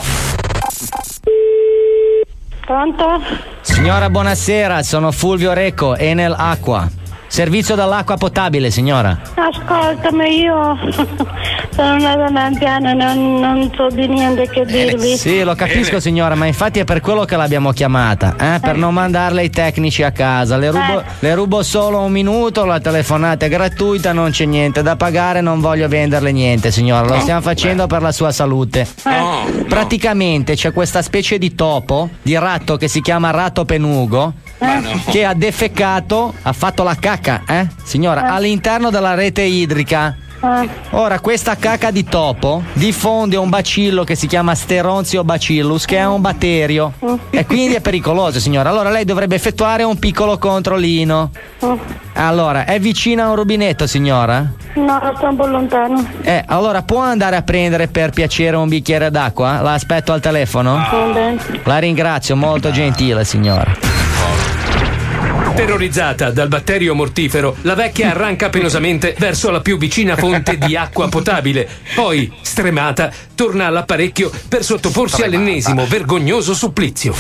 Pronto? Signora, buonasera, sono Fulvio Recco, Enel Acqua. Servizio dell'acqua potabile, signora. Ascoltami, io sono una donna anziana, non so di niente che dirvi. Sì, lo capisco, signora, ma infatti è per quello che l'abbiamo chiamata, per non mandarle i tecnici a casa. Le rubo solo un minuto, la telefonata è gratuita, non c'è niente da pagare, non voglio venderle niente, signora. Lo stiamo facendo per la sua salute. Praticamente c'è questa specie di topo, di ratto che si chiama ratto penugo, che ha defecato, ha fatto la cacca, signora, all'interno della rete idrica. Ora questa cacca di topo diffonde un bacillo che si chiama Steronzio bacillus, che è un batterio e quindi è pericoloso, signora. Allora lei dovrebbe effettuare un piccolo controllino. Allora, è vicina a un rubinetto, signora? No, sto un po' lontano. Allora può andare a prendere per piacere un bicchiere d'acqua? La aspetto al telefono? La ringrazio, molto gentile, signora. Terrorizzata dal batterio mortifero, la vecchia arranca penosamente verso la più vicina fonte di acqua potabile. Poi, stremata, torna all'apparecchio per sottoporsi all'ennesimo vergognoso supplizio.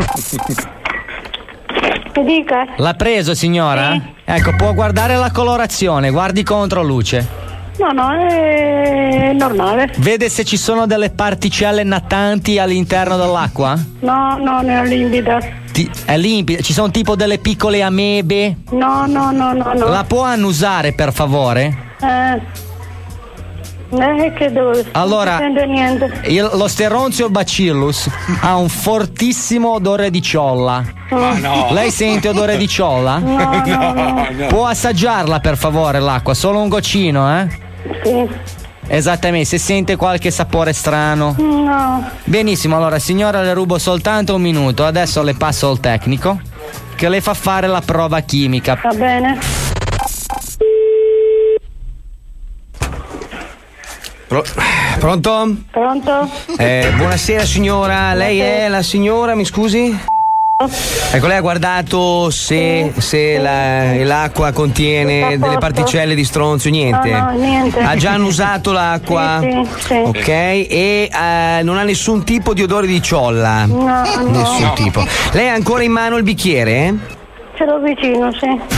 Mi dica? L'ha preso, signora? Sì. Ecco, può guardare la colorazione, guardi contro luce. No, è normale. Vede se ci sono delle particelle nattanti all'interno dell'acqua? No, ne ho limpida. È limpida? Ci sono tipo delle piccole amebe? No. La può annusare, per favore? Che devo... Allora, non sento niente. Lo Steronzio bacillus ha un fortissimo odore di ciolla. No. Lei sente odore di ciolla? No. Può assaggiarla, per favore, l'acqua? Solo un goccino, Sì. Esattamente, se sente qualche sapore strano. No. Benissimo, allora signora, le rubo soltanto un minuto. Adesso le passo il tecnico che le fa fare la prova chimica. Va bene. Pronto? Pronto? Buonasera signora, lei è la signora, mi scusi? Ecco, lei ha guardato se l'acqua contiene delle particelle di stronzio, niente? No, niente. Ha già annusato l'acqua? Sì. Ok, e non ha nessun tipo di odore di ciolla? No. Nessun tipo. Lei ha ancora in mano il bicchiere? Ce l'ho vicino, sì.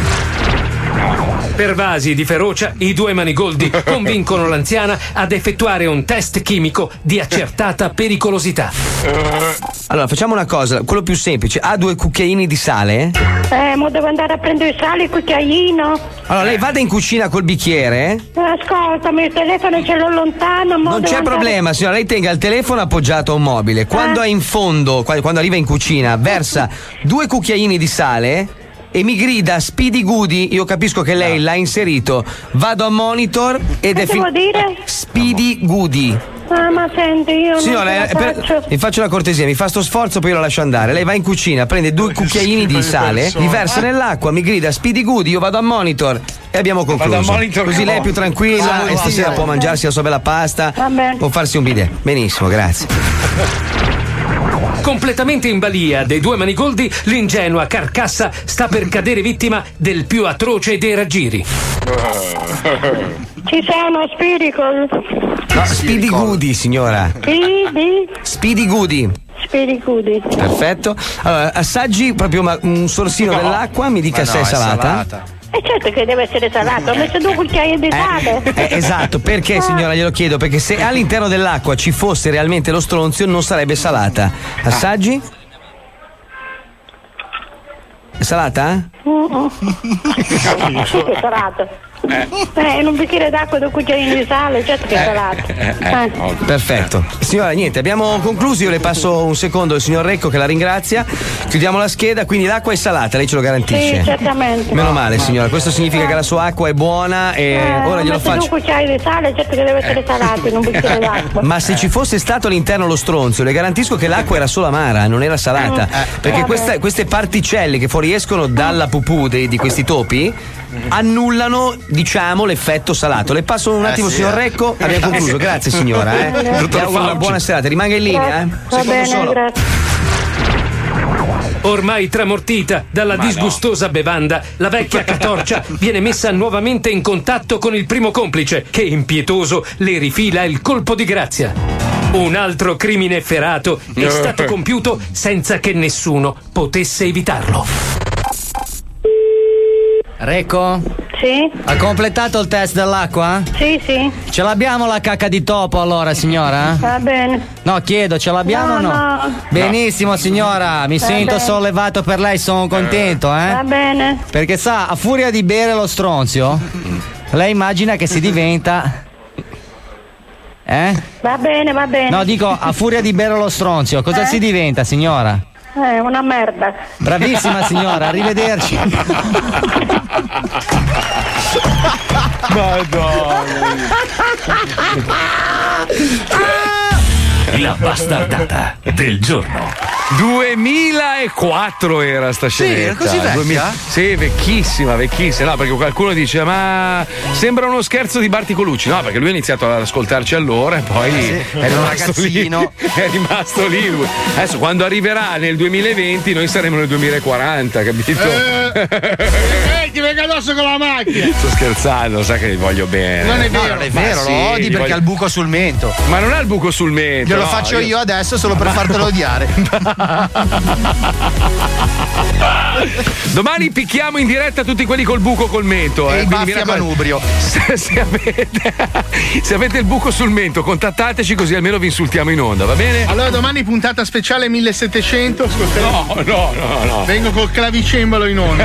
Pervasi di ferocia, i due manigoldi convincono l'anziana ad effettuare un test chimico di accertata pericolosità. Allora, facciamo una cosa, quello più semplice. Ha 2 cucchiaini di sale? Ma devo andare a prendere il sale, il cucchiaino. Allora, lei vada in cucina col bicchiere. Ascoltami, il telefono ce l'ho lontano. Non c'è problema, signora, lei tenga il telefono appoggiato a un mobile. Quando è in fondo, quando arriva in cucina, versa 2 cucchiaini di sale e mi grida Speedy Goody. Io capisco che lei l'ha inserito. Vado a monitor ed che devo dire? Speedy Goody. Ma senti, io signora, mi faccio una cortesia, mi fa sto sforzo, poi io la lascio andare. Lei va in cucina, prende 2 cucchiaini di sale, li versa nell'acqua, mi grida Speedy Goody, io vado a monitor e abbiamo concluso. Così lei è più tranquilla e stasera può mangiarsi la sua bella pasta, può farsi un bidet. Benissimo, grazie. Completamente in balia dei due manigoldi, l'ingenua carcassa sta per cadere vittima del più atroce dei raggiri. Ci sono Spiricol. No, Speedy Goody, signora. Speedy Goody. Speedy Goody. Perfetto. Allora, assaggi proprio un sorsino dell'acqua, mi dica se è salata. E certo che deve essere salato, ho messo 2 cucchiai di sale. Esatto, perché signora glielo chiedo? Perché se all'interno dell'acqua ci fosse realmente lo stronzio non sarebbe salata. Assaggi? È salata? Sì che è salato. In un bicchiere d'acqua e 2 cucchiaini di sale, certo che è salato. Perfetto. Signora, niente, abbiamo concluso. Io le passo un secondo il signor Recco che la ringrazia. Chiudiamo la scheda, quindi l'acqua è salata, lei ce lo garantisce? Sì, certamente. Meno male, signora, questo significa che la sua acqua è buona e ora glielo faccio. 2 cucchiai di sale, certo che deve essere salato in un bicchiere d'acqua. Ma se ci fosse stato all'interno lo stronzio, le garantisco che l'acqua era solo amara, non era salata. Perché queste particelle che fuoriescono dalla pupù di questi topi annullano, diciamo, l'effetto salato. Le passo un attimo, signor Recco. Abbiamo concluso, grazie signora. Una buona serata, rimanga in linea. Va bene, grazie. Ormai tramortita dalla disgustosa bevanda, la vecchia catorcia viene messa nuovamente in contatto con il primo complice, che impietoso le rifila il colpo di grazia. Un altro crimine efferato è stato compiuto senza che nessuno potesse evitarlo. Recco? Sì? Ha completato il test dell'acqua? Sì, sì. Ce l'abbiamo la cacca di topo allora, signora? Va bene. No, chiedo, ce l'abbiamo o no? No. Benissimo, signora, mi Va sento bene. sollevato per lei, sono contento, Va bene. Perché sa, a furia di bere lo stronzio, lei immagina che si diventa... Va bene, va bene. No, dico, a furia di bere lo stronzio, cosa si diventa, signora? Una merda. Bravissima signora, arrivederci. La bastardata del giorno. 2004 era sta Sì, scenetta. era così vecchia? Sì, vecchissima. No, perché qualcuno dice, ma sembra uno scherzo di Barti Colucci. No, perché lui ha iniziato ad ascoltarci allora e poi era un ragazzino. È rimasto lì lui. Adesso quando arriverà nel 2020 noi saremo nel 2040, capito? Ti venga addosso con la macchina. Sto scherzando, sa che li voglio bene. Non è vero. Non è vero, lo odi perché ha il buco sul mento. Ma non ha il buco sul mento. Glielo no, faccio io adesso solo per fartelo odiare. Domani picchiamo in diretta tutti quelli col buco col mento. E i quindi baffi mi a raccomando, manubrio. se avete il buco sul mento, contattateci così almeno vi insultiamo in onda, va bene? Allora domani puntata speciale 1700. Ascolteremo. No. Vengo col clavicembalo in onda.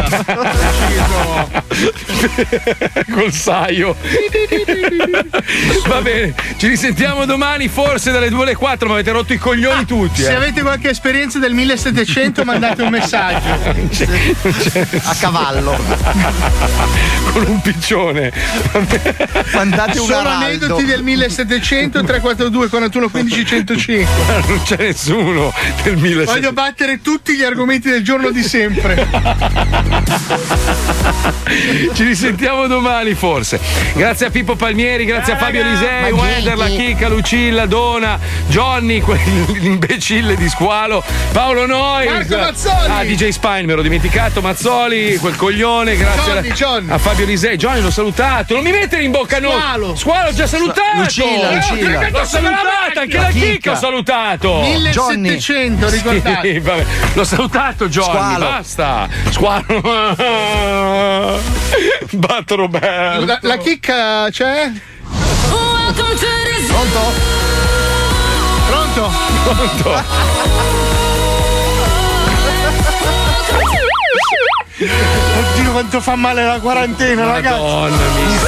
Col saio. Va bene, ci risentiamo domani, forse dalle 2 alle 4, ma avete rotto i coglioni tutti. Se avete qualche esperienza del 1700 mandate un messaggio. A cavallo. Con un piccione. Mandate un Solo araldo. aneddoti del 1700 342 41 15 105. Non c'è nessuno del 1700. Voglio battere tutti gli argomenti del giorno di sempre. Ci risentiamo domani forse. Grazie a Pippo Palmieri, grazie a Fabio Lisei, Wender, la Chicca, Lucilla, Dona, Johnny, quell'imbecille di Squalo, Paolo Noi, Marco Mazzoli. DJ Spine, me l'ho dimenticato, Mazzoli, quel coglione, grazie Johnny. a Fabio Lisei. Johnny l'ho salutato, non mi mettere in bocca noi. Squalo ho già salutato. Lucilla. L'ho salutato, anche la Chicca ho salutato. 1700, ricordate. Sì, vabbè. L'ho salutato Johnny, Squalo. basta. Squalo. Batto Roberto. La chicca c'è? Pronto? Pronto? Oddio quanto fa male la quarantena, ragazzi. Madonna mia.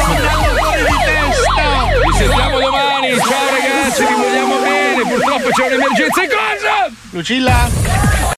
Ci sentiamo domani. Ciao ragazzi, vi vogliamo bene. Purtroppo c'è un'emergenza in cosa? Lucilla?